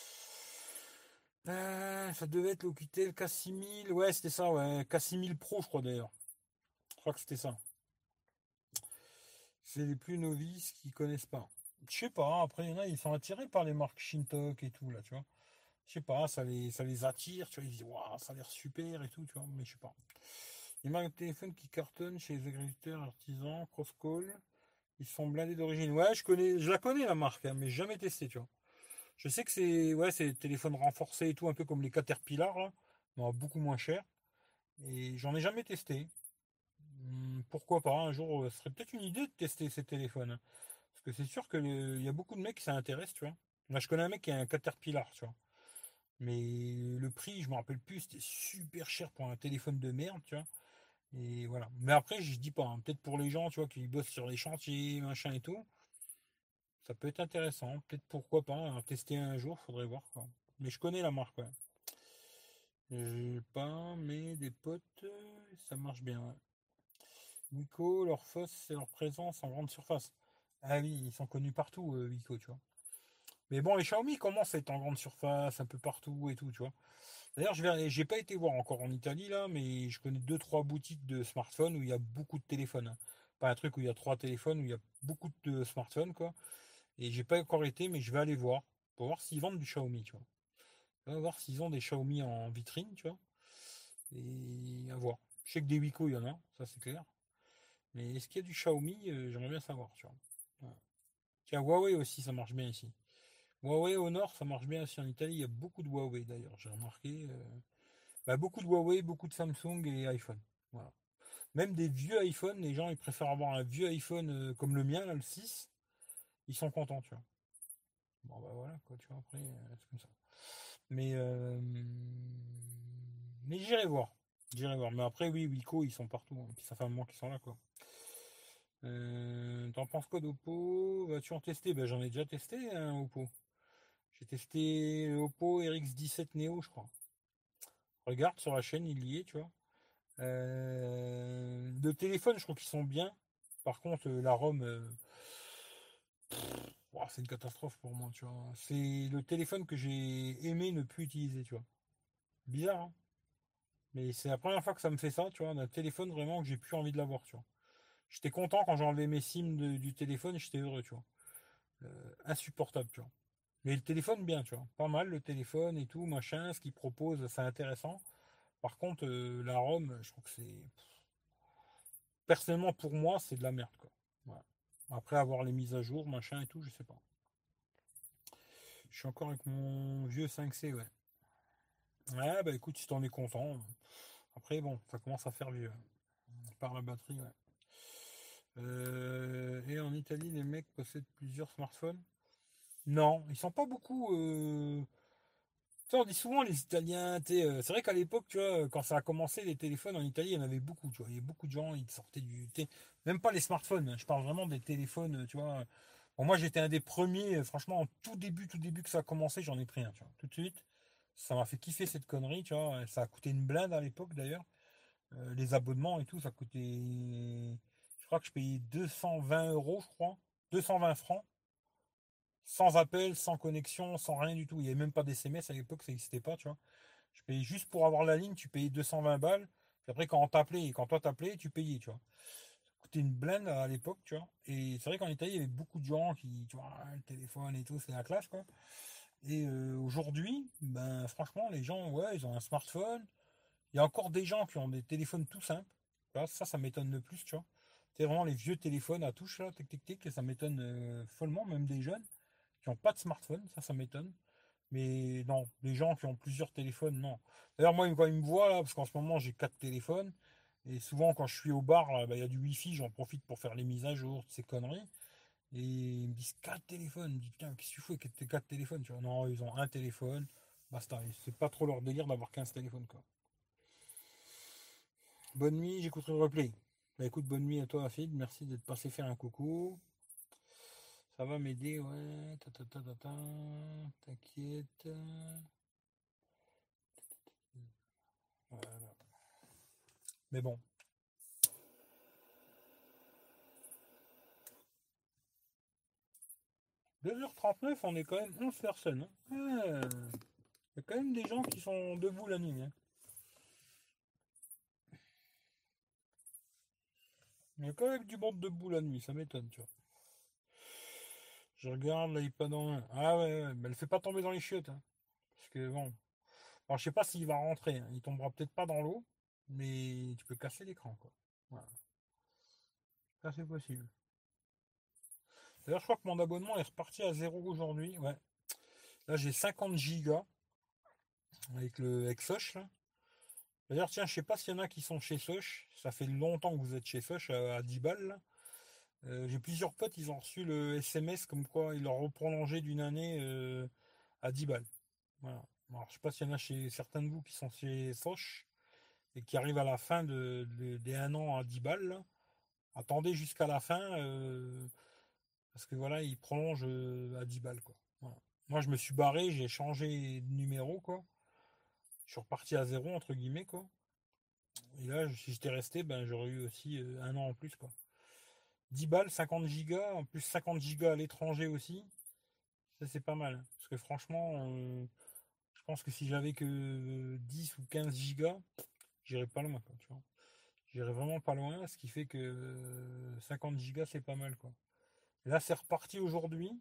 Ça devait être le K6000, ouais, c'était ça, ouais, K6000 Pro, je crois d'ailleurs. Je crois que c'était ça. C'est les plus novices qui connaissent pas. Je sais pas, après, il y en a, ils sont attirés par les marques Shintok et tout, là, tu vois. Je sais pas, ça les attire, tu vois, ils disent, waouh, ça a l'air super et tout, tu vois, mais je sais pas. Les marques de téléphone qui cartonnent chez les agriculteurs, artisans, Crosscall, ils sont blindés d'origine. Ouais, je la connais la marque, hein, mais jamais testé, tu vois. Je sais que c'est, ouais, c'est des téléphones renforcés et tout, un peu comme les Caterpillar, là, mais beaucoup moins cher. Et j'en ai jamais testé. Pourquoi pas, un jour, ce serait peut-être une idée de tester ces téléphones, hein. Parce que c'est sûr qu'il y a beaucoup de mecs qui s'intéressent, tu vois. Là, je connais un mec qui a un Caterpillar, tu vois. Mais le prix, je me rappelle plus, c'était super cher pour un téléphone de merde, tu vois. Et voilà. Mais après, je dis pas, hein, peut-être pour les gens, tu vois, qui bossent sur les chantiers, machin et tout, ça peut être intéressant. Peut-être pourquoi pas, hein, tester un jour, faudrait voir, quoi. Mais je connais la marque, ouais. J'ai pas, mais des potes, ça marche bien, ouais. Wiko, leur force, c'est leur présence en grande surface. Ah oui, ils sont connus partout, Wiko, tu vois. Mais bon, les Xiaomi commencent à être en grande surface, un peu partout et tout, tu vois. D'ailleurs, j'ai pas été voir encore en Italie là, mais je connais deux trois boutiques de smartphones où il y a beaucoup de téléphones, hein. Pas un truc où il y a trois téléphones, où il y a beaucoup de smartphones quoi. Et j'ai pas encore été, mais je vais aller voir pour voir s'ils vendent du Xiaomi, tu vois. On va voir s'ils ont des Xiaomi en vitrine, tu vois. Et à voir. Je sais que des Wiko il y en a, ça c'est clair. Mais est-ce qu'il y a du Xiaomi? J'aimerais bien savoir, tu vois. Ouais. Tiens, Huawei aussi, ça marche bien ici. Huawei au nord, ça marche bien aussi en Italie. Il y a beaucoup de Huawei d'ailleurs, j'ai remarqué. Bah, beaucoup de Huawei, beaucoup de Samsung et iPhone. Voilà. Même des vieux iPhones, les gens ils préfèrent avoir un vieux iPhone comme le mien, là, le 6. Ils sont contents, tu vois. Bon bah voilà, quoi, tu vois, après, c'est comme ça. Mais mais j'irai voir. J'irai voir. Mais après, oui, Wiko, ils sont partout, hein. Puis ça fait un moment qu'ils sont là, quoi. T'en penses quoi d'Oppo? Vas-tu en tester? Bah, j'en ai déjà testé un Oppo. J'ai testé le Oppo RX17 Neo, je crois. Regarde sur la chaîne, il y est, tu vois. De téléphone, je trouve qu'ils sont bien. Par contre, la ROM, ouah, c'est une catastrophe pour moi, tu vois. C'est le téléphone que j'ai aimé ne plus utiliser, tu vois. Bizarre, hein. Mais c'est la première fois que ça me fait ça, tu vois, d'un téléphone vraiment que j'ai plus envie de l'avoir, tu vois. J'étais content quand j'ai enlevé mes SIM du téléphone, j'étais heureux, tu vois. Insupportable, tu vois. Mais le téléphone, bien, tu vois. Pas mal le téléphone et tout, machin, ce qu'il propose, c'est intéressant. Par contre, la ROM, je trouve que c'est. Personnellement, pour moi, c'est de la merde, quoi. Voilà. Après avoir les mises à jour, machin et tout, je sais pas. Je suis encore avec mon vieux 5C, ouais. Ouais, bah écoute, si t'en es content. Après, bon, ça commence à faire vieux, hein. Par la batterie, ouais. Et en Italie, les mecs possèdent plusieurs smartphones? Non, ils sont pas beaucoup. Tu sais, on dit souvent les Italiens, tu sais, c'est vrai qu'à l'époque, tu vois, quand ça a commencé, les téléphones en Italie, il y en avait beaucoup, tu vois. Il y avait beaucoup de gens, ils sortaient tu sais, même pas les smartphones, hein, je parle vraiment des téléphones, tu vois. Bon, moi, j'étais un des premiers, franchement, en tout début que ça a commencé, j'en ai pris un, tu vois, tout de suite. Ça m'a fait kiffer cette connerie, tu vois. Ça a coûté une blinde à l'époque, d'ailleurs. Les abonnements et tout, ça coûtait. Je crois que je payais 220 euros, je crois. 220 francs. Sans appel, sans connexion, sans rien du tout. Il n'y avait même pas d'SMS à l'époque, ça n'existait pas, tu vois. Je payais juste pour avoir la ligne, tu payais 220 balles. Puis après, quand on t'appelait et quand toi t'appelais, tu payais, tu vois. Ça coûtait une blinde à l'époque, tu vois. Et c'est vrai qu'en Italie, il y avait beaucoup de gens qui, tu vois, le téléphone et tout, c'est la classe, quoi. Et aujourd'hui, ben franchement, les gens, ouais, ils ont un smartphone. Il y a encore des gens qui ont des téléphones tout simples. Tu vois, ça m'étonne le plus, tu vois. C'est vraiment les vieux téléphones à touche, là, tic, tic, tic, et ça m'étonne follement, même des jeunes qui n'ont pas de smartphone, ça m'étonne. Mais non, les gens qui ont plusieurs téléphones, non. D'ailleurs, moi, quand ils me voient, là, parce qu'en ce moment, j'ai quatre téléphones, et souvent, quand je suis au bar, là, bah, il y a du wifi, j'en profite pour faire les mises à jour, ces conneries. Et ils me disent quatre téléphones. Je me dis, putain, qu'est-ce que tu fais avec tes quatre téléphones, tu vois? Non, ils ont un téléphone, basta. C'est pas trop leur délire d'avoir 15 téléphones, quoi. Bonne nuit, j'écouterai le replay. Bah écoute, bonne nuit à toi, Afid. Merci d'être passé faire un coucou. Ça va m'aider, ouais. T'inquiète. Voilà. Mais bon. 2h39, on est quand même 11 personnes, hein. Ah, il y a quand même des gens qui sont debout la nuit, hein. Il y a quand même du monde debout la nuit, ça m'étonne, tu vois. Je regarde l'iPad en main. Ah ouais, ouais, mais elle fait pas tomber dans les chiottes, hein. Parce que bon. Alors je sais pas s'il va rentrer, hein. Il tombera peut-être pas dans l'eau, mais tu peux casser l'écran, quoi. Voilà. Ça c'est possible. D'ailleurs, je crois que mon abonnement est reparti à zéro aujourd'hui. Ouais. Là, j'ai 50 gigas avec le Exosh, là. D'ailleurs, tiens, je sais pas s'il y en a qui sont chez Soch. Ça fait longtemps que vous êtes chez Soch à 10 balles. Là. J'ai plusieurs potes, ils ont reçu le SMS comme quoi ils leur ont prolongé d'une année à 10 balles. Voilà. Alors, je sais pas s'il y en a chez certains de vous qui sont chez Soch et qui arrivent à la fin des un an à 10 balles. Là. Attendez jusqu'à la fin parce que voilà, ils prolongent à 10 balles quoi. Voilà. Moi, je me suis barré, j'ai changé de numéro quoi. Je suis reparti à zéro entre guillemets quoi. Et là, si j'étais resté, ben j'aurais eu aussi un an en plus quoi. 10 balles, 50 gigas, en plus 50 gigas à l'étranger aussi. Ça c'est pas mal. Parce que franchement, je pense que si j'avais que 10 ou 15 gigas, j'irais pas loin quoi, tu vois. J'irais vraiment pas loin, ce qui fait que 50 gigas c'est pas mal quoi. Et là c'est reparti aujourd'hui.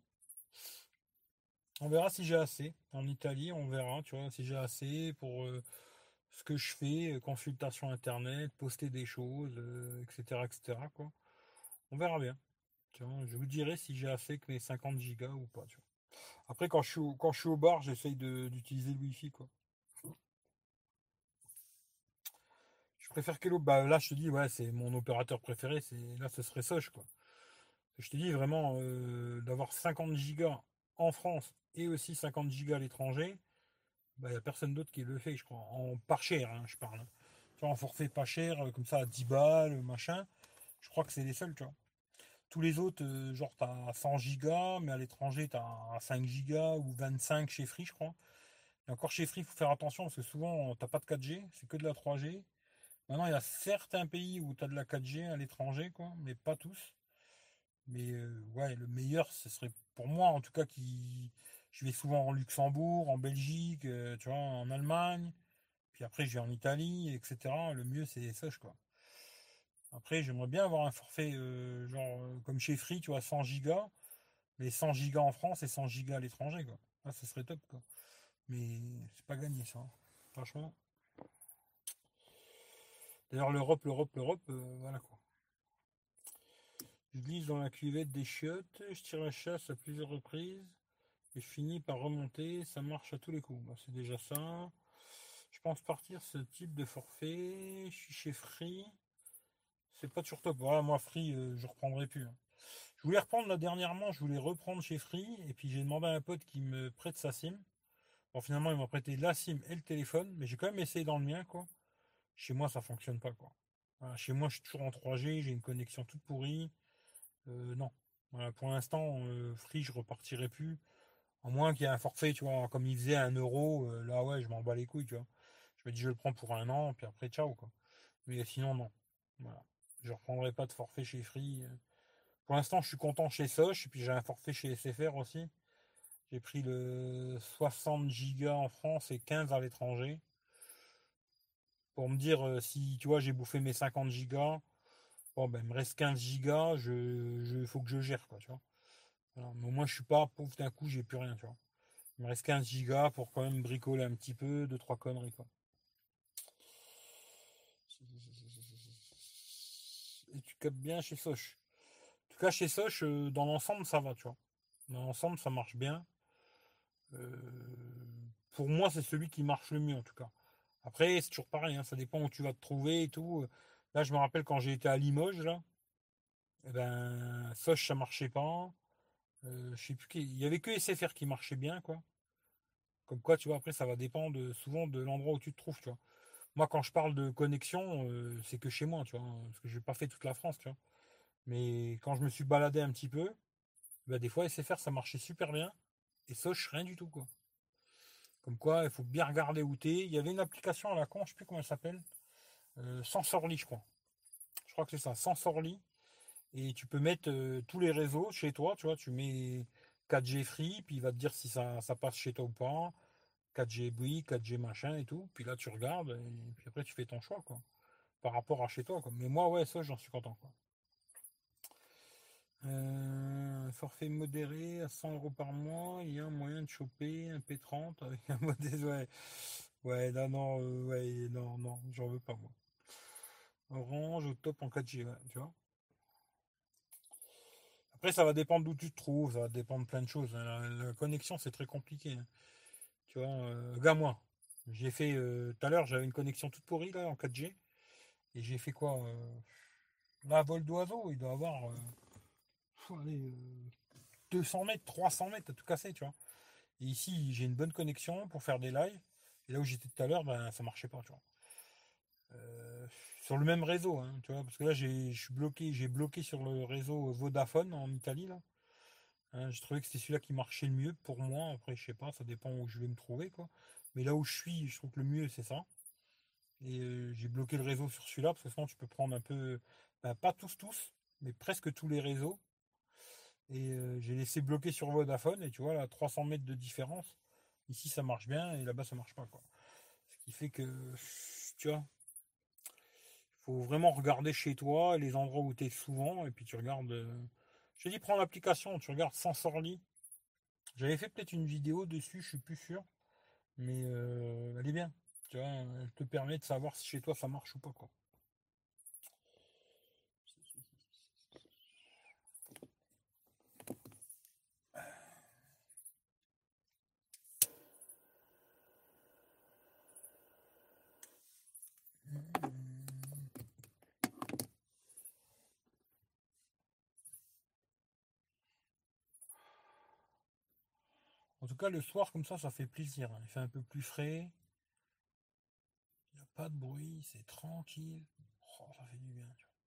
On verra si j'ai assez. En Italie, on verra, tu vois, si j'ai assez pour ce que je fais, consultation internet, poster des choses, etc., etc., quoi. On verra bien. Tu vois, je vous dirai si j'ai assez que mes 50 gigas ou pas, tu vois. Après, quand je suis au bar, j'essaye d'utiliser le Wi-Fi, quoi. Je préfère Hello. Bah, là, je te dis, ouais, c'est mon opérateur préféré. Là, ce serait Soch, quoi. Je te dis vraiment, d'avoir 50 gigas en France et aussi 50 gigas à l'étranger, bah, il n'y a personne d'autre qui le fait, je crois. En pas cher, hein, je parle. Tu vois, en forfait pas cher, comme ça, à 10 balles, machin. Je crois que c'est les seuls, tu vois. Tous les autres, genre, t'as 100 gigas, mais à l'étranger, t'as 5 gigas ou 25 chez Free, je crois. Et encore chez Free, il faut faire attention parce que souvent, t'as pas de 4G, c'est que de la 3G. Maintenant, il y a certains pays où t'as de la 4G à l'étranger, quoi, mais pas tous. Mais ouais, le meilleur, ce serait pour moi, en tout cas, qui. Je vais souvent en Luxembourg, en Belgique, tu vois, en Allemagne. Puis après, je vais en Italie, etc. Le mieux, c'est Soch, quoi. Après, j'aimerais bien avoir un forfait, genre, comme chez Free, tu vois, 100 gigas. Mais 100 gigas en France et 100 gigas à l'étranger, quoi. Ah, ça serait top, quoi. Mais c'est pas gagné, ça. Hein. Franchement. D'ailleurs, l'Europe, voilà, quoi. Je glisse dans la cuvette des chiottes, je tire la chasse à plusieurs reprises, et je finis par remonter, ça marche à tous les coups. Bah, c'est déjà ça. Je pense partir ce type de forfait. Je suis chez Free. C'est pas toujours top. Voilà, moi, Free, je reprendrai plus. Hein. Je voulais reprendre là dernièrement, je voulais reprendre chez Free, et puis j'ai demandé à un pote qui me prête sa SIM. Bon, finalement, il m'a prêté la SIM et le téléphone, mais j'ai quand même essayé dans le mien, quoi. Chez moi, ça fonctionne pas, quoi. Voilà, chez moi, je suis toujours en 3G, j'ai une connexion toute pourrie. Non. Voilà, pour l'instant, Free, je repartirai plus. À moins qu'il y ait un forfait, tu vois, comme il faisait à 1 euro, là, ouais, je m'en bats les couilles, tu vois. Je me dis, je le prends pour un an, puis après, ciao, quoi. Mais sinon, non. Voilà. Je reprendrai pas de forfait chez Free. Pour l'instant, je suis content chez Soch, et puis j'ai un forfait chez SFR aussi. J'ai pris le 60 gigas en France et 15 à l'étranger. Pour me dire si tu vois j'ai bouffé mes 50 gigas, bon ben il me reste 15 gigas, faut que je gère quoi, tu vois. Voilà. Mais moi je suis pas pauvre d'un coup, j'ai plus rien, tu vois. Il me reste 15 gigas pour quand même bricoler un petit peu, deux, trois conneries quoi. Et tu captes bien chez Soch. En tout cas chez Soch, dans l'ensemble ça va, tu vois. Dans l'ensemble ça marche bien. Pour moi c'est celui qui marche le mieux en tout cas. Après c'est toujours pareil, hein, ça dépend où tu vas te trouver et tout. Là je me rappelle quand j'ai été à Limoges là. Eh ben, Soch, ça marchait pas. Je sais plus il y avait que SFR qui marchait bien, quoi. Comme quoi, tu vois, après, ça va dépendre souvent de l'endroit où tu te trouves, tu vois. Moi, quand je parle de connexion, c'est que chez moi, tu vois, parce que j'ai pas fait toute la France, tu vois. Mais quand je me suis baladé un petit peu, bah, des fois, SFR, ça marchait super bien. Et Soch, rien du tout, quoi. Comme quoi, il faut bien regarder où t'es. Il y avait une application à la con, je sais plus comment elle s'appelle. Sensorly, je crois. Je crois que c'est ça, Sensorly. Et tu peux mettre tous les réseaux chez toi, tu vois, tu mets 4G free, puis il va te dire si ça passe chez toi ou pas, 4G oui, 4G machin et tout, puis là tu regardes, et puis après tu fais ton choix, quoi, par rapport à chez toi, quoi. Mais moi, ouais, ça, j'en suis content, quoi. Forfait modéré à 100 euros par mois, il y a un moyen de choper un P30 avec un modèle, ouais. Ouais, là, non, ouais, non, non, j'en veux pas, moi. Orange au top en 4G, ouais, tu vois. Après, ça va dépendre d'où tu te trouves, ça va dépendre de plein de choses. La connexion, c'est très compliqué. Hein. Tu vois, gars, moi. J'ai fait tout à l'heure, j'avais une connexion toute pourrie là en 4G. Et j'ai fait quoi là, vol d'oiseau, il doit avoir allez, 200 mètres, 300 mètres à tout casser, tu vois. Et ici, j'ai une bonne connexion pour faire des lives. Et là où j'étais tout à l'heure, ben, ça marchait pas, tu vois. Euh, sur le même réseau, hein, tu vois, parce que là, j'ai bloqué sur le réseau Vodafone en Italie, là. Hein, j'ai trouvé que c'était celui-là qui marchait le mieux pour moi. Après, je sais pas, ça dépend où je vais me trouver, quoi. Mais là où je suis, je trouve que le mieux, c'est ça. Et j'ai bloqué le réseau sur celui-là, parce que sinon, tu peux prendre un peu, ben, pas tous, mais presque tous les réseaux. Et j'ai laissé bloquer sur Vodafone, et tu vois, là, 300 mètres de différence. Ici, ça marche bien, et là-bas, ça marche pas, quoi. Ce qui fait que, tu vois, il faut vraiment regarder chez toi, les endroits où tu es souvent, et puis tu regardes. Je te dis, prends l'application, tu regardes Sensorly. J'avais fait peut-être une vidéo dessus, je suis plus sûr, mais elle est bien. Tu vois, elle te permet de savoir si chez toi ça marche ou pas, quoi. En tout cas, le soir, comme ça fait plaisir, hein. Il fait un peu plus frais, il n'y a pas de bruit, c'est tranquille. Oh, ça fait du bien, tu vois.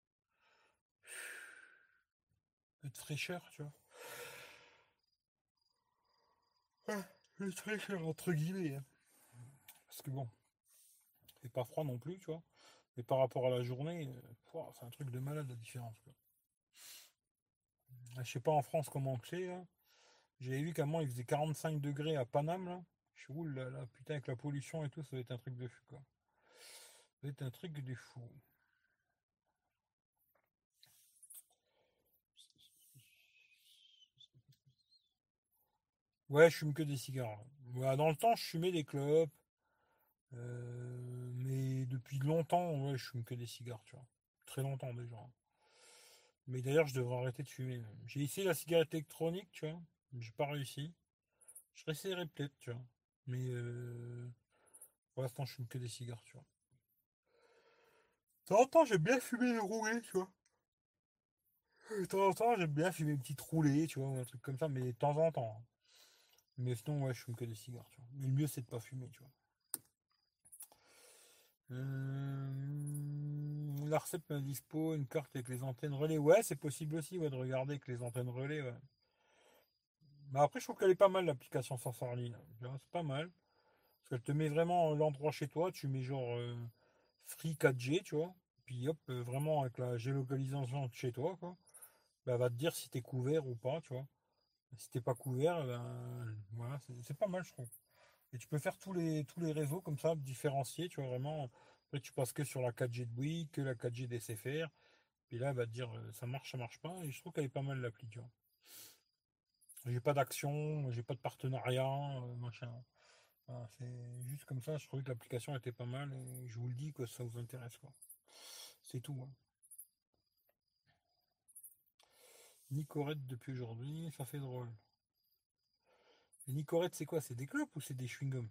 Un peu de fraîcheur, tu vois. Ah, de fraîcheur, entre guillemets, hein. Parce que bon, c'est pas froid non plus, tu vois. Mais par rapport à la journée, c'est un truc de malade la différence, quoi. Je sais pas en France comment c'est, là. J'avais vu qu'à un moment il faisait 45 degrés à Paname, là. Je suis là, là, putain, avec la pollution et tout, ça va être un truc de fou, quoi. Ça va être un truc de fou. Ouais, je fume que des cigares, là. Ouais, dans le temps, je fumais des clopes. Mais depuis longtemps, ouais, je fume que des cigares, tu vois. Très longtemps déjà. Mais d'ailleurs, je devrais arrêter de fumer. J'ai essayé la cigarette électronique, tu vois. J'ai pas réussi. Je réessayerai peut-être, tu vois. Mais pour l'instant, je fume que des cigares, tu vois. De temps en temps, j'aime bien fumer des roulés, tu vois. De temps en temps, j'aime bien fumer une petite roulée, tu vois, ou un truc comme ça, mais de temps en temps, hein. Mais sinon, ouais, je fume que des cigares, tu vois. Mais le mieux, c'est de pas fumer, tu vois. L'ARCEP m'a dispo une carte avec les antennes relais. Ouais, c'est possible aussi, ouais, de regarder avec les antennes relais, ouais. Mais après, je trouve qu'elle est pas mal, l'application Sensorly, là. Tu vois, c'est pas mal. Parce qu'elle te met vraiment l'endroit chez toi. Tu mets genre Free 4G, tu vois. Puis hop, vraiment avec la géolocalisation de chez toi, quoi. Bah, elle va te dire si t'es couvert ou pas, tu vois. Si t'es pas couvert, ben, voilà, c'est pas mal, je trouve. Et tu peux faire tous les réseaux comme ça, différenciés, tu vois, vraiment. Après, tu passes que sur la 4G de Bouygues, que la 4G d'SFR. Puis là, elle va te dire ça marche pas. Et je trouve qu'elle est pas mal l'appli, tu vois. J'ai pas d'action, j'ai pas de partenariat, machin. Voilà, c'est juste comme ça, je trouvais que l'application était pas mal et je vous le dis que ça vous intéresse, quoi. C'est tout, hein. Nicorette depuis aujourd'hui, ça fait drôle. Les Nicorette, c'est quoi? C'est des clopes ou c'est des chewing-gums?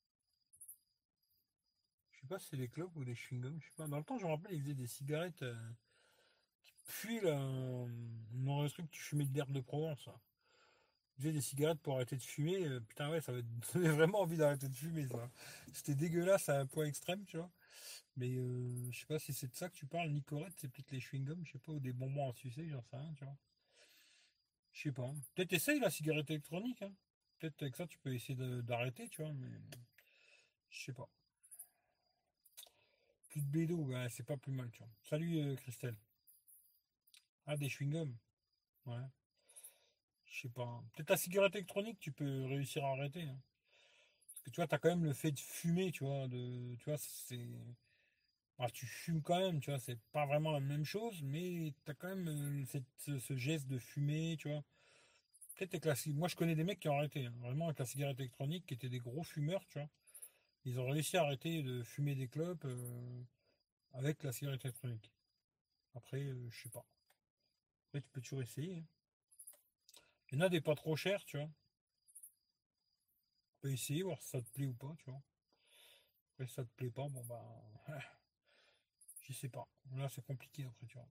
Je sais pas si c'est des clopes ou des chewing-gums, je sais pas. Dans le temps, je me rappelle, ils faisaient des cigarettes puis là, dans le truc, tu fumais de l'herbe de Provence, là. Ils faisaient des cigarettes pour arrêter de fumer. Putain, ouais, j'avais vraiment envie d'arrêter de fumer, ça. C'était dégueulasse à un point extrême, tu vois. Mais je sais pas si c'est de ça que tu parles, Nicorette, c'est peut-être les chewing-gums, je sais pas, ou des bonbons à sucer, j'en sais rien, tu vois. Je sais pas. Peut-être essaye la cigarette électronique, hein. Peut-être avec ça tu peux essayer d'arrêter, tu vois, mais je sais pas. Plus de bédo, ouais, c'est pas plus mal, tu vois. Salut Christelle. Ah, des chewing-gums. Ouais. Je sais pas. Peut-être la cigarette électronique, tu peux réussir à arrêter, hein. Parce que tu vois, t'as quand même le fait de fumer, tu vois, tu vois, c'est. Ah, tu fumes quand même, tu vois, c'est pas vraiment la même chose, mais t'as quand même ce geste de fumer, tu vois. Peut-être avec moi je connais des mecs qui ont arrêté, hein, vraiment avec la cigarette électronique, qui étaient des gros fumeurs, tu vois. Ils ont réussi à arrêter de fumer des clopes avec la cigarette électronique. Après, je sais pas. Après, tu peux toujours essayer, hein. Il y en a des pas trop chers, tu vois. Tu peux essayer, voir si ça te plaît ou pas, tu vois. Après, ça te plaît pas, bon bah, je sais pas. Là, c'est compliqué après, tu vois.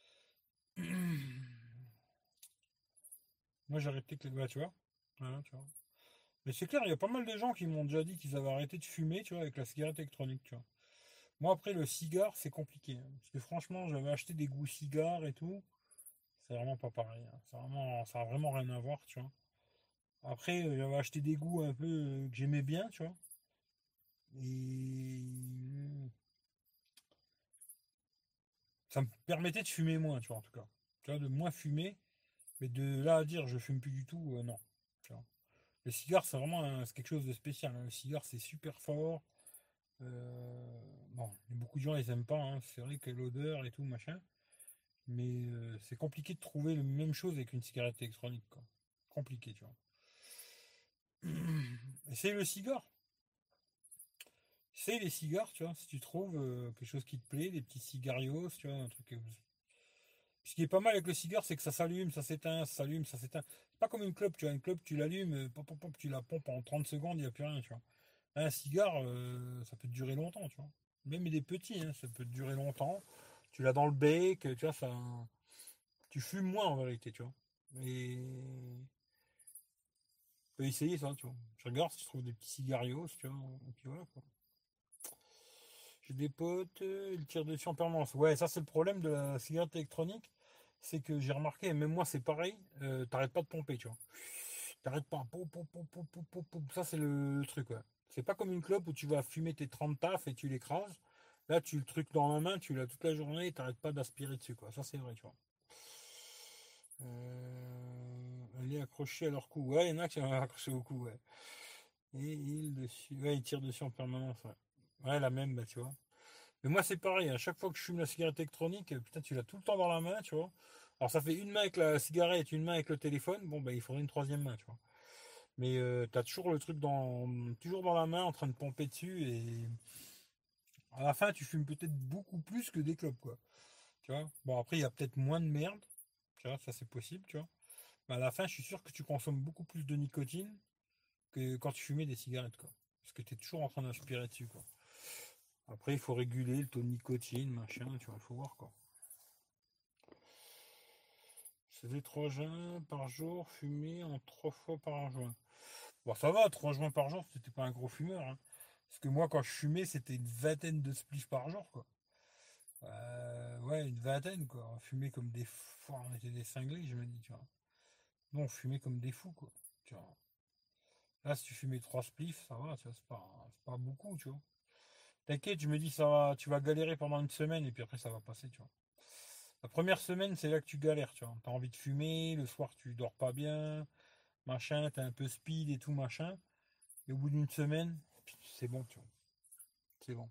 Moi, j'ai arrêté que les. Bah, tu vois. Voilà, tu vois. Mais c'est clair, il y a pas mal de gens qui m'ont déjà dit qu'ils avaient arrêté de fumer, tu vois, avec la cigarette électronique, tu vois. Moi, après, le cigare, c'est compliqué, hein. Parce que franchement, j'avais acheté des goûts cigares et tout. C'est vraiment pas pareil, hein. Ça a vraiment rien à voir, tu vois. Après, j'avais acheté des goûts un peu que j'aimais bien, tu vois. Et ça me permettait de fumer moins, tu vois, en tout cas. Tu vois, de moins fumer, mais de là à dire je fume plus du tout, non. Tu vois. Le cigare, c'est vraiment c'est quelque chose de spécial, hein. Le cigare, c'est super fort. Bon, beaucoup de gens, ils aiment pas, hein. C'est vrai que l'odeur et tout, machin. Mais c'est compliqué de trouver la même chose avec une cigarette électronique, quoi. Compliqué, tu vois. Essaye le cigare. Essaye les cigares, tu vois, si tu trouves quelque chose qui te plaît, des petits cigarios, tu vois, un truc. Ce qui est pas mal avec le cigare, c'est que ça s'allume, ça s'éteint, ça s'allume, ça s'éteint. C'est pas comme une clope, tu vois. Une clope, tu l'allumes, pop, pop, pop, tu la pompes en 30 secondes, il n'y a plus rien, tu vois. Un cigare, ça peut te durer longtemps, tu vois. Même des petits, hein, ça peut te durer longtemps. Tu l'as dans le bec, tu vois, ça. Tu fumes moins en vérité, tu vois. Et tu peux essayer ça, tu vois. Tu regardes si tu trouves des petits cigarios, tu vois. Et puis voilà, quoi. J'ai des potes, ils tirent dessus en permanence. Ouais, ça c'est le problème de la cigarette électronique. C'est que j'ai remarqué, et même moi c'est pareil, t'arrêtes pas de pomper, tu vois. T'arrêtes pas. Pou, pou, pou, pou, pou, pou, pou. Ça c'est le truc, ouais. C'est pas comme une clope où tu vas fumer tes 30 tafs et tu l'écrases. Là, tu le truc dans la main, tu l'as toute la journée et t'arrêtes pas d'aspirer dessus, quoi. Ça c'est vrai, tu vois. Elle est accrochée à leur cou. Ouais, il y en a qui sont accrochés au cou, ouais. Et ils tirent dessus en permanence, ouais. Ouais, la même, bah tu vois. Mais moi, c'est pareil. À chaque fois que je fume la cigarette électronique, putain, tu l'as tout le temps dans la main, tu vois. Alors, ça fait une main avec la cigarette, une main avec le téléphone. Bon, bah, il faudrait une troisième main, tu vois. Mais t'as toujours le truc toujours dans la main, en train de pomper dessus. Et à la fin, tu fumes peut-être beaucoup plus que des clopes, quoi. Tu vois. Bon, après, il y a peut-être moins de merde. Tu vois, ça, c'est possible, tu vois. Mais à la fin, je suis sûr que tu consommes beaucoup plus de nicotine que quand tu fumais des cigarettes, quoi. Parce que tu es toujours en train d'inspirer dessus, quoi. Après, il faut réguler le taux de nicotine, machin, tu vois, il faut voir, quoi. C'était 3 joints par jour, fumé en 3 fois par joint. Bon, ça va, 3 joints par jour, c'était pas un gros fumeur, hein. Parce que moi, quand je fumais, c'était une vingtaine de spliffs par jour, quoi. Ouais, une vingtaine, quoi. On fumait comme des fous, on était des cinglés, je me dis, tu vois. Non, on fumait comme des fous, quoi. Tu vois. Là, si tu fumais 3 spliffs, ça va, tu vois, c'est pas beaucoup, tu vois. T'inquiète, je me dis, ça va, tu vas galérer pendant une semaine, et puis après, ça va passer, tu vois. La première semaine, c'est là que tu galères, tu vois. T'as envie de fumer, le soir, tu dors pas bien, machin, t'es un peu speed et tout, machin. Et au bout d'une semaine, c'est bon, tu vois. C'est bon.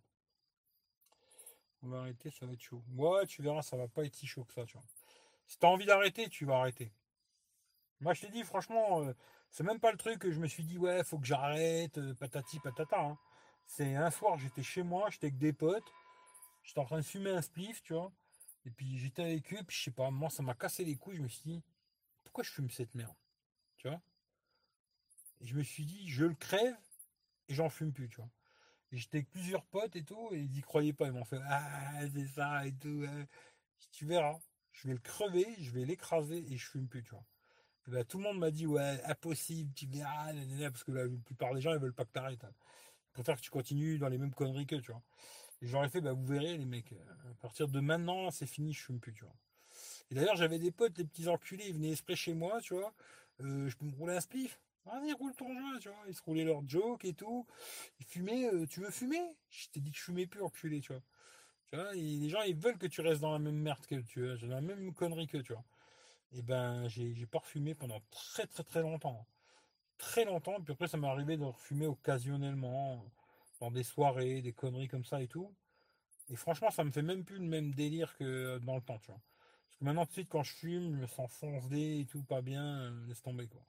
On va arrêter, ça va être chaud. Ouais, tu verras, ça va pas être si chaud que ça, tu vois. Si t'as envie d'arrêter, tu vas arrêter. Moi, je t'ai dit, franchement, c'est même pas le truc que je me suis dit, ouais, faut que j'arrête, patati patata, hein. C'est un soir, j'étais chez moi, j'étais avec des potes, j'étais en train de fumer un spliff, tu vois. Et puis j'étais avec eux, puis je sais pas, moi, ça m'a cassé les couilles, je me suis dit, pourquoi je fume cette merde, tu vois. Et je me suis dit, je le crève et j'en fume plus, tu vois. Et j'étais avec plusieurs potes et tout, et ils y croyaient pas. Ils m'ont fait, ah, c'est ça et tout, hein. Tu verras, je vais le crever, je vais l'écraser et je fume plus, tu vois. Et ben, tout le monde m'a dit, ouais, impossible, tu verras, nanana, parce que la plupart des gens, ils veulent pas que tu arrêtes, hein. Ils préfèrent que tu continues dans les mêmes conneries que, tu vois. Et j'aurais fait, bah, vous verrez, les mecs, à partir de maintenant, c'est fini, je fume plus, tu vois. Et d'ailleurs, j'avais des potes, des petits enculés, ils venaient exprès chez moi, tu vois. Je peux me rouler un spliff. Vas-y, roule ton joint, tu vois. Ils se roulaient leur joke et tout. Ils fumaient, tu veux fumer? Je t'ai dit que je fumais plus, enculé, tu vois. Tu vois, les gens, ils veulent que tu restes dans la même merde que tu vois, dans la même connerie que tu vois. Et ben, j'ai pas refumé pendant très très très longtemps. Très longtemps, puis après, ça m'est arrivé de refumer occasionnellement, dans des soirées, des conneries comme ça et tout. Et franchement, ça me fait même plus le même délire que dans le temps, tu vois. Parce que maintenant, tout de suite, quand je fume, je me sens foncé et tout, pas bien, laisse tomber, quoi.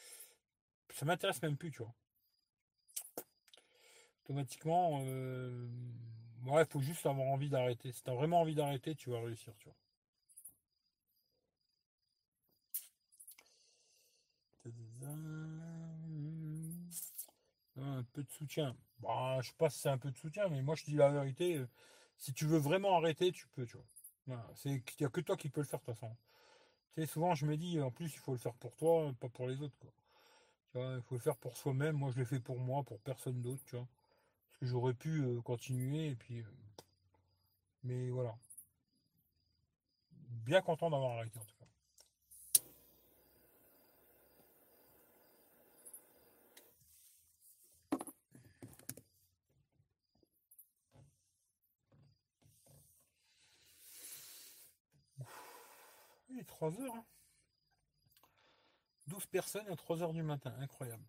Ça m'intéresse même plus, tu vois. Automatiquement, ouais, faut juste avoir envie d'arrêter. Si t'as vraiment envie d'arrêter, tu vas réussir, tu vois. Un peu de soutien. Bah, je sais pas si c'est un peu de soutien, mais moi je te dis la vérité, si tu veux vraiment arrêter, tu peux, tu vois. Voilà, il n'y a que toi qui peux le faire de toute façon. Tu sais, souvent je me dis, en plus il faut le faire pour toi, pas pour les autres, quoi. Tu vois, il faut le faire pour soi-même. Moi je l'ai fait pour moi, pour personne d'autre, tu vois. Parce que j'aurais pu continuer, et puis. Mais voilà. Bien content d'avoir arrêté en tout cas. Il est 3 heures, hein. 12 personnes à 3 heures du matin, incroyable.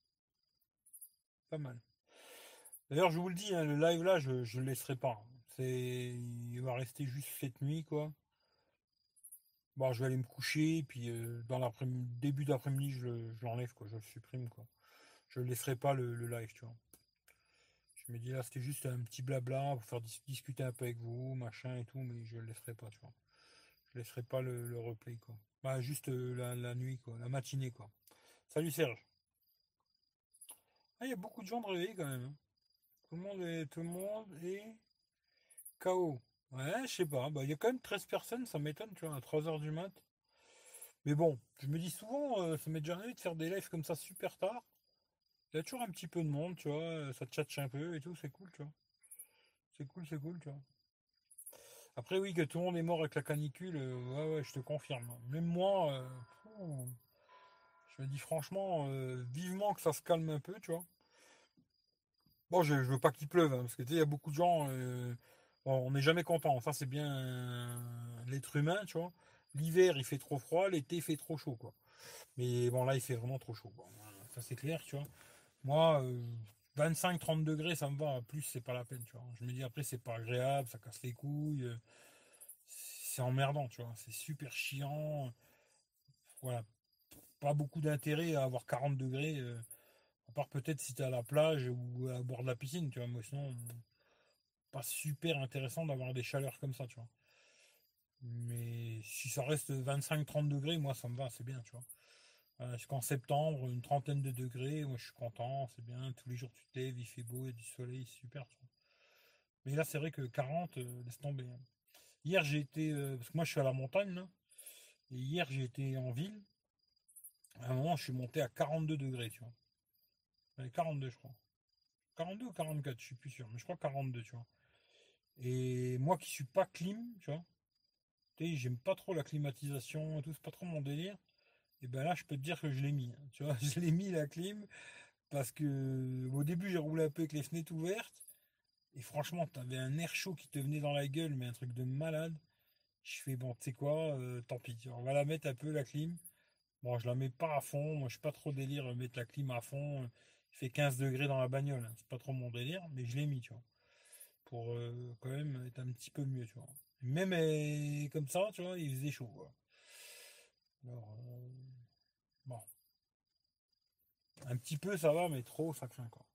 Pas mal. D'ailleurs, je vous le dis, hein, le live là, je ne le laisserai pas. Il va rester juste cette nuit, quoi. Bon, je vais aller me coucher, puis dans début d'après-midi, je l'enlève, quoi. Je le supprime, quoi. Je ne laisserai pas le live, tu vois. Je me dis là, c'était juste un petit blabla pour faire discuter un peu avec vous, machin et tout, mais je le laisserai pas, tu vois. Je laisserai pas le replay, quoi. Bah, juste la nuit, quoi. La matinée, quoi. Salut Serge. Ah, il y a beaucoup de gens de réveillés quand même, hein. Tout le monde est KO. Ouais, je sais pas. Bah, il y a quand même 13 personnes, ça m'étonne, tu vois, à 3 heures du mat. Mais bon, je me dis souvent, ça m'est déjà arrivé de faire des lives comme ça super tard. Il y a toujours un petit peu de monde, tu vois, ça tchatche un peu et tout, c'est cool, tu vois. C'est cool, tu vois. Après, oui, que tout le monde est mort avec la canicule, ouais, ouais, je te confirme. Même moi, je me dis franchement, vivement que ça se calme un peu, tu vois. Bon, je veux pas qu'il pleuve, hein, parce que tu sais, il y a beaucoup de gens, bon, on n'est jamais content. Ça, c'est bien l'être humain, tu vois. L'hiver, il fait trop froid, l'été, il fait trop chaud, quoi. Mais bon, là, il fait vraiment trop chaud, quoi. Voilà, ça, c'est clair, tu vois. Moi, 25-30 degrés, ça me va. Plus, c'est pas la peine, tu vois. Je me dis, après, c'est pas agréable, ça casse les couilles. C'est emmerdant, tu vois. C'est super chiant. Voilà. Pas beaucoup d'intérêt à avoir 40 degrés. À part peut-être si t'es à la plage ou à bord de la piscine, tu vois. Moi, sinon, pas super intéressant d'avoir des chaleurs comme ça, tu vois. Mais si ça reste 25-30 degrés, moi, ça me va, c'est bien, tu vois. Jusqu'en septembre, une trentaine de degrés, moi, je suis content, c'est bien. Tous les jours, tu te lèves, il fait beau, il y a du soleil, c'est super, tu vois. Mais là, c'est vrai que 40, laisse tomber, hein. Hier, j'ai été, parce que moi, je suis à la montagne, là. Et hier, j'ai été en ville. À un moment, je suis monté à 42 degrés, tu vois. Ouais, 42, je crois. 42 ou 44, je suis plus sûr, mais je crois 42, tu vois. Et moi qui suis pas clim, tu vois, tu sais, j'aime pas trop la climatisation et tout, c'est pas trop mon délire. Et ben là, je peux te dire que je l'ai mis, hein, tu vois, je l'ai mis la clim parce que au début, j'ai roulé un peu avec les fenêtres ouvertes et franchement, t'avais un air chaud qui te venait dans la gueule, mais un truc de malade. Je fais bon, tu sais quoi, tant pis, tu vois, on va la mettre un peu la clim. Bon, je la mets pas à fond, moi je suis pas trop délire mettre la clim à fond. Il fait 15 degrés dans la bagnole, hein, c'est pas trop mon délire, mais je l'ai mis, tu vois, pour quand même être un petit peu mieux, tu vois. Même comme ça, tu vois, il faisait chaud, quoi. Alors, bon, un petit peu ça va, mais trop ça craint, quoi.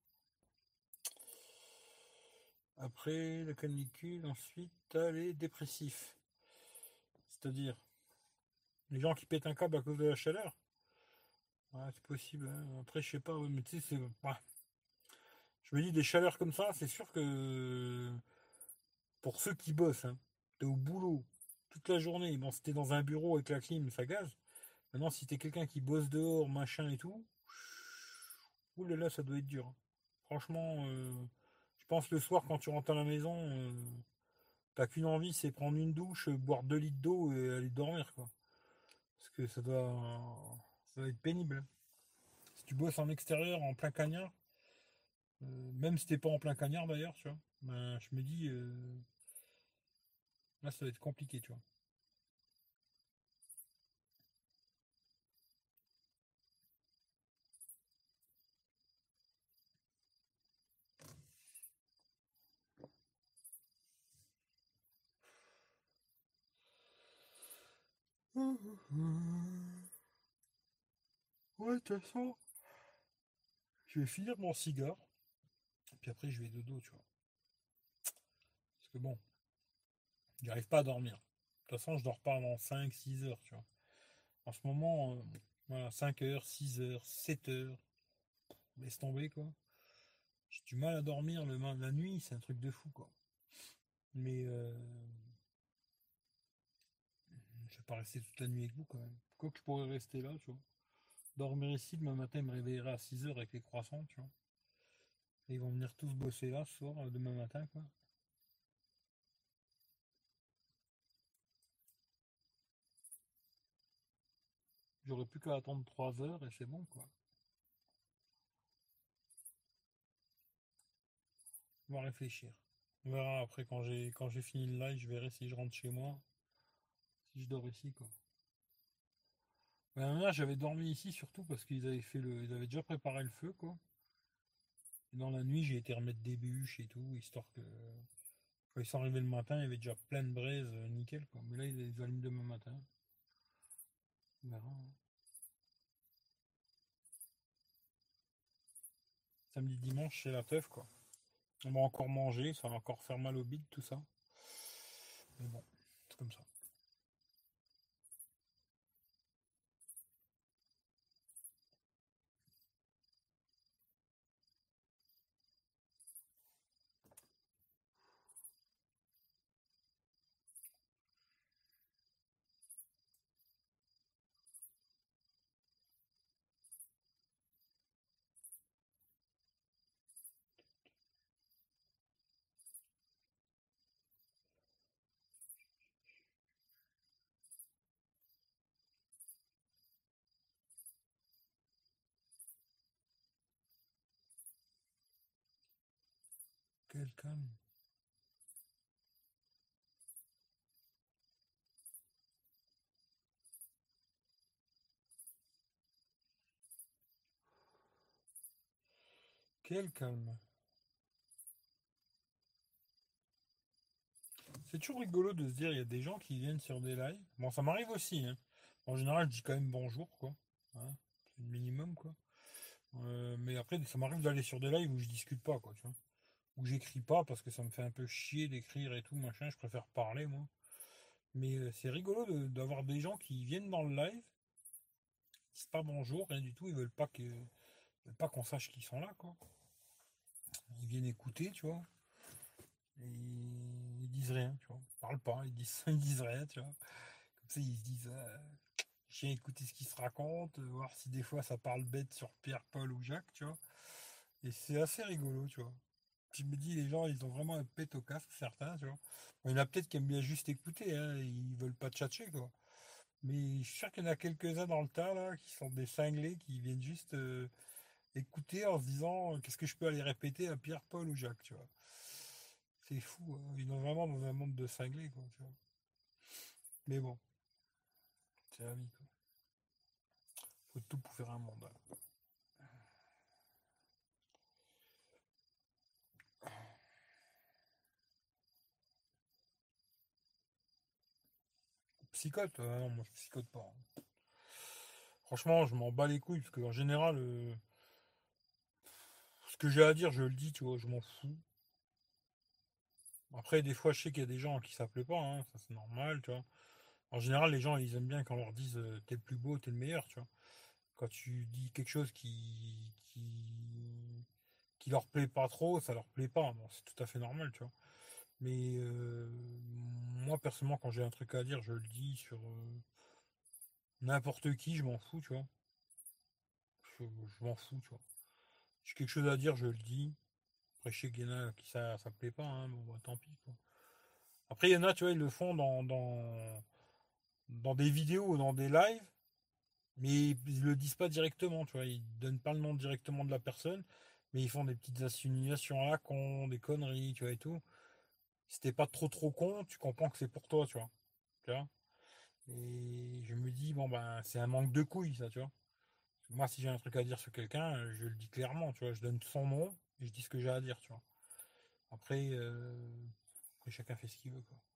Après la canicule, ensuite t'as les dépressifs, c'est-à-dire les gens qui pètent un câble à cause de la chaleur. Ouais, c'est possible, hein. Après, je sais pas, ouais, mais tu sais, c'est. Ouais. Je me dis, des chaleurs comme ça, c'est sûr que pour ceux qui bossent, hein, t'es au boulot toute la journée. Bon, si t'es dans un bureau avec la clim, ça gaz. Maintenant, si t'es quelqu'un qui bosse dehors, machin et tout, oulala, ça doit être dur, hein. Franchement, je pense le soir, quand tu rentres à la maison, t'as qu'une envie, c'est prendre une douche, boire 2 litres d'eau et aller dormir, quoi. Parce que ça doit être pénible, hein. Si tu bosses en extérieur, en plein cagnard, même si t'es pas en plein cagnard d'ailleurs, tu vois, ben, je me dis, là, ça va être compliqué, tu vois. Ouais, de toute façon, je vais finir mon cigare, puis après je vais dodo, tu vois. Parce que bon, j'arrive pas à dormir. De toute façon, je dors pas avant 5-6 heures, tu vois. En ce moment, voilà, 5 heures, 6 heures, 7 heures, laisse tomber, quoi. J'ai du mal à dormir la nuit, c'est un truc de fou, quoi. Mais je vais pas rester toute la nuit avec vous, quand même. Quoi que je pourrais rester là, tu vois. Dormir ici, demain matin, il me réveillera à 6 heures avec les croissants, tu vois. Et ils vont venir tous bosser là, ce soir, demain matin, quoi. J'aurais plus qu'à attendre 3 heures et c'est bon, quoi. On va réfléchir. On verra après quand j'ai fini le live, je verrai si je rentre chez moi, si je dors ici, quoi. Ben, là, j'avais dormi ici surtout parce ils avaient déjà préparé le feu, quoi. Et dans la nuit, j'ai été remettre des bûches et tout, histoire que quand ils sont arrivés le matin, il y avait déjà plein de braises, nickel, quoi. Mais là, ils les allument demain matin. On verra, hein. Samedi, dimanche, c'est la teuf, quoi. On va encore manger, ça va encore faire mal au bide, tout ça. Mais bon, c'est comme ça. Quel calme. Quel calme. C'est toujours rigolo de se dire, il y a des gens qui viennent sur des lives. Bon, ça m'arrive aussi, hein. En général, je dis quand même bonjour, quoi. Hein, c'est le minimum, quoi. Mais après, ça m'arrive d'aller sur des lives où je discute pas, quoi, tu vois. Où j'écris pas parce que ça me fait un peu chier d'écrire et tout, machin. Je préfère parler, moi. Mais c'est rigolo d'avoir des gens qui viennent dans le live, ils disent pas bonjour, rien du tout. Ils veulent pas qu'on sache qu'ils sont là, quoi. Ils viennent écouter, tu vois. Et ils disent rien, tu vois. Ils parlent pas, ils disent rien, tu vois. Comme ça, ils se disent, je viens écouter ce qu'ils se racontent, voir si des fois ça parle bête sur Pierre, Paul ou Jacques, tu vois. Et c'est assez rigolo, tu vois. Je me dis, les gens, ils ont vraiment un pet au casque, certains, tu vois. Bon, il y en a peut-être qui aiment bien juste écouter, hein, ils veulent pas tchatcher, quoi. Mais je suis sûr qu'il y en a quelques-uns dans le tas, là, qui sont des cinglés, qui viennent juste écouter en se disant, qu'est-ce que je peux aller répéter à Pierre, Paul ou Jacques, tu vois. C'est fou, hein. Ils sont vraiment dans un monde de cinglés, quoi, tu vois. Mais bon, c'est la vie, quoi. Faut tout pour faire un monde, hein. Psychote, non, moi je psychote pas, hein. Franchement, je m'en bats les couilles, parce qu'en général, ce que j'ai à dire, je le dis, tu vois, je m'en fous. Après, des fois, je sais qu'il y a des gens qui s'appellent pas, hein, ça c'est normal, tu vois. En général, les gens, ils aiment bien quand on leur dise t'es le plus beau, t'es le meilleur, tu vois. Quand tu dis quelque chose qui leur plaît pas trop, ça leur plaît pas. Bon, c'est tout à fait normal, tu vois. Mais moi, personnellement, quand j'ai un truc à dire, je le dis sur n'importe qui, je m'en fous, tu vois. Je m'en fous, tu vois. J'ai quelque chose à dire, je le dis. Après, je sais qu'il y en a qui ça plaît pas, hein, bon, bah, tant pis, quoi. Après, il y en a, tu vois, ils le font dans des vidéos ou dans des lives, mais ils le disent pas directement, tu vois. Ils donnent pas le nom directement de la personne, mais ils font des petites insinuations à la con, des conneries, tu vois, et tout. Si t'es pas trop con, tu comprends que c'est pour toi, tu vois. Tu vois. Et je me dis, bon, ben, c'est un manque de couilles, ça, tu vois. Moi, si j'ai un truc à dire sur quelqu'un, je le dis clairement, tu vois. Je donne son nom et je dis ce que j'ai à dire, tu vois. Après, après chacun fait ce qu'il veut, quoi.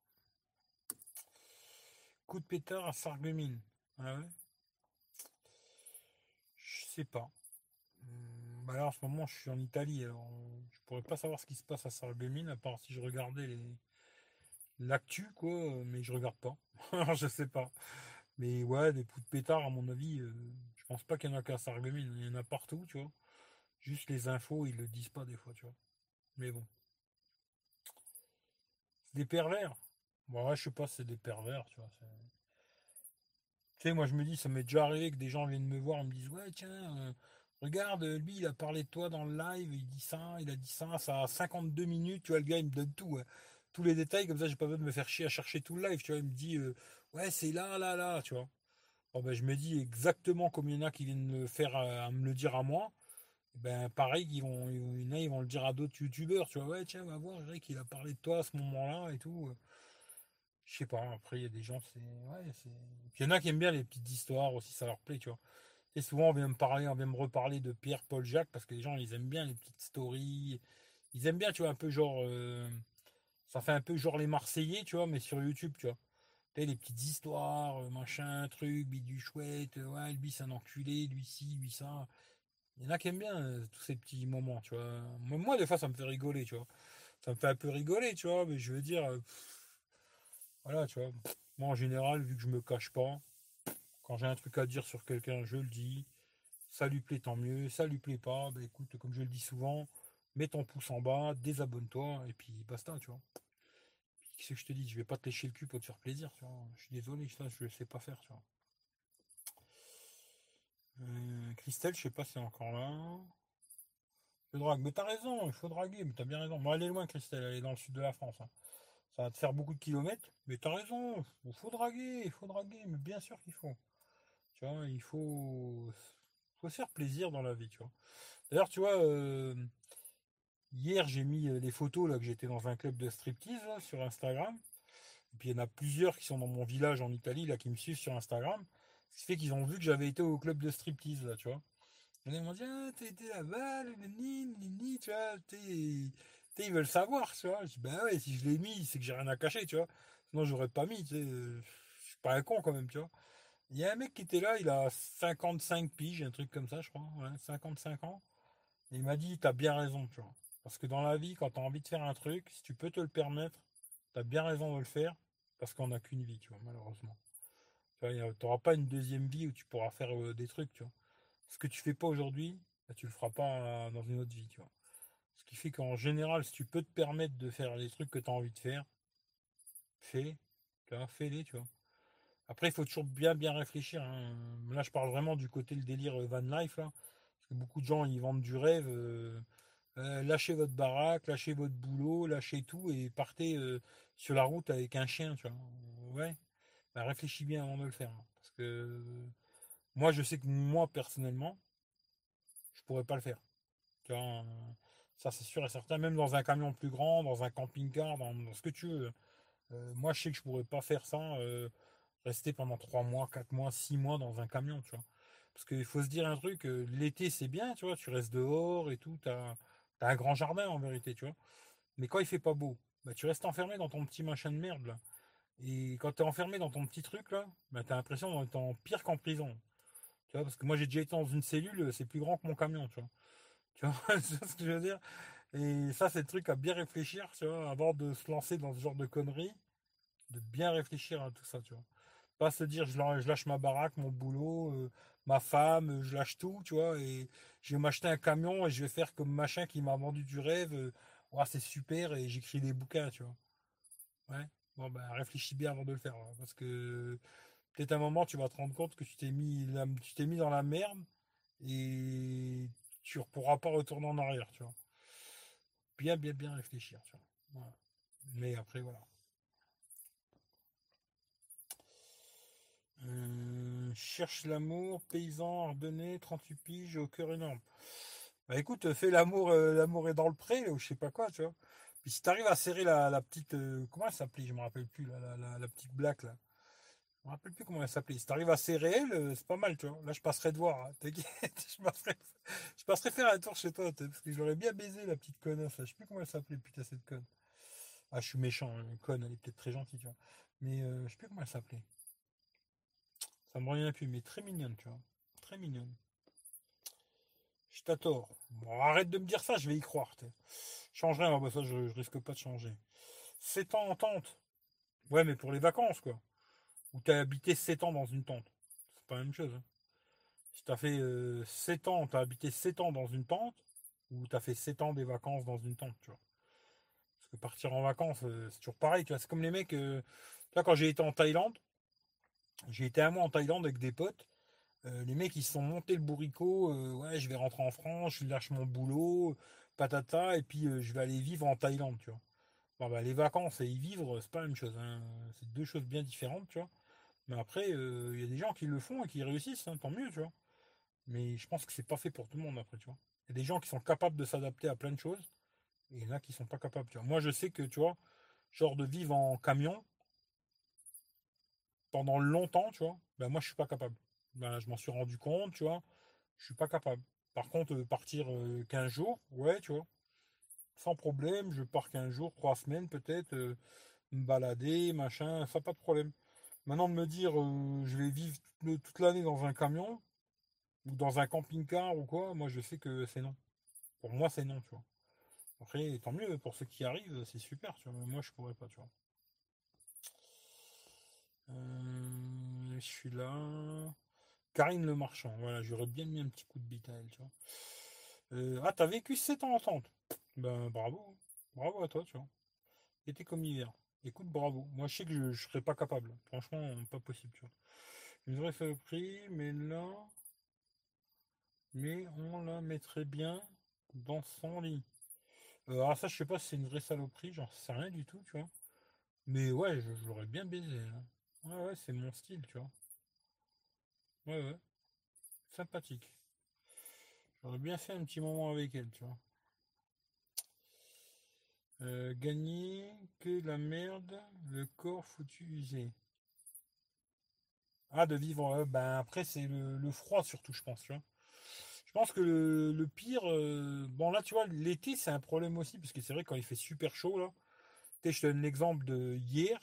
Coup de pétard à Sarreguemines. Ah ouais? Je sais pas. Bah là, en ce moment, je suis en Italie, alors je pourrais pas savoir ce qui se passe à Sarreguemines, à part si je regardais l'actu, quoi, mais je regarde pas. Alors, je sais pas. Mais ouais, des coups de pétard, à mon avis, je pense pas qu'il y en a qu'à Sarreguemines, il y en a partout, tu vois. Juste les infos, ils le disent pas des fois, tu vois. Mais bon. C'est des pervers. Bon, ouais, je sais pas si c'est des pervers, tu vois. Tu sais, moi je me dis, ça m'est déjà arrivé que des gens viennent me voir et me disent, ouais, tiens, regarde, lui, il a parlé de toi dans le live, il dit ça, il a dit ça a 52 minutes, tu vois, le gars, il me donne tout, ouais. Tous les détails, comme ça, j'ai pas besoin de me faire chier à chercher tout le live, tu vois. Il me dit, ouais, c'est là, là, là, tu vois. Bon, ben, je me dis exactement comme il y en a qui viennent me faire, à me le dire à moi. Ben, pareil, il y en a, ils vont le dire à d'autres youtubeurs, tu vois, ouais, tiens, va voir, Eric, il a parlé de toi à ce moment-là et tout. Je sais pas, après, il y a des gens, c'est. Ouais, c'est. Puis il y en a qui aiment bien les petites histoires aussi, ça leur plaît, tu vois. Et souvent, on vient me reparler de Pierre, Paul, Jacques, parce que les gens, ils aiment bien les petites stories. Ils aiment bien, tu vois, un peu genre. Ça fait un peu genre les Marseillais, tu vois, mais sur YouTube, tu vois. Tu sais, les petites histoires, machin, truc, bidule chouette, ouais, lui, c'est un enculé, lui, ci, lui, ça. Il y en a qui aiment bien tous ces petits moments, tu vois. Moi, des fois, ça me fait rigoler, tu vois. Ça me fait un peu rigoler, tu vois, mais je veux dire, voilà, tu vois. Moi, en général, vu que je me cache pas, quand j'ai un truc à dire sur quelqu'un, je le dis. Ça lui plaît, tant mieux. Ça lui plaît pas, bah écoute, comme je le dis souvent, mets ton pouce en bas, désabonne-toi, et puis basta, tu vois. Qu'est-ce que je te dis? Je vais pas te lécher le cul pour te faire plaisir, tu vois. Je suis désolé, ça, je sais pas faire, tu vois. Christelle, je sais pas si elle est encore là. Je drague. Mais t'as raison, il faut draguer, mais t'as bien raison. Bon, elle est loin, Christelle, elle est dans le sud de la France, hein. Ça va te faire beaucoup de kilomètres, mais t'as raison, il faut draguer, mais bien sûr qu'il faut. Tu vois, faut se faire plaisir dans la vie, tu vois. D'ailleurs, tu vois, hier j'ai mis les photos là que j'étais dans un club de striptease là, sur Instagram. Et puis il y en a plusieurs qui sont dans mon village en Italie là qui me suivent sur Instagram. Ce qui fait qu'ils ont vu que j'avais été au club de striptease là, tu vois. Et ils m'ont dit, ah, t'as été là-bas, ni, tu vois, ils veulent savoir, tu vois. Je dis, bah ouais, si je l'ai mis, c'est que j'ai rien à cacher, tu vois. Sinon, j'aurais pas mis, tu sais. Je suis pas un con quand même, tu vois. Il y a un mec qui était là, il a 55 piges, un truc comme ça, je crois, ouais, 55 ans. Et il m'a dit, t'as bien raison, tu vois. Parce que dans la vie, quand t'as envie de faire un truc, si tu peux te le permettre, t'as bien raison de le faire, parce qu'on n'a qu'une vie, tu vois, malheureusement. Tu vois, t'auras pas une deuxième vie où tu pourras faire des trucs, tu vois. Ce que tu fais pas aujourd'hui, bah, tu le feras pas dans une autre vie, tu vois. Ce qui fait qu'en général, si tu peux te permettre de faire les trucs que tu as envie de faire, fais, tu vois, fais-les, tu vois. Après, il faut toujours bien réfléchir, hein. Là, je parle vraiment du côté le délire van life, là. Parce que beaucoup de gens, ils vendent du rêve. Lâchez votre baraque, lâchez votre boulot, lâchez tout et partez sur la route avec un chien, tu vois. Ouais, bah, réfléchis bien avant de le faire, hein. Parce que moi, je sais que moi, personnellement, je pourrais pas le faire. Tu vois, ça, c'est sûr et certain. Même dans un camion plus grand, dans un camping-car, dans ce que tu veux. Moi, je sais que je pourrais pas faire ça, rester pendant 3 mois, 4 mois, 6 mois dans un camion, tu vois. Parce qu'il faut se dire un truc, l'été c'est bien, tu vois, tu restes dehors et tout, t'as un grand jardin en vérité, tu vois. Mais quand il fait pas beau, bah, tu restes enfermé dans ton petit machin de merde là. Et quand t'es enfermé dans ton petit truc là, bah, t'as l'impression d'être en pire qu'en prison. Tu vois, parce que moi j'ai déjà été dans une cellule, c'est plus grand que mon camion, tu vois. Tu vois, tu vois ce que je veux dire? Et ça, c'est le truc à bien réfléchir, tu vois, avant de se lancer dans ce genre de conneries, de bien réfléchir à tout ça, tu vois. Pas se dire je lâche ma baraque, mon boulot, ma femme, je lâche tout, tu vois, et je vais m'acheter un camion et je vais faire comme machin qui m'a vendu du rêve. Ouah, c'est super et j'écris des bouquins, tu vois. Ouais. Bon, bah, réfléchis bien avant de le faire, hein, parce que peut-être un moment tu vas te rendre compte que tu t'es mis dans la merde et tu ne pourras pas retourner en arrière, tu vois. Bien réfléchir, tu vois. Voilà. Mais après, voilà. Cherche l'amour, paysan, ardennais, 38 piges, au cœur énorme. Bah écoute, fais l'amour, l'amour est dans le pré, ou je sais pas quoi, tu vois. Puis si t'arrives à serrer la petite, comment elle s'appelait, je me rappelle plus, la petite blague là. Je me rappelle plus comment elle s'appelait. Si t'arrives à serrer elle, c'est pas mal, tu vois. Là, je passerai te voir, hein. T'inquiète, je passerai faire un tour chez toi, parce que j'aurais bien baisé la petite connasse là. Je sais plus comment elle s'appelait, putain, cette conne. Ah, je suis méchant, hein, conne, elle est peut-être très gentille, tu vois. Mais je sais plus comment elle s'appelait. Ça me revient plus, mais très mignonne, tu vois. Très mignonne. Je t'adore. Bon, arrête de me dire ça, je vais y croire. Je changerai, moi, bah, ça, je risque pas de changer. 7 ans en tente. Ouais, mais pour les vacances, quoi. Ou t'as habité 7 ans dans une tente. C'est pas la même chose, hein. Si t'as fait 7 ans, t'as habité 7 ans dans une tente, Ou tu as fait 7 ans des vacances dans une tente, tu vois. Parce que partir en vacances, c'est toujours pareil, tu vois. C'est comme les mecs, là, quand j'ai été en Thaïlande, j'ai été un mois en Thaïlande avec des potes. Les mecs, ils se sont montés le bourricot. Ouais, je vais rentrer en France, je lâche mon boulot, patata, et puis je vais aller vivre en Thaïlande, tu vois. Bon, bah, les vacances et y vivre, c'est pas la même chose, hein. C'est deux choses bien différentes, tu vois. Mais après, il y a des gens qui le font et qui réussissent, hein, tant mieux, tu vois. Mais je pense que c'est pas fait pour tout le monde après, tu vois. Il y a des gens qui sont capables de s'adapter à plein de choses, et il y en a qui sont pas capables, tu vois. Moi, je sais que, tu vois, genre de vivre en camion pendant longtemps, tu vois, ben moi, je suis pas capable. Ben, je m'en suis rendu compte, tu vois, je suis pas capable. Par contre, partir 15 jours, ouais, tu vois, sans problème, je pars 15 jours, 3 semaines peut-être, me balader, machin, ça pas de problème. Maintenant de me dire je vais vivre toute l'année dans un camion ou dans un camping-car ou quoi, moi je sais que c'est non. Pour moi c'est non, tu vois. Après, tant mieux pour ceux qui arrivent, c'est super, tu vois. Mais moi je pourrais pas, tu vois. Je suis là. Karine Le Marchand, voilà, j'aurais bien mis un petit coup de bite à elle, tu vois. Ah, t'as vécu 7 ans en tente. Ben bravo. Bravo à toi, tu vois. Été comme hiver. Écoute, bravo. Moi je sais que je serais pas capable. Franchement, pas possible, tu vois. Une vraie saloperie, mais on la mettrait bien dans son lit. Alors ça, je sais pas si c'est une vraie saloperie, j'en sais rien du tout, tu vois. Mais ouais, je l'aurais bien baisé, hein. Ouais, ouais, c'est mon style, tu vois. Ouais, ouais, sympathique. J'aurais bien fait un petit moment avec elle, tu vois. Gagner que la merde, le corps foutu usé. Ah, de vivre, ben après, c'est le froid surtout, je pense, tu vois. Je pense que le pire, bon là, tu vois, l'été, c'est un problème aussi, parce que c'est vrai, quand il fait super chaud, là, tu sais, je te donne l'exemple de hier.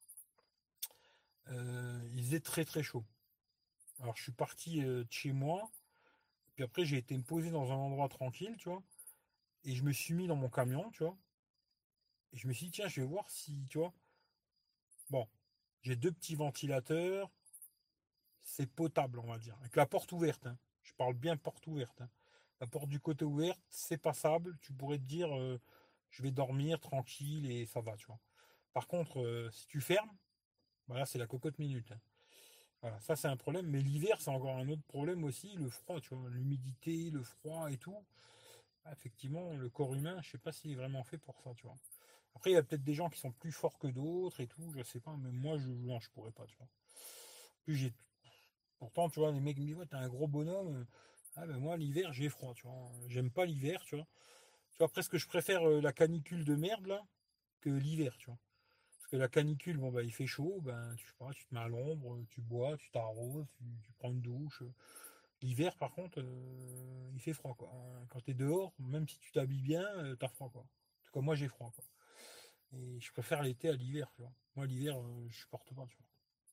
Il faisait très très chaud. Alors je suis parti de chez moi, puis après j'ai été me poser dans un endroit tranquille, tu vois, et je me suis mis dans mon camion, tu vois, et je me suis dit, tiens, je vais voir si, tu vois, bon, j'ai deux petits ventilateurs, c'est potable, on va dire, avec la porte ouverte, hein. Je parle bien porte ouverte, hein. La porte du côté ouverte, c'est passable, tu pourrais te dire, je vais dormir tranquille et ça va, tu vois. Par contre, si tu fermes, bah là, c'est la cocotte minute, hein. Voilà, ça c'est un problème, mais l'hiver c'est encore un autre problème aussi, le froid, tu vois, l'humidité, le froid et tout. Ah, effectivement, le corps humain, je sais pas s'il est vraiment fait pour ça, tu vois. Après, il y a peut-être des gens qui sont plus forts que d'autres et tout, je sais pas, mais moi non, je pourrais pas, tu vois. Puis pourtant, tu vois, les mecs me disent, ouais, t'es un gros bonhomme. Ah ben moi, l'hiver, j'ai froid, tu vois. J'aime pas l'hiver, tu vois. Tu vois, presque je préfère la canicule de merde là que l'hiver, tu vois. Parce que la canicule, bon bah il fait chaud, ben tu sais pas, tu te mets à l'ombre, tu bois, tu t'arroses, tu prends une douche. L'hiver par contre, il fait froid quoi. Quand t'es dehors, même si tu t'habilles bien, t'as froid quoi. En tout cas moi j'ai froid quoi. Et je préfère l'été à l'hiver, tu vois. Moi l'hiver, je supporte pas, tu vois.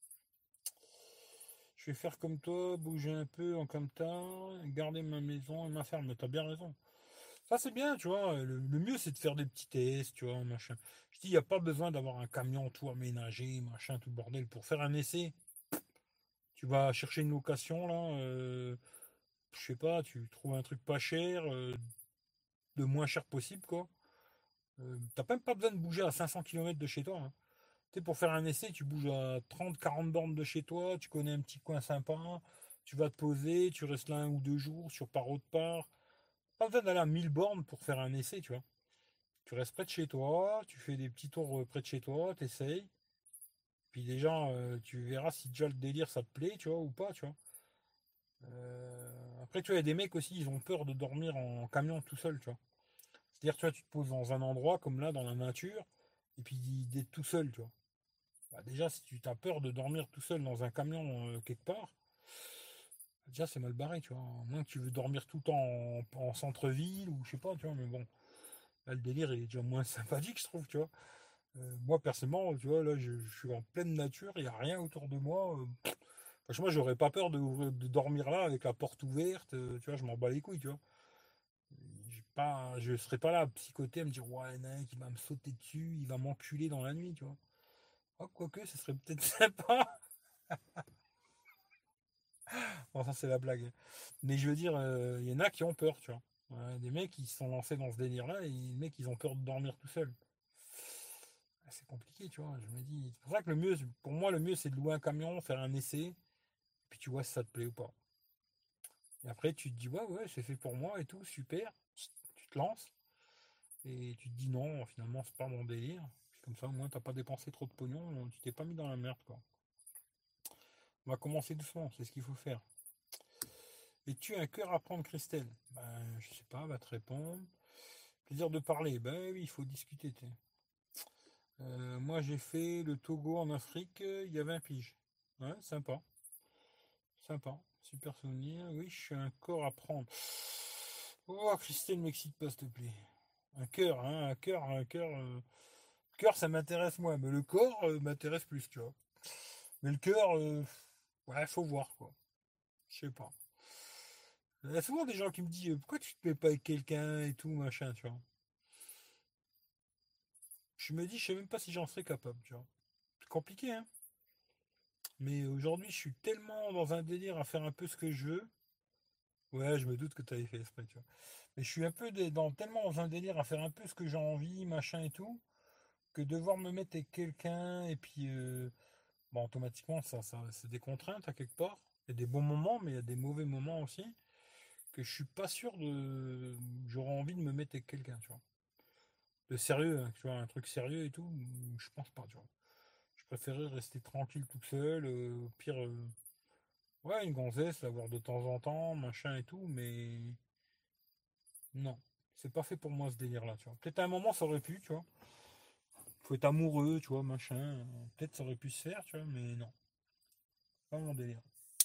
Je vais faire comme toi, bouger un peu en comme ça, garder ma maison et ma ferme. Mais t'as bien raison. Ça c'est bien, tu vois. Le mieux c'est de faire des petits tests, tu vois, machin. Je dis, il n'y a pas besoin d'avoir un camion tout aménagé, machin, tout bordel. Pour faire un essai, tu vas chercher une location, là, je sais pas, tu trouves un truc pas cher, de moins cher possible, quoi. T'as même pas besoin de bouger à 500 km de chez toi, hein. Tu sais, pour faire un essai, tu bouges à 30-40 bornes de chez toi, tu connais un petit coin sympa, tu vas te poser, tu restes là un ou deux jours, sur par autre part. Pas besoin d'aller à 1000 bornes pour faire un essai, tu vois. Tu restes près de chez toi, tu fais des petits tours près de chez toi, t'essayes. Puis déjà, tu verras si déjà le délire ça te plaît, tu vois, ou pas, tu vois. Après, tu vois, il y a des mecs aussi, ils ont peur de dormir en camion tout seul, tu vois. C'est-à-dire, tu vois, tu te poses dans un endroit comme là, dans la nature, et puis d'être tout seul, tu vois. Bah, déjà, si tu as peur de dormir tout seul dans un camion quelque part, déjà c'est mal barré, tu vois. À moins que tu veux dormir tout le temps en centre-ville, ou je sais pas, tu vois, mais bon, là, le délire il est déjà moins sympathique, je trouve, tu vois. Moi, personnellement, tu vois, là, je suis en pleine nature, il n'y a rien autour de moi. Franchement, j'aurais pas peur de dormir là avec la porte ouverte, tu vois, je m'en bats les couilles, tu vois. Je serais pas là à psychoter, à me dire, ouais, mec, il va me sauter dessus, il va m'enculer dans la nuit, tu vois. Oh, quoique, ce serait peut-être sympa. Bon, ça, c'est la blague. Mais je veux dire, il y en a qui ont peur, tu vois. Ouais, des mecs qui se sont lancés dans ce délire-là et les mecs ils ont peur de dormir tout seuls. Ah, c'est compliqué, tu vois. Je me dis, c'est pour ça que le mieux, pour moi, le mieux c'est de louer un camion, faire un essai, puis tu vois si ça te plaît ou pas. Et après tu te dis ouais ouais c'est fait pour moi et tout, super. Tu te lances et tu te dis non, finalement c'est pas mon délire. Puis comme ça au moins t'as pas dépensé trop de pognon, tu t'es pas mis dans la merde quoi. On va commencer doucement, c'est ce qu'il faut faire. Et tu as un cœur à prendre, Christelle? Ben, je sais pas, va te répondre. Plaisir de parler. Ben oui, il faut discuter. Moi, j'ai fait le Togo en Afrique, il y a 20 piges. Ouais, sympa. Sympa. Super souvenir. Oui, je suis un corps à prendre. Oh, Christelle, m'excite pas, s'il te plaît. Un cœur, hein, un cœur, un cœur. Cœur, ça m'intéresse moins, mais le corps m'intéresse plus, tu vois. Mais le cœur, ouais, faut voir, quoi. Je sais pas. Il y a souvent des gens qui me disent pourquoi tu te mets pas avec quelqu'un et tout, machin, tu vois. Je me dis, je sais même pas si j'en serais capable, tu vois. C'est compliqué, hein. Mais aujourd'hui, je suis tellement dans un délire à faire un peu ce que je veux. Ouais, je me doute que tu avais fait exprès, tu vois. Mais je suis un peu tellement dans un délire à faire un peu ce que j'ai envie, machin et tout, que devoir me mettre avec quelqu'un et puis, bon, automatiquement, ça c'est des contraintes à quelque part. Il y a des bons moments, mais il y a des mauvais moments aussi, que je suis pas sûr de. J'aurais envie de me mettre avec quelqu'un, tu vois. De sérieux, hein, tu vois, un truc sérieux et tout, je pense pas, tu vois. Je préférais rester tranquille tout seul, au pire, ouais, une gonzesse, la voir de temps en temps, machin et tout, mais non, c'est pas fait pour moi ce délire-là, tu vois. Peut-être à un moment ça aurait pu, tu vois. Faut être amoureux, tu vois, machin. Peut-être ça aurait pu se faire, tu vois, mais non, pas mon délire.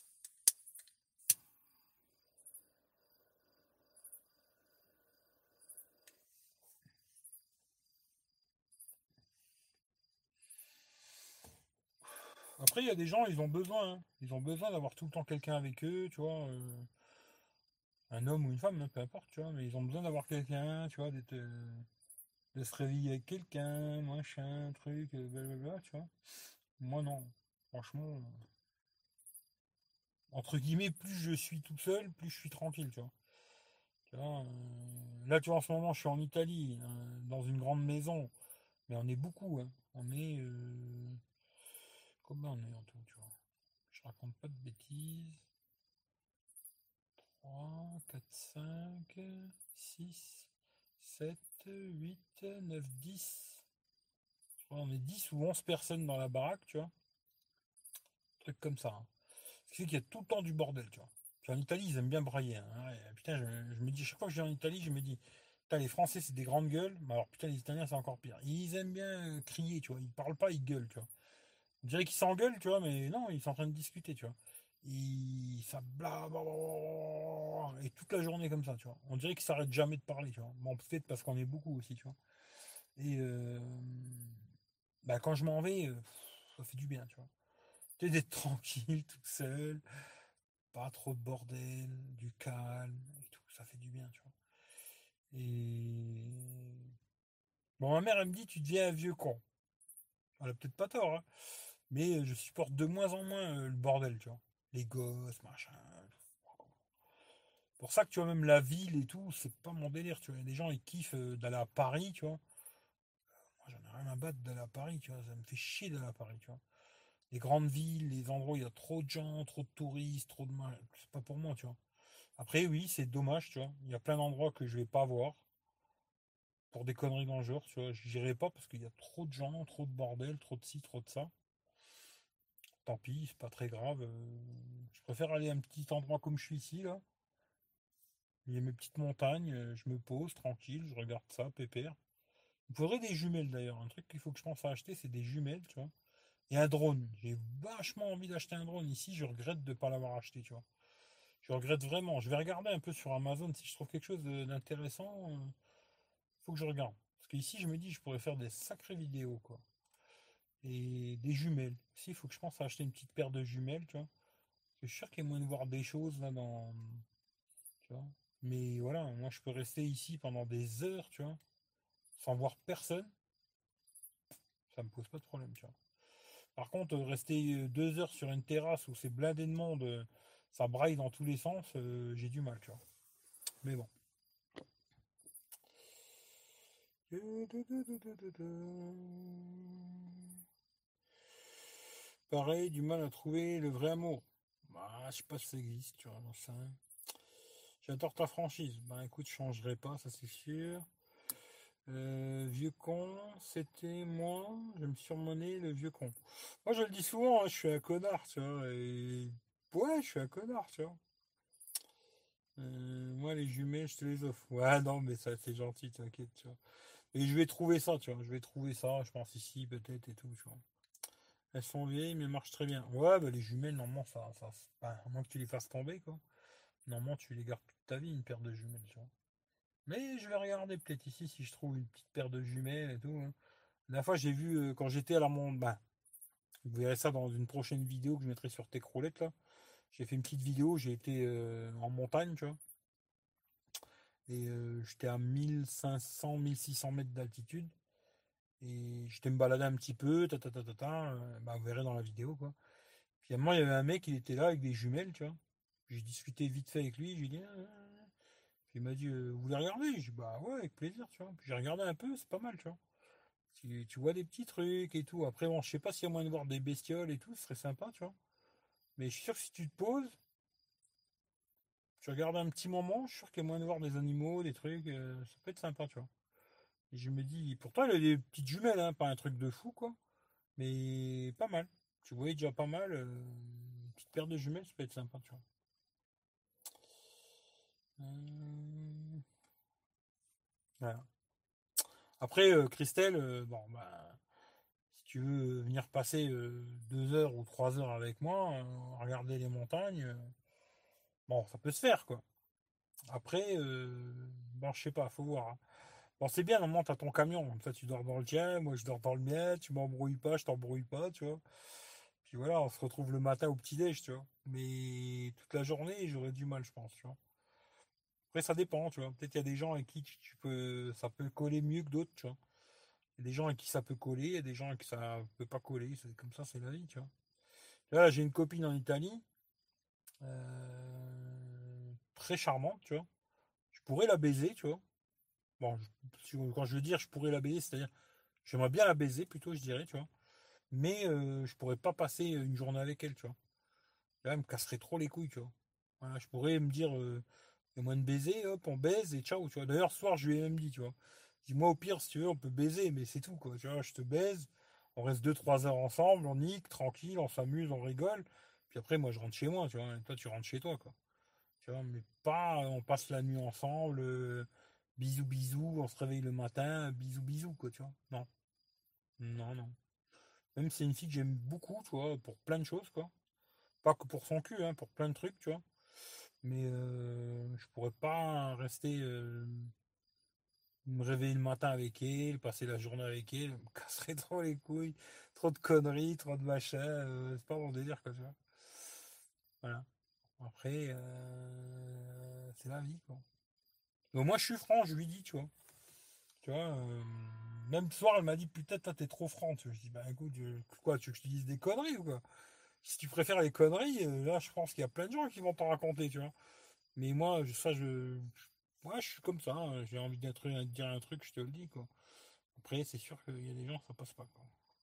Après, il y a des gens, ils ont besoin, hein. Ils ont besoin d'avoir tout le temps quelqu'un avec eux, tu vois. Un homme ou une femme, hein, peu importe, tu vois, mais ils ont besoin d'avoir quelqu'un, tu vois, de se réveiller avec quelqu'un, machin, truc, blablabla, tu vois. Moi, non. Franchement, entre guillemets, plus je suis tout seul, plus je suis tranquille, tu vois. Tu vois, là, tu vois, en ce moment, je suis en Italie, dans une grande maison, mais on est beaucoup, hein. On est. Combien on est en tout, tu vois? Je raconte pas de bêtises. 3, 4, 5, 6, 7, 8, 9, 10. Je crois on est 10 ou 11 personnes dans la baraque, tu vois. Truc comme ça, hein. Ce qui fait qu'il y a tout le temps du bordel, tu vois. Puis en Italie, ils aiment bien brailler, hein. Ouais, putain, je me dis, chaque fois que je vais en Italie, je me dis, putain, les Français, c'est des grandes gueules, mais alors putain, les Italiens, c'est encore pire. Ils aiment bien crier, tu vois. Ils parlent pas, ils gueulent, tu vois. On dirait qu'ils s'engueulent, tu vois, mais non, ils sont en train de discuter, tu vois. Ça blablabla, et toute la journée comme ça, tu vois. On dirait qu'ils s'arrêtent jamais de parler, tu vois. Bon, peut-être parce qu'on est beaucoup aussi, tu vois. Et bah, quand je m'en vais, ça fait du bien, tu vois. Tu sais, d'être tranquille, toute seule, pas trop de bordel, du calme et tout, ça fait du bien, tu vois. Et bon, ma mère, elle me dit, tu deviens un vieux con. Elle a peut-être pas tort, hein. Mais je supporte de moins en moins le bordel, tu vois. Les gosses, machin. Pour ça que tu vois, même la ville et tout, c'est pas mon délire, tu vois. Il y a des gens, ils kiffent d'aller à Paris, tu vois. Moi, j'en ai rien à battre d'aller à Paris, tu vois. Ça me fait chier d'aller à Paris, tu vois. Les grandes villes, les endroits où il y a trop de gens, trop de touristes, trop de mal. C'est pas pour moi, tu vois. Après, oui, c'est dommage, tu vois. Il y a plein d'endroits que je vais pas voir pour des conneries dans le genre, tu vois. J'irai pas parce qu'il y a trop de gens, trop de bordel, trop de ci, trop de ça. Tant pis, c'est pas très grave. Je préfère aller à un petit endroit comme je suis ici, là. Il y a mes petites montagnes, je me pose tranquille, je regarde ça, pépère. Il faudrait des jumelles d'ailleurs. Un truc qu'il faut que je pense à acheter, c'est des jumelles, tu vois. Et un drone. J'ai vachement envie d'acheter un drone ici, je regrette de ne pas l'avoir acheté, tu vois. Je regrette vraiment. Je vais regarder un peu sur Amazon si je trouve quelque chose d'intéressant. Faut que je regarde. Parce qu'ici, je me dis, je pourrais faire des sacrées vidéos, quoi. Et des jumelles. Si, il faut que je pense à acheter une petite paire de jumelles, tu vois. Parce que je suis sûr qu'il y a moyen de voir des choses là dans. Tu vois. Mais voilà, moi je peux rester ici pendant des heures, tu vois, sans voir personne, ça me pose pas de problème, tu vois. Par contre, rester 2 heures sur une terrasse où c'est blindé de monde, ça braille dans tous les sens, j'ai du mal, tu vois. Mais bon. Pareil, du mal à trouver le vrai amour. Bah, je sais pas si ça existe, tu vois, j'en sais rien. J'adore ta franchise. Bah écoute, je changerai pas, ça c'est sûr. Vieux con, c'était moi, je me surnommais le vieux con. Moi je le dis souvent, hein, je suis un connard, tu vois, et ouais, je suis un connard, tu vois. Moi les jumelles, je te les offre. Ouais, non, mais ça c'est gentil, t'inquiète, tu vois. Et je vais trouver ça, tu vois, je vais trouver ça, je pense ici peut-être et tout, tu vois. Elles sont vieilles, mais marchent très bien. Ouais, bah les jumelles, normalement, à moins que tu les fasses tomber, quoi. Normalement, tu les gardes toute ta vie, une paire de jumelles, tu vois. Mais je vais regarder peut-être ici si je trouve une petite paire de jumelles et tout, hein. La dernière fois, j'ai vu quand j'étais à la montagne. Bah, vous verrez ça dans une prochaine vidéo que je mettrai sur Techroulette là. J'ai fait une petite vidéo, j'ai été en montagne, tu vois. Et j'étais à 1500, 1600 mètres d'altitude. Et j'étais me balader un petit peu, bah, vous verrez dans la vidéo, quoi. Puis à un moment, il y avait un mec, il était là avec des jumelles, tu vois. J'ai discuté vite fait avec lui, je lui ai dit, puis il m'a dit, vous voulez regarder? J'ai dit, bah ouais, avec plaisir, tu vois. Puis j'ai regardé un peu, c'est pas mal, tu vois. Tu vois des petits trucs et tout. Après, bon, je sais pas s'il y a moyen de voir des bestioles et tout, ce serait sympa, tu vois. Mais je suis sûr que si tu te poses, tu regardes un petit moment, je suis sûr qu'il y a moyen de voir des animaux, des trucs, ça peut être sympa, tu vois. Et je me dis, pourtant, il a des petites jumelles, hein, pas un truc de fou, quoi. Mais pas mal. Tu voyais déjà pas mal. Une petite paire de jumelles, ça peut être sympa, tu vois. Euh, voilà. Après, Christelle, bon, bah, si tu veux venir passer 2 heures ou 3 heures avec moi, regarder les montagnes, bon, ça peut se faire, quoi. Après, bon, je sais pas, faut voir, hein. Bon, c'est bien, normalement, t'as ton camion. Comme ça, tu dors dans le tien, moi, je dors dans le mien, tu m'embrouilles pas, je t'embrouille pas, tu vois. Puis voilà, on se retrouve le matin au petit-déj, tu vois. Mais toute la journée, j'aurais du mal, je pense, tu vois. Après, ça dépend, tu vois. Peut-être il y a des gens avec qui ça peut coller mieux que d'autres, tu vois. Il y a des gens avec qui ça peut coller, il y a des gens avec qui ça peut pas coller. C'est comme ça, c'est la vie, tu vois. Là, j'ai une copine en Italie, très charmante, tu vois. Je pourrais la baiser, tu vois. Bon, quand je veux dire je pourrais la baiser, c'est-à-dire j'aimerais bien la baiser plutôt, je dirais, tu vois. Mais je pourrais pas passer une journée avec elle, tu vois. Là, elle me casserait trop les couilles, tu vois. Voilà, je pourrais me dire, il y a moyen de baiser, hop, on baise et ciao, tu vois. D'ailleurs, ce soir, je lui ai même dit, tu vois. Dis-moi au pire, si tu veux, on peut baiser, mais c'est tout, quoi. Tu vois, je te baise, on reste 2, 3 heures ensemble, on nique, tranquille, on s'amuse, on rigole. Puis après, moi, je rentre chez moi, tu vois. Et toi, tu rentres chez toi, quoi. Tu vois, mais pas, on passe la nuit ensemble, bisous, bisous, on se réveille le matin, bisous, bisous, quoi, tu vois. Non, non, non. Même si c'est une fille que j'aime beaucoup, tu vois, pour plein de choses, quoi. Pas que pour son cul, hein, pour plein de trucs, tu vois. Mais je pourrais pas rester, me réveiller le matin avec elle, passer la journée avec elle, me casserait trop les couilles, trop de conneries, trop de machin, c'est pas mon délire, quoi, tu vois. Voilà. Après, c'est la vie, quoi. Donc moi, je suis franc, je lui dis, tu vois. Tu vois, même ce soir, elle m'a dit, putain, toi, t'es trop franc. Tu vois. Je dis, bah écoute, quoi, tu veux que je te dise des conneries ou quoi? Si tu préfères les conneries, là, je pense qu'il y a plein de gens qui vont t'en raconter, tu vois. Mais moi, moi, je suis comme ça, hein. J'ai envie de dire un truc, je te le dis, quoi. Après, c'est sûr qu'il y a des gens, ça passe pas, quoi.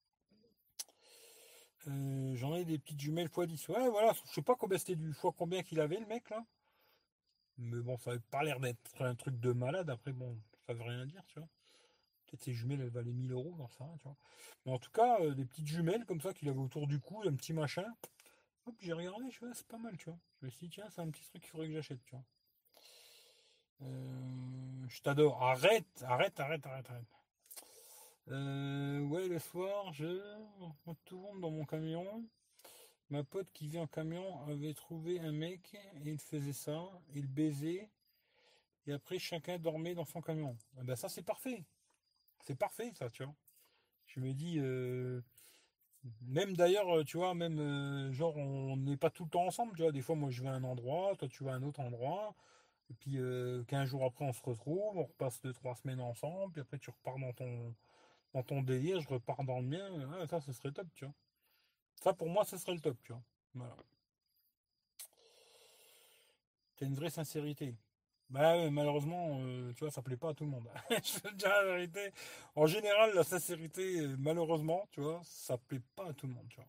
J'en ai des petites jumelles x10. Ouais, voilà, je sais pas combien c'était du fois combien qu'il avait, le mec, là. Mais bon, ça avait pas l'air d'être un truc de malade. Après, bon, ça veut rien dire, tu vois. Peut-être ces jumelles, elles valaient 1 000 euros, j'en sais rien, tu vois. Mais en tout cas, des petites jumelles comme ça qu'il avait autour du cou, un petit machin. Hop, j'ai regardé, je vois, c'est pas mal, tu vois. Je me suis dit, tiens, c'est un petit truc qu'il faudrait que j'achète, tu vois. Je t'adore. Arrête, arrête, arrête, arrête, arrête. Ouais, le soir, je retourne dans mon camion. Ma pote qui vit en camion avait trouvé un mec et il faisait ça, il baisait et après chacun dormait dans son camion. Ah ben ça c'est parfait. C'est parfait ça, tu vois. Je me dis, même d'ailleurs, tu vois, même genre on n'est pas tout le temps ensemble, tu vois. Des fois moi je vais à un endroit, toi tu vas à un autre endroit, et puis 15 jours après on se retrouve, on repasse 2, 3 semaines ensemble, puis après tu repars dans ton délire, je repars dans le mien. Ouais, ça ce serait top, tu vois. Ça pour moi ce serait le top, tu vois. Voilà. T'as une vraie sincérité. Bah ouais, malheureusement, tu vois, ça plaît pas à tout le monde. Je veux dire la vérité. En général, la sincérité, malheureusement, tu vois, ça plaît pas à tout le monde, tu vois.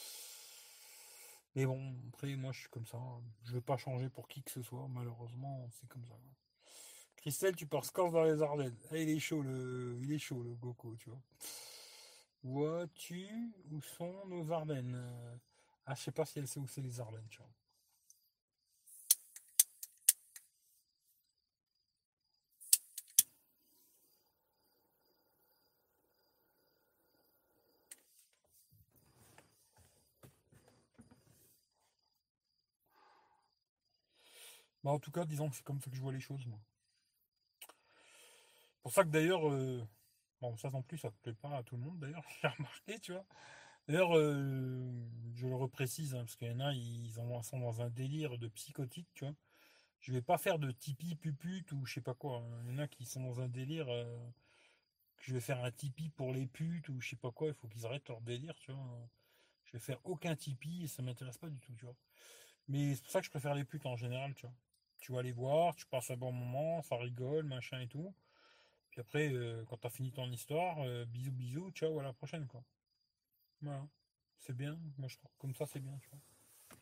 Mais bon, après, moi, je suis comme ça. Je vais pas changer pour qui que ce soit. Malheureusement, c'est comme ça. Christelle, tu pars score dans les Ardennes. Ah, il est chaud, le Goku, tu vois. Vois-tu où sont nos Ardennes? Ah, je sais pas si elle sait où c'est les Ardennes, tu vois. Bah, en tout cas, disons que c'est comme ça que je vois les choses, moi. Pour ça que d'ailleurs, bon, ça non plus, ça ne plaît pas à tout le monde, d'ailleurs, j'ai remarqué, tu vois. D'ailleurs, je le reprécise, hein, parce qu'il y en a, sont dans un délire de psychotique, tu vois. Je vais pas faire de Tipeee pupute ou je sais pas quoi, hein. Il y en a qui sont dans un délire que je vais faire un Tipeee pour les putes ou je sais pas quoi. Il faut qu'ils arrêtent leur délire, tu vois. Je vais faire aucun Tipeee et ça m'intéresse pas du tout, tu vois. Mais c'est pour ça que je préfère les putes en général, tu vois. Tu vas les voir, tu passes un bon moment, ça rigole, machin et tout. Puis après, quand t'as fini ton histoire, bisous bisous, ciao, à la prochaine, quoi. Voilà. C'est bien, moi je trouve comme ça c'est bien, tu vois.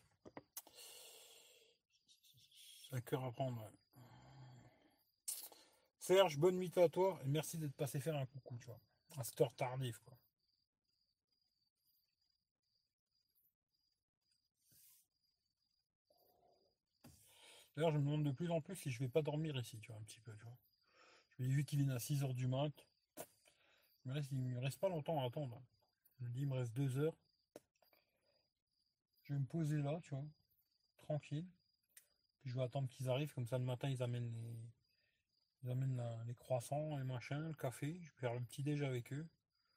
C'est un cœur à prendre, ouais. Serge, bonne nuit à toi et merci d'être passé faire un coucou, tu vois. À cette heure tardive, quoi. D'ailleurs, je me demande de plus en plus si je vais pas dormir ici, tu vois, un petit peu, tu vois. Je me dis, vu qu'il est à 6 heures du mat, il me reste pas longtemps à attendre. Je me dis, il me reste 2 heures. Je vais me poser là, tu vois, tranquille. Puis je vais attendre qu'ils arrivent, comme ça le matin, ils amènent les croissants, les machins, le café. Je vais faire le petit déj avec eux.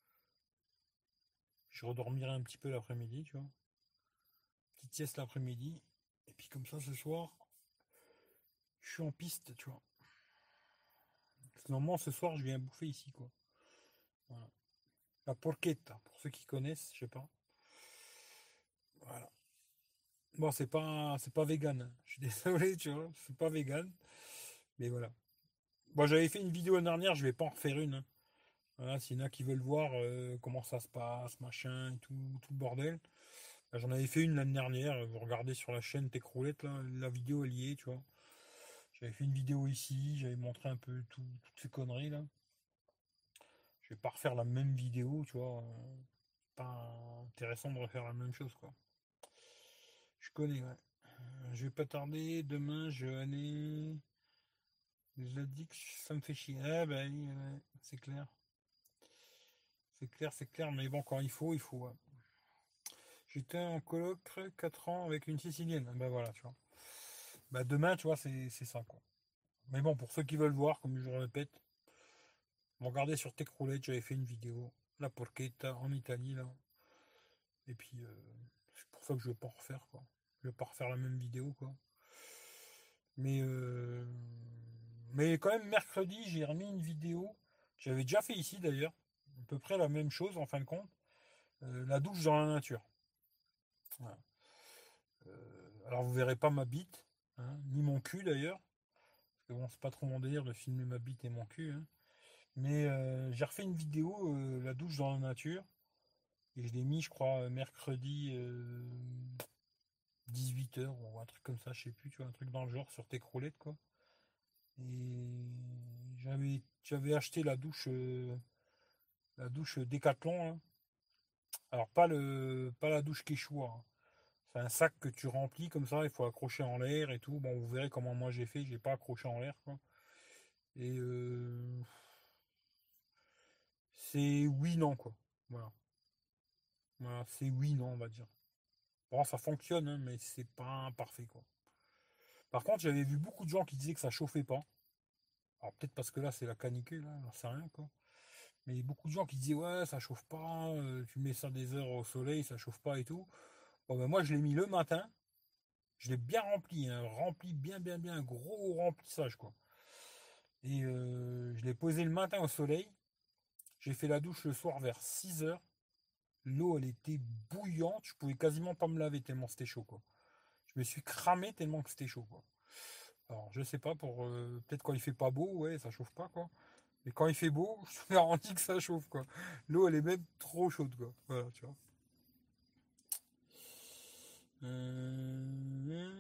Je redormirai un petit peu l'après-midi, tu vois. Petite sieste l'après-midi. Et puis comme ça, ce soir, je suis en piste, tu vois. Parce que normalement, ce soir, je viens bouffer ici, quoi. Voilà. La porchetta, pour ceux qui connaissent, je sais pas. Voilà. Bon, c'est pas vegan, hein. Je suis désolé, tu vois, c'est pas vegan. Mais voilà. Bon, j'avais fait une vidéo l'année dernière, je vais pas en refaire une, hein. Voilà, s'il y en a qui veulent voir comment ça se passe, machin, et tout le bordel. Bah, j'en avais fait une l'année dernière, vous regardez sur la chaîne Techroulette, là, la vidéo elle y est, tu vois. J'avais fait une vidéo ici, j'avais montré un peu toutes ces conneries là. Je vais pas refaire la même vidéo, tu vois. Pas intéressant de refaire la même chose, quoi. Je connais, ouais. Je vais pas tarder, demain je vais aller. Je dit que ça me fait chier. Ah bah oui, ouais, c'est clair. C'est clair, mais bon, quand il faut, ouais. J'étais en coloc 4 ans avec une Sicilienne. Ben voilà, tu vois. Bah demain, tu vois, c'est ça, quoi. Mais bon, pour ceux qui veulent voir, comme je le répète, regardez sur Techroulette, j'avais fait une vidéo. La porchetta en Italie, là. Et puis, c'est pour ça que je vais pas en refaire, quoi. Je vais pas refaire la même vidéo, quoi. Mais, mais quand même, mercredi, j'ai remis une vidéo. J'avais déjà fait ici, d'ailleurs. À peu près la même chose, en fin de compte. La douche dans la nature. Voilà. Alors, vous verrez pas ma bite, hein, ni mon cul, d'ailleurs. Parce que bon, c'est pas trop mon délire de filmer ma bite et mon cul, hein. Mais j'ai refait une vidéo, la douche dans la nature. Et je l'ai mis, je crois, mercredi 18 h ou un truc comme ça, je sais plus, tu vois, un truc dans le genre sur tes croulettes, quoi. Et j'avais acheté la douche Décathlon, hein. Alors pas la douche Quechua, hein. C'est un sac que tu remplis comme ça, il faut accrocher en l'air et tout. Bon, vous verrez comment moi j'ai fait, j'ai pas accroché en l'air, quoi. Et c'est oui, non, quoi. Voilà. Voilà, c'est oui, non, on va dire. Bon, ça fonctionne, hein, mais c'est pas parfait, quoi. Par contre, j'avais vu beaucoup de gens qui disaient que ça chauffait pas. Alors peut-être parce que là c'est la canicule, hein, j'en sais rien, quoi. Mais beaucoup de gens qui disaient ouais ça chauffe pas, tu mets ça des heures au soleil, ça chauffe pas et tout. Bon ben moi je l'ai mis le matin, je l'ai bien rempli, hein, rempli bien, un gros remplissage, quoi. Et je l'ai posé le matin au soleil, j'ai fait la douche le soir vers 6 heures. L'eau elle était bouillante, je pouvais quasiment pas me laver tellement c'était chaud, quoi. Je me suis cramé tellement que c'était chaud, quoi. Alors, je sais pas, pour peut-être quand il fait pas beau, ouais, ça chauffe pas, quoi. Mais quand il fait beau, je te garantis que ça chauffe, quoi. L'eau, elle est même trop chaude, quoi. Voilà, tu vois. Euh,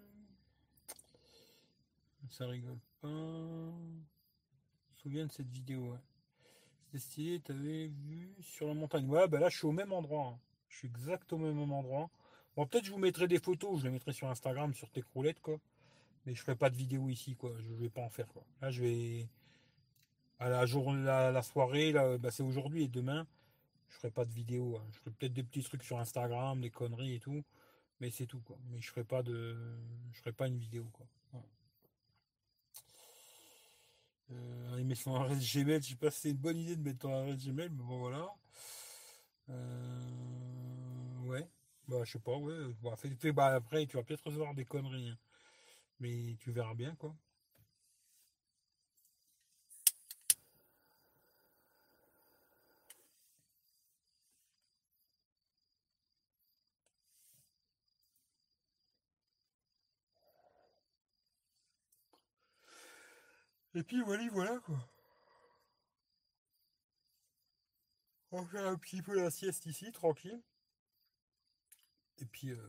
Ça rigole pas. Je me souviens de cette vidéo, ouais. C'était stylé, t'avais vu sur la montagne. Ouais, bah là, je suis au même endroit, hein. Je suis exactement au même endroit. Bon, peut-être je vous mettrai des photos, je les mettrai sur Instagram, sur tes croulettes, quoi. Mais je ferai pas de vidéo ici, quoi. Je vais pas en faire, quoi. Là, je vais. À la journée, la soirée, là, bah, c'est aujourd'hui et demain. Je ferai pas de vidéo, hein. Je ferai peut-être des petits trucs sur Instagram, des conneries et tout. Mais c'est tout, quoi. Mais je ferai pas une vidéo, quoi. Voilà. Il met son adresse Gmail, je sais pas si c'est une bonne idée de mettre ton adresse Gmail, mais bon voilà. Ouais. Bah je sais pas, ouais. Bah, bah, après tu vas peut-être recevoir des conneries, hein. Mais tu verras bien quoi. Et puis voilà, voilà quoi. On va faire un petit peu la sieste ici, tranquille. Et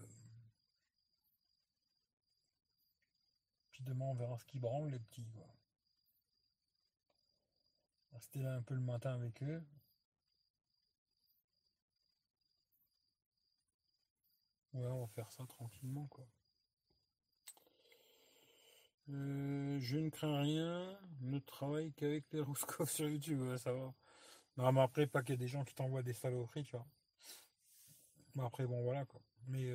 puis demain on verra ce qui branle les petits quoi. Rester là un peu le matin avec eux. Ouais, on va faire ça tranquillement quoi. Je ne crains rien, ne travaille qu'avec les Roscoff sur YouTube, ouais, ça va. Non, mais après, pas qu'il y ait des gens qui t'envoient des saloperies, tu vois. Mais après, bon, voilà, quoi. Mais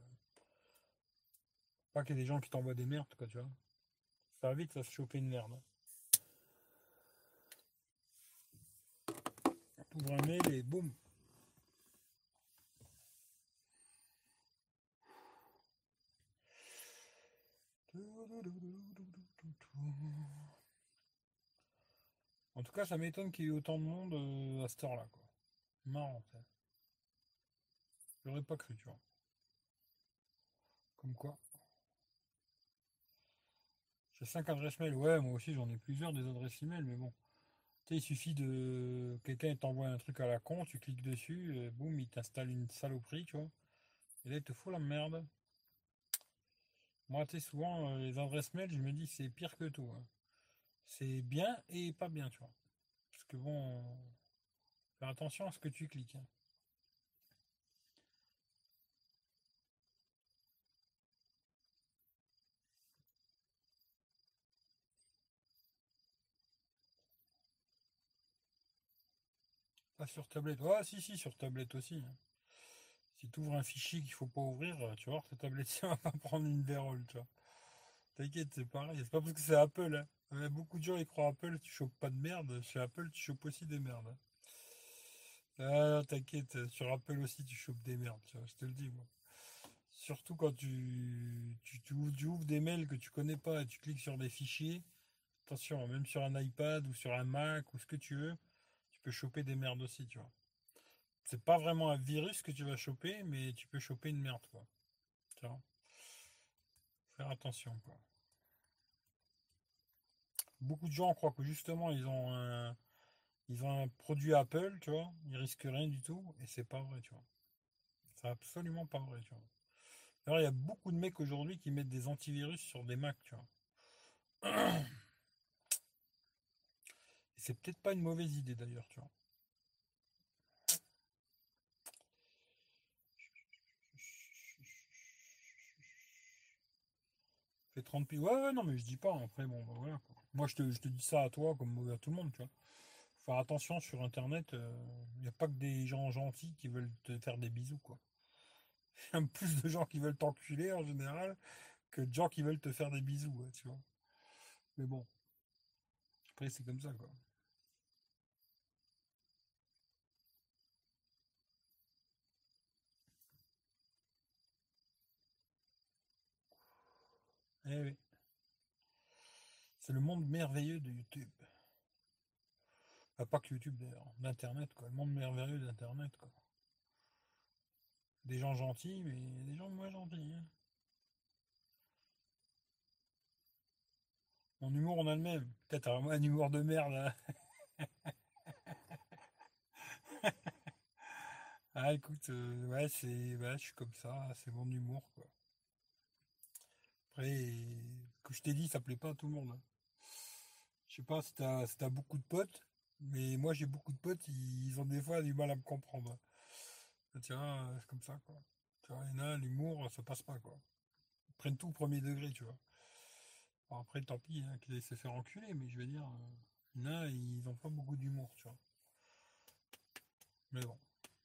pas qu'il y ait des gens qui t'envoient des merdes, quoi, tu vois. Ça va vite, ça se choper une merde. T'ouvres un mail et boum. En tout cas, ça m'étonne qu'il y ait autant de monde à cette heure-là, quoi. Marrant, ça. J'aurais pas cru, tu vois. Comme quoi. J'ai 5 adresses mail. Ouais, moi aussi, j'en ai plusieurs des adresses email, mais bon. Tu sais, il suffit de. Quelqu'un t'envoie un truc à la con, tu cliques dessus, boum, il t'installe une saloperie, tu vois. Et là, il te fout la merde. Moi, tu sais, souvent, les adresses mail, je me dis, c'est pire que tout, hein. C'est bien et pas bien, tu vois. Parce que bon, fais attention à ce que tu cliques, hein. Pas sur tablette. Ah, si, si, sur tablette aussi, hein. Si tu ouvres un fichier qu'il faut pas ouvrir, tu vois, ta tablette, ça va pas prendre une vérole, tu vois. T'inquiète, c'est pareil. C'est pas parce que c'est Apple, hein. Beaucoup de gens, ils croient Apple, tu chopes pas de merde. Chez Apple, tu chopes aussi des merdes, hein. Ah, t'inquiète, sur Apple aussi, tu chopes des merdes, tu vois, je te le dis, moi. Surtout quand tu ouvres des mails que tu connais pas et tu cliques sur des fichiers. Attention, même sur un iPad ou sur un Mac ou ce que tu veux, tu peux choper des merdes aussi, tu vois. C'est pas vraiment un virus que tu vas choper, mais tu peux choper une merde, quoi. Tu vois. Faire attention, quoi. Beaucoup de gens croient que justement ils ont un produit Apple, tu vois, ils risquent rien du tout, et c'est pas vrai, tu vois. C'est absolument pas vrai, tu vois. Alors il y a beaucoup de mecs aujourd'hui qui mettent des antivirus sur des Mac, tu vois. Et c'est peut-être pas une mauvaise idée d'ailleurs, tu vois. Fait 30 piges. Ouais, ouais, non, mais je dis pas. Après, bon, bah, voilà, quoi. Moi, je te dis ça à toi comme à tout le monde, tu vois. Faut faire attention sur Internet. Il n'y a pas que des gens gentils qui veulent te faire des bisous, quoi. Il y a plus de gens qui veulent t'enculer en général que de gens qui veulent te faire des bisous, ouais, tu vois. Mais bon, après, c'est comme ça, quoi. Eh oui. C'est le monde merveilleux de YouTube. Pas que YouTube d'ailleurs, d'Internet, quoi. Le monde merveilleux d'Internet, quoi. Des gens gentils, mais des gens moins gentils, hein. Mon humour, on a le même. Peut-être un humour de merde, hein. Ah, écoute, ouais, ouais, je suis comme ça, c'est mon humour, quoi. Après, que je t'ai dit, ça plaît pas à tout le monde, hein. Je sais pas si t'as beaucoup de potes, mais moi j'ai beaucoup de potes, ils ont des fois du mal à me comprendre. Tu vois, c'est comme ça, quoi. Tu vois, il y en a, l'humour, ça passe pas, quoi. Ils prennent tout au premier degré, tu vois. Bon, après, tant pis, hein, qu'ils aillent se faire enculer, mais je veux dire, il y en a, ils ont pas beaucoup d'humour, tu vois. Mais bon.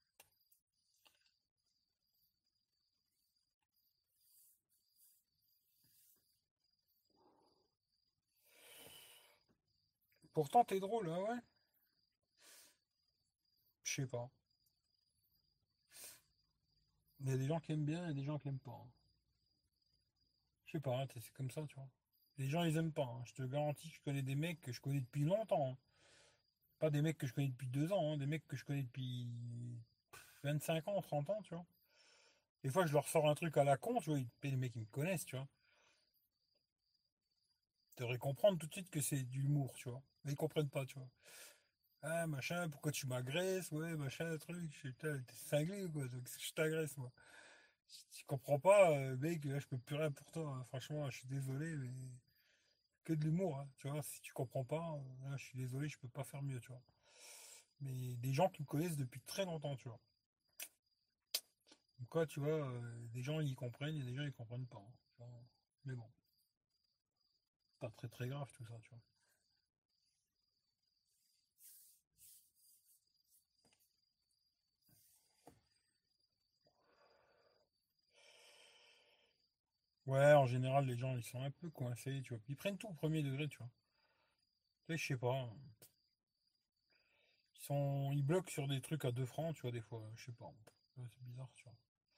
Pourtant, t'es drôle, hein, ouais. Je sais pas. Il y a des gens qui aiment bien et des gens qui aiment pas, hein. Je sais pas, hein, c'est comme ça, tu vois. Les gens, ils aiment pas, hein. Je te garantis que je connais des mecs que je connais depuis longtemps, hein. Pas des mecs que je connais depuis 2 ans, hein, des mecs que je connais depuis 25 ans, 30 ans, tu vois. Des fois, je leur sors un truc à la con, tu vois, les mecs, ils me connaissent, tu vois. Ils devraient comprendre tout de suite que c'est de l'humour, tu vois. Mais ils comprennent pas, tu vois. Ah, machin, pourquoi tu m'agresses? Ouais, machin, truc. Je sais, t'es cinglé ou quoi? Donc, je t'agresse, moi. Si tu comprends pas, mec, là, je peux plus rien pour toi, hein. Franchement, je suis désolé, mais que de l'humour, hein, tu vois. Si tu comprends pas, là, je suis désolé, je peux pas faire mieux, tu vois. Mais des gens qui me connaissent depuis très longtemps, tu vois. Donc, quoi, tu vois, des gens, ils comprennent, et des gens, ils comprennent pas, hein, tu vois. Mais bon, pas très très grave tout ça, tu vois. Ouais, en général, les gens, ils sont un peu coincés, tu vois. Ils prennent tout au premier degré, tu vois. Tu sais, je sais pas. Ils bloquent sur des trucs à 2 francs, tu vois, des fois. Je sais pas. Ouais, c'est bizarre, tu vois.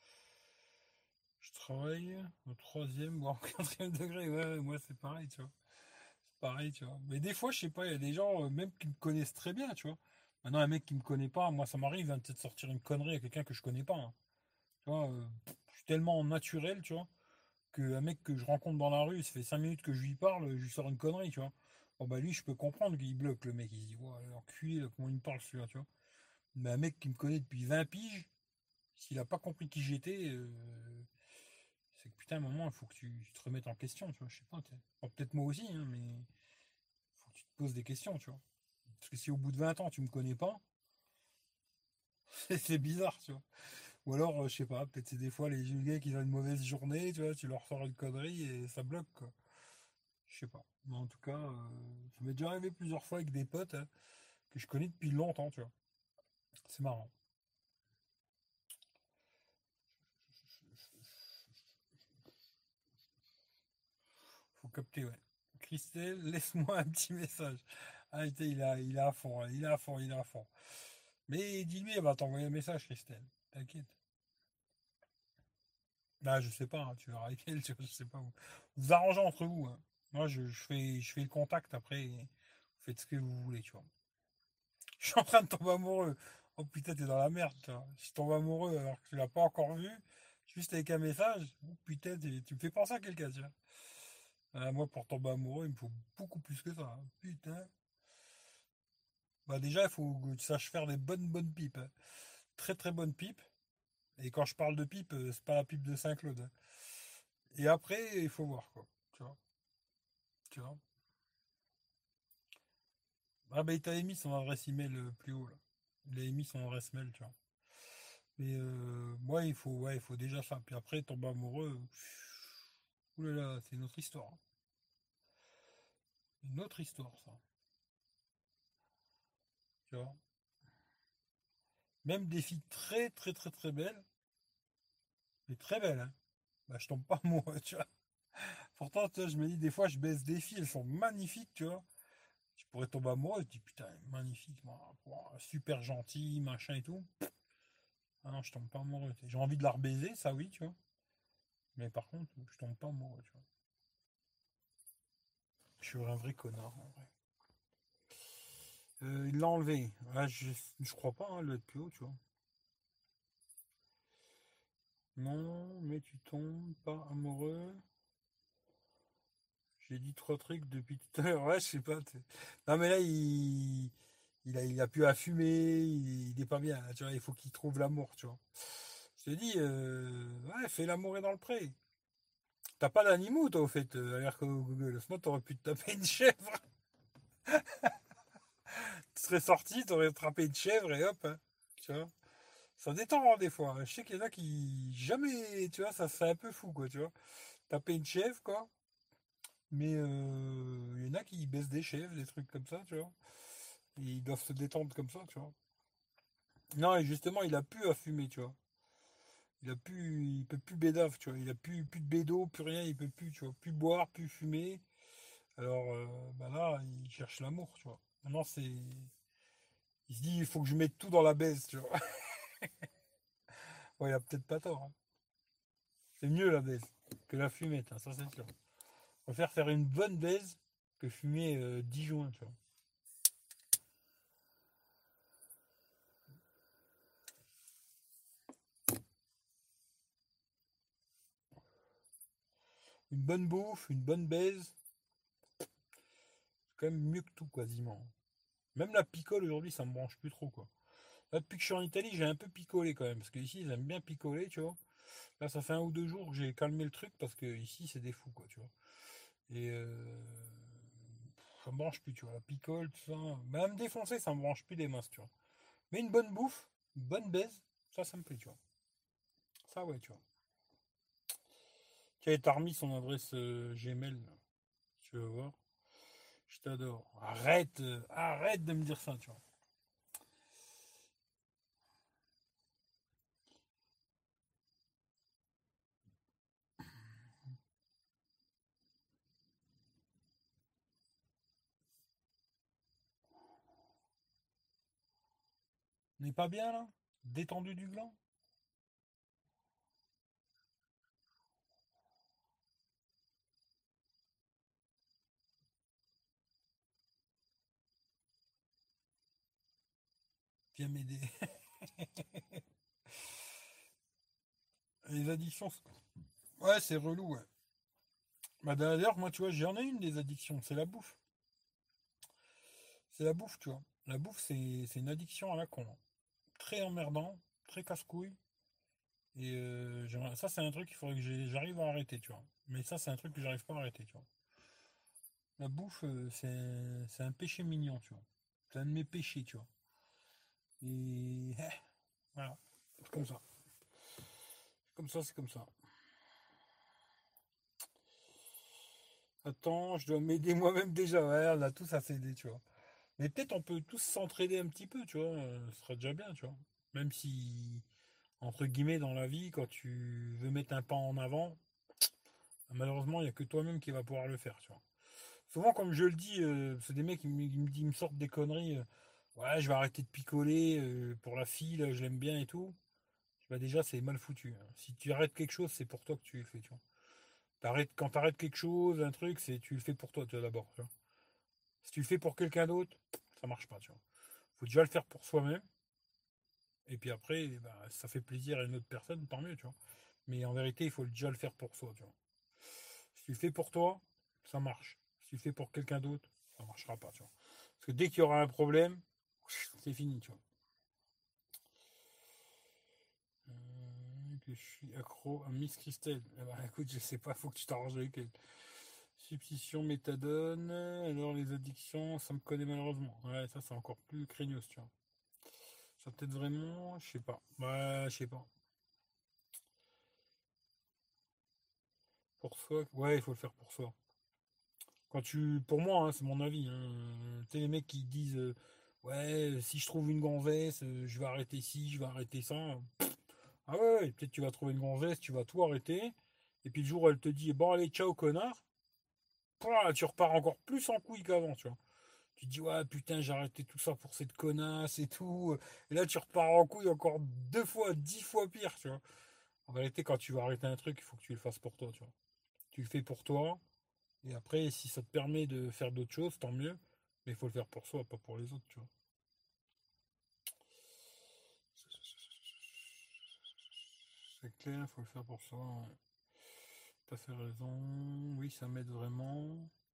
Je travaille au troisième, voire au quatrième degré. Ouais, ouais, moi, c'est pareil, tu vois. C'est pareil, tu vois. Mais des fois, je sais pas, il y a des gens, même qui me connaissent très bien, tu vois. Maintenant, un mec qui me connaît pas, moi, ça m'arrive, hein, peut-être sortir une connerie à quelqu'un que je connais pas, hein. Tu vois, je suis tellement naturel, tu vois, qu'un mec que je rencontre dans la rue, ça fait 5 minutes que je lui parle, je lui sors une connerie, tu vois. Bon, bah, lui, je peux comprendre qu'il bloque, le mec. Il se dit, ouais, l'enculé, là, comment il me parle, celui-là, tu vois. Mais un mec qui me connaît depuis 20 piges, s'il a pas compris qui j'étais, c'est que putain, à un moment, il faut que tu te remettes en question, tu vois. Je sais pas, bon, peut-être moi aussi, hein, mais faut que tu te poses des questions, tu vois. Parce que si au bout de 20 ans, tu me connais pas, c'est bizarre, tu vois. Ou alors, je sais pas, peut-être c'est des fois les gars qui ont une mauvaise journée, tu vois, tu leur sors une connerie et ça bloque, quoi. Je sais pas. Mais en tout cas, ça m'est déjà arrivé plusieurs fois avec des potes, hein, que je connais depuis longtemps, tu vois. C'est marrant. Faut capter, ouais. Christelle, laisse-moi un petit message. Ah, putain, il est à fond, hein, il est à fond, il est à fond. Mais dis-lui, elle va t'envoyer un message, Christelle. T'inquiète. Là, je sais pas, hein, tu verras avec elle, tu vois, je sais pas. Vous arrangez entre vous, hein. Moi, je fais le contact après, et vous faites ce que vous voulez, tu vois. Je suis en train de tomber amoureux. Oh putain, t'es dans la merde, tu vois. Je tombe amoureux alors que tu l'as pas encore vu, juste avec un message. Oh putain, tu me fais penser à quelqu'un, tu vois. Moi, pour tomber amoureux, il me faut beaucoup plus que ça, hein. Putain. Bah déjà, il faut que tu saches faire des bonnes pipes, hein. Très très bonnes pipes. Et quand je parle de pipe, c'est pas la pipe de Saint-Claude, hein. Et après, il faut voir, quoi. Tu vois. Tu vois. Ah bah il t'avait mis son adresse email plus haut là. Il avait mis son adresse mail, tu vois. Mais moi il faut déjà ça. Puis après tomber amoureux, oulala, c'est une autre histoire, hein. Une autre histoire ça. Tu vois. Même des filles très très très très belles, mais très belles, hein. Bah je tombe pas amoureux, tu vois. Pourtant, tu vois, je me dis des fois je baisse des filles, elles sont magnifiques, tu vois. Je pourrais tomber amoureux, je dis putain, magnifique, moi, wow, super gentil, machin et tout. Ah non, je tombe pas amoureux. J'ai envie de la rebaiser, ça oui, tu vois. Mais par contre, je tombe pas amoureux, tu vois. Je suis un vrai connard, en vrai. Il l'a enlevé. Ah, je crois pas, hein, le être plus haut, tu vois. Non, mais tu tombes pas amoureux. J'ai dit trois trucs depuis tout à l'heure. Ouais, je sais pas. Non, mais là, il a plus à fumer. Il est pas bien. Tu vois, il faut qu'il trouve l'amour, tu vois. Je te dis, ouais, fais l'amour est dans le pré. T'as pas d'animaux, toi, au fait, à l'air que Google. Sinon, t'aurais pu te taper une chèvre. Tu serais sorti, t'aurais attrapé une chèvre et hop, hein, tu vois. Ça détend, hein, des fois. Je sais qu'il y en a qui, jamais, tu vois, ça c'est un peu fou, quoi, tu vois. Taper une chèvre, quoi. Mais il y en a qui baissent des chèvres, des trucs comme ça, tu vois. Et ils doivent se détendre comme ça, tu vois. Non, et justement, il a pu à fumer, tu vois. Il peut plus bédave, tu vois. Il a plus de bédo, plus rien, il peut plus, tu vois. Plus boire, plus fumer. Alors, bah là, il cherche l'amour, tu vois. Maintenant, il se dit, il faut que je mette tout dans la baisse, tu vois. Ouais, il a peut-être pas tort, hein. C'est mieux la baise que la fumette, hein, ça c'est sûr. On préfère faire une bonne baise que fumer 10 joints, tu vois. Une bonne bouffe, une bonne baise, c'est quand même mieux que tout quasiment. Même la picole aujourd'hui, ça me branche plus trop, quoi. Là, depuis que je suis en Italie, j'ai un peu picolé quand même, parce que ici ils aiment bien picoler, tu vois. Là, ça fait 1 ou 2 jours que j'ai calmé le truc parce que ici c'est des fous, quoi, tu vois. Et ça me branche plus, tu vois. La picole, tout ça. Même défoncer, ça me branche plus des masses, tu vois. Mais une bonne bouffe, une bonne baise, ça me plaît, tu vois. Ça, ouais, tu vois. Tiens, t'as remis son adresse Gmail, là. Tu vas voir. Je t'adore. Arrête, arrête de me dire ça, tu vois. On n'est pas bien, là? Détendu du gland? Viens m'aider. Les addictions, ouais, c'est relou, ouais. Bah, d'ailleurs, moi, tu vois, j'en ai une des addictions, c'est la bouffe. C'est la bouffe, tu vois. La bouffe, c'est une addiction à la con, hein. Très emmerdant, très casse-couille. Et ça, c'est un truc qu'il faudrait que j'arrive à arrêter, tu vois. Mais ça, c'est un truc que j'arrive pas à arrêter, tu vois. La bouffe, c'est un péché mignon, tu vois. C'est un de mes péchés, tu vois. Et voilà, c'est comme ça. C'est comme ça, c'est comme ça. Attends, je dois m'aider moi-même déjà. Ouais, on a tous à s'aider, tu vois. Mais peut-être on peut tous s'entraider un petit peu, tu vois. Ce sera déjà bien, tu vois. Même si, entre guillemets, dans la vie, quand tu veux mettre un pas en avant, malheureusement, il n'y a que toi-même qui va pouvoir le faire, tu vois. Souvent, comme je le dis, c'est des mecs qui me sortent des conneries. Ouais, je vais arrêter de picoler pour la fille, là, je l'aime bien et tout. Bah déjà, c'est mal foutu, hein. Si tu arrêtes quelque chose, c'est pour toi que tu le fais, tu vois. Quand t'arrêtes quelque chose, un truc, c'est tu le fais pour toi, tu vois, d'abord, tu vois. Si tu le fais pour quelqu'un d'autre, ça marche pas, tu vois. Faut déjà le faire pour soi-même. Et puis après, bah, ça fait plaisir à une autre personne, tant mieux, tu vois. Mais en vérité, il faut déjà le faire pour soi, tu vois. Si tu le fais pour toi, ça marche. Si tu le fais pour quelqu'un d'autre, ça marchera pas, tu vois. Parce que dès qu'il y aura un problème, c'est fini, tu vois. Que je suis accro à Miss Christelle. Eh ben, écoute, je sais pas, faut que tu t'arranges avec elle. Substitution méthadone, alors les addictions, ça me connaît malheureusement. Ouais, ça c'est encore plus craignos, tu vois. Ça peut-être vraiment, je sais pas. Ouais, je sais pas. Pour soi, ouais, il faut le faire pour soi. Pour moi, hein, c'est mon avis, hein. Tu sais, les mecs qui disent, ouais, si je trouve une gonzesse, je vais arrêter ci, je vais arrêter ça. Ah ouais, ouais, peut-être tu vas trouver une gonzesse, tu vas tout arrêter. Et puis le jour où elle te dit, bon allez, ciao connard, pouah, tu repars encore plus en couille qu'avant, tu vois. Tu te dis, ouais, putain, j'ai arrêté tout ça pour cette connasse et tout. Et là, tu repars en couille encore 2 fois, 10 fois pire, tu vois. En vérité, quand tu vas arrêter un truc, il faut que tu le fasses pour toi, tu vois. Tu le fais pour toi. Et après, si ça te permet de faire d'autres choses, tant mieux. Mais il faut le faire pour soi, pas pour les autres, tu vois. C'est clair, il faut le faire pour soi, ouais. T'as fait raison. Oui, ça m'aide vraiment.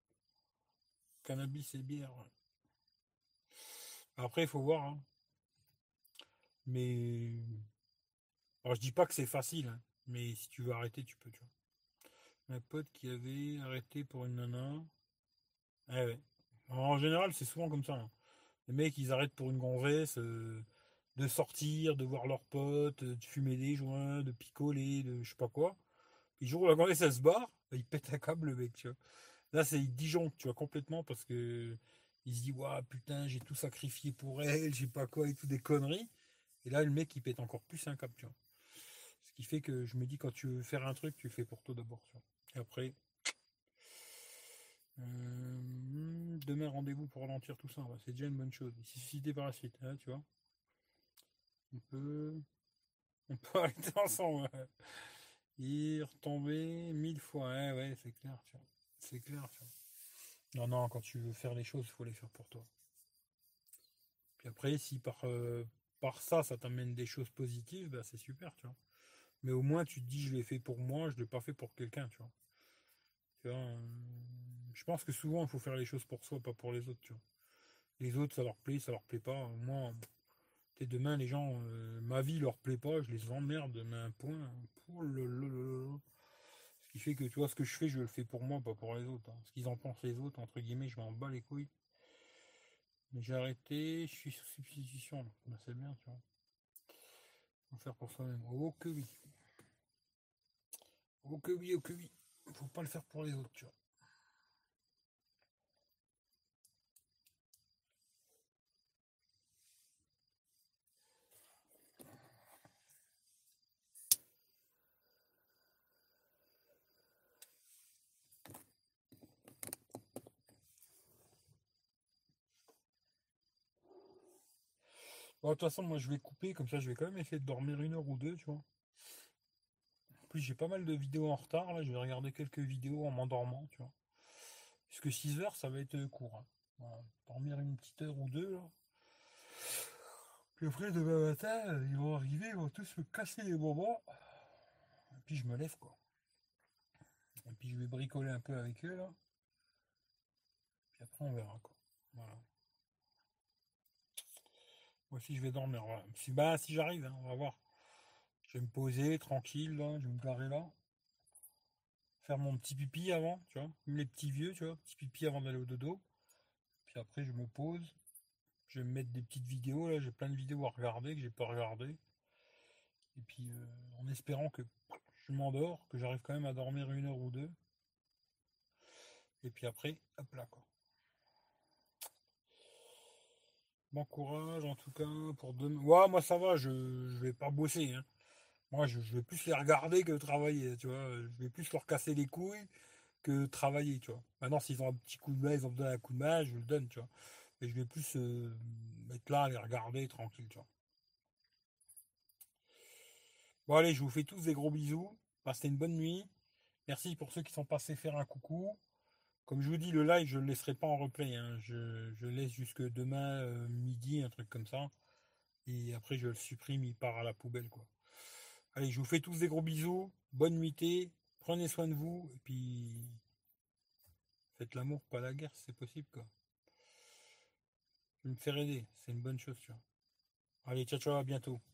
Cannabis et bière. Ouais. Après, il faut voir. Hein. Mais. Alors, je dis pas que c'est facile, hein, mais si tu veux arrêter, tu peux, tu vois. Un pote qui avait arrêté pour une nana. Ah ouais. En général, c'est souvent comme ça. Hein. Les mecs, ils arrêtent pour une gonzesse, de sortir, de voir leurs potes, de fumer des joints, de picoler, de je sais pas quoi. Puis le jour où la gonzesse, elle se barre, bah, il pète un câble, le mec, tu vois. Là, c'est il disjoncte, tu vois, complètement, parce que il se dit, waouh, putain, j'ai tout sacrifié pour elle, j'ai pas quoi, et tout, des conneries. Et là, le mec, il pète encore plus un câble, tu vois. Ce qui fait que je me dis, quand tu veux faire un truc, tu le fais pour toi d'abord, tu vois. Et après, demain, rendez-vous pour ralentir tout ça, ouais, c'est déjà une bonne chose. Il s'est suicidé par la suite, hein, tu vois. On peut, on peut arrêter ensemble. Ouais. Y retomber 1000 fois, ouais, ouais, c'est clair, tu vois. C'est clair, tu vois. Non, non, quand tu veux faire les choses, il faut les faire pour toi. Puis après, si par ça, ça t'amène des choses positives, bah, c'est super, tu vois. Mais au moins, tu te dis, je l'ai fait pour moi, je l'ai pas fait pour quelqu'un, tu vois. Tu vois, je pense que souvent, il faut faire les choses pour soi, pas pour les autres, tu vois. Les autres, ça leur plaît pas. Moi, demain, les gens, ma vie leur plaît pas, je les emmerde, mais un point. Oh ce qui fait que, tu vois, ce que je fais, je le fais pour moi, pas pour les autres. Hein. Ce qu'ils en pensent les autres, entre guillemets, je m'en bats les couilles. Mais j'ai arrêté, je suis sous substitution. Ben, c'est bien, tu vois. Faut faire pour soi-même. Oh que oui. Oh que oui, oh que oui. Faut pas le faire pour les autres, tu vois. Bon, de toute façon, moi je vais couper, comme ça je vais quand même essayer de dormir 1 heure ou 2, tu vois. En plus, j'ai pas mal de vidéos en retard, là. Je vais regarder quelques vidéos en m'endormant, tu vois. Puisque 6 heures, ça va être court. Hein. Voilà. Dormir une petite heure ou deux, là. Puis après, demain matin, ils vont arriver, ils vont tous me casser les bonbons. Et puis je me lève, quoi. Et puis je vais bricoler un peu avec eux, là. Puis après, on verra, quoi. Voilà. Moi aussi, je vais dormir. Voilà. Si j'arrive, hein, on va voir. Je vais me poser tranquille, là. Je vais me garer là. Faire mon petit pipi avant, tu vois. Comme les petits vieux, tu vois. Petit pipi avant d'aller au dodo. Puis après, je me pose. Je vais me mettre des petites vidéos, là. J'ai plein de vidéos à regarder que j'ai pas regardé. Et puis, en espérant que je m'endors, que j'arrive quand même à dormir 1 heure ou 2. Et puis après, hop là, quoi. Bon courage, en tout cas, pour demain. Ouais, moi, ça va, je vais pas bosser, hein. Moi, je vais plus les regarder que travailler, tu vois. Je vais plus leur casser les couilles que travailler, tu vois. Maintenant, s'ils ont un petit coup de main, ils ont besoin d'un coup de main, je le donne, tu vois. Mais je vais plus être là, les regarder tranquille, tu vois. Bon, allez, je vous fais tous des gros bisous. Passez une bonne nuit. Merci pour ceux qui sont passés faire un coucou. Comme je vous dis, le live, je ne le laisserai pas en replay. Hein. Je le laisse jusque demain midi, un truc comme ça. Et après, je le supprime, il part à la poubelle, quoi. Allez, je vous fais tous des gros bisous. Bonne nuitée. Prenez soin de vous. Et puis, faites l'amour, pas la guerre, si c'est possible, quoi. Je vais me faire aider. C'est une bonne chose, tu vois. Allez, ciao, ciao, à bientôt.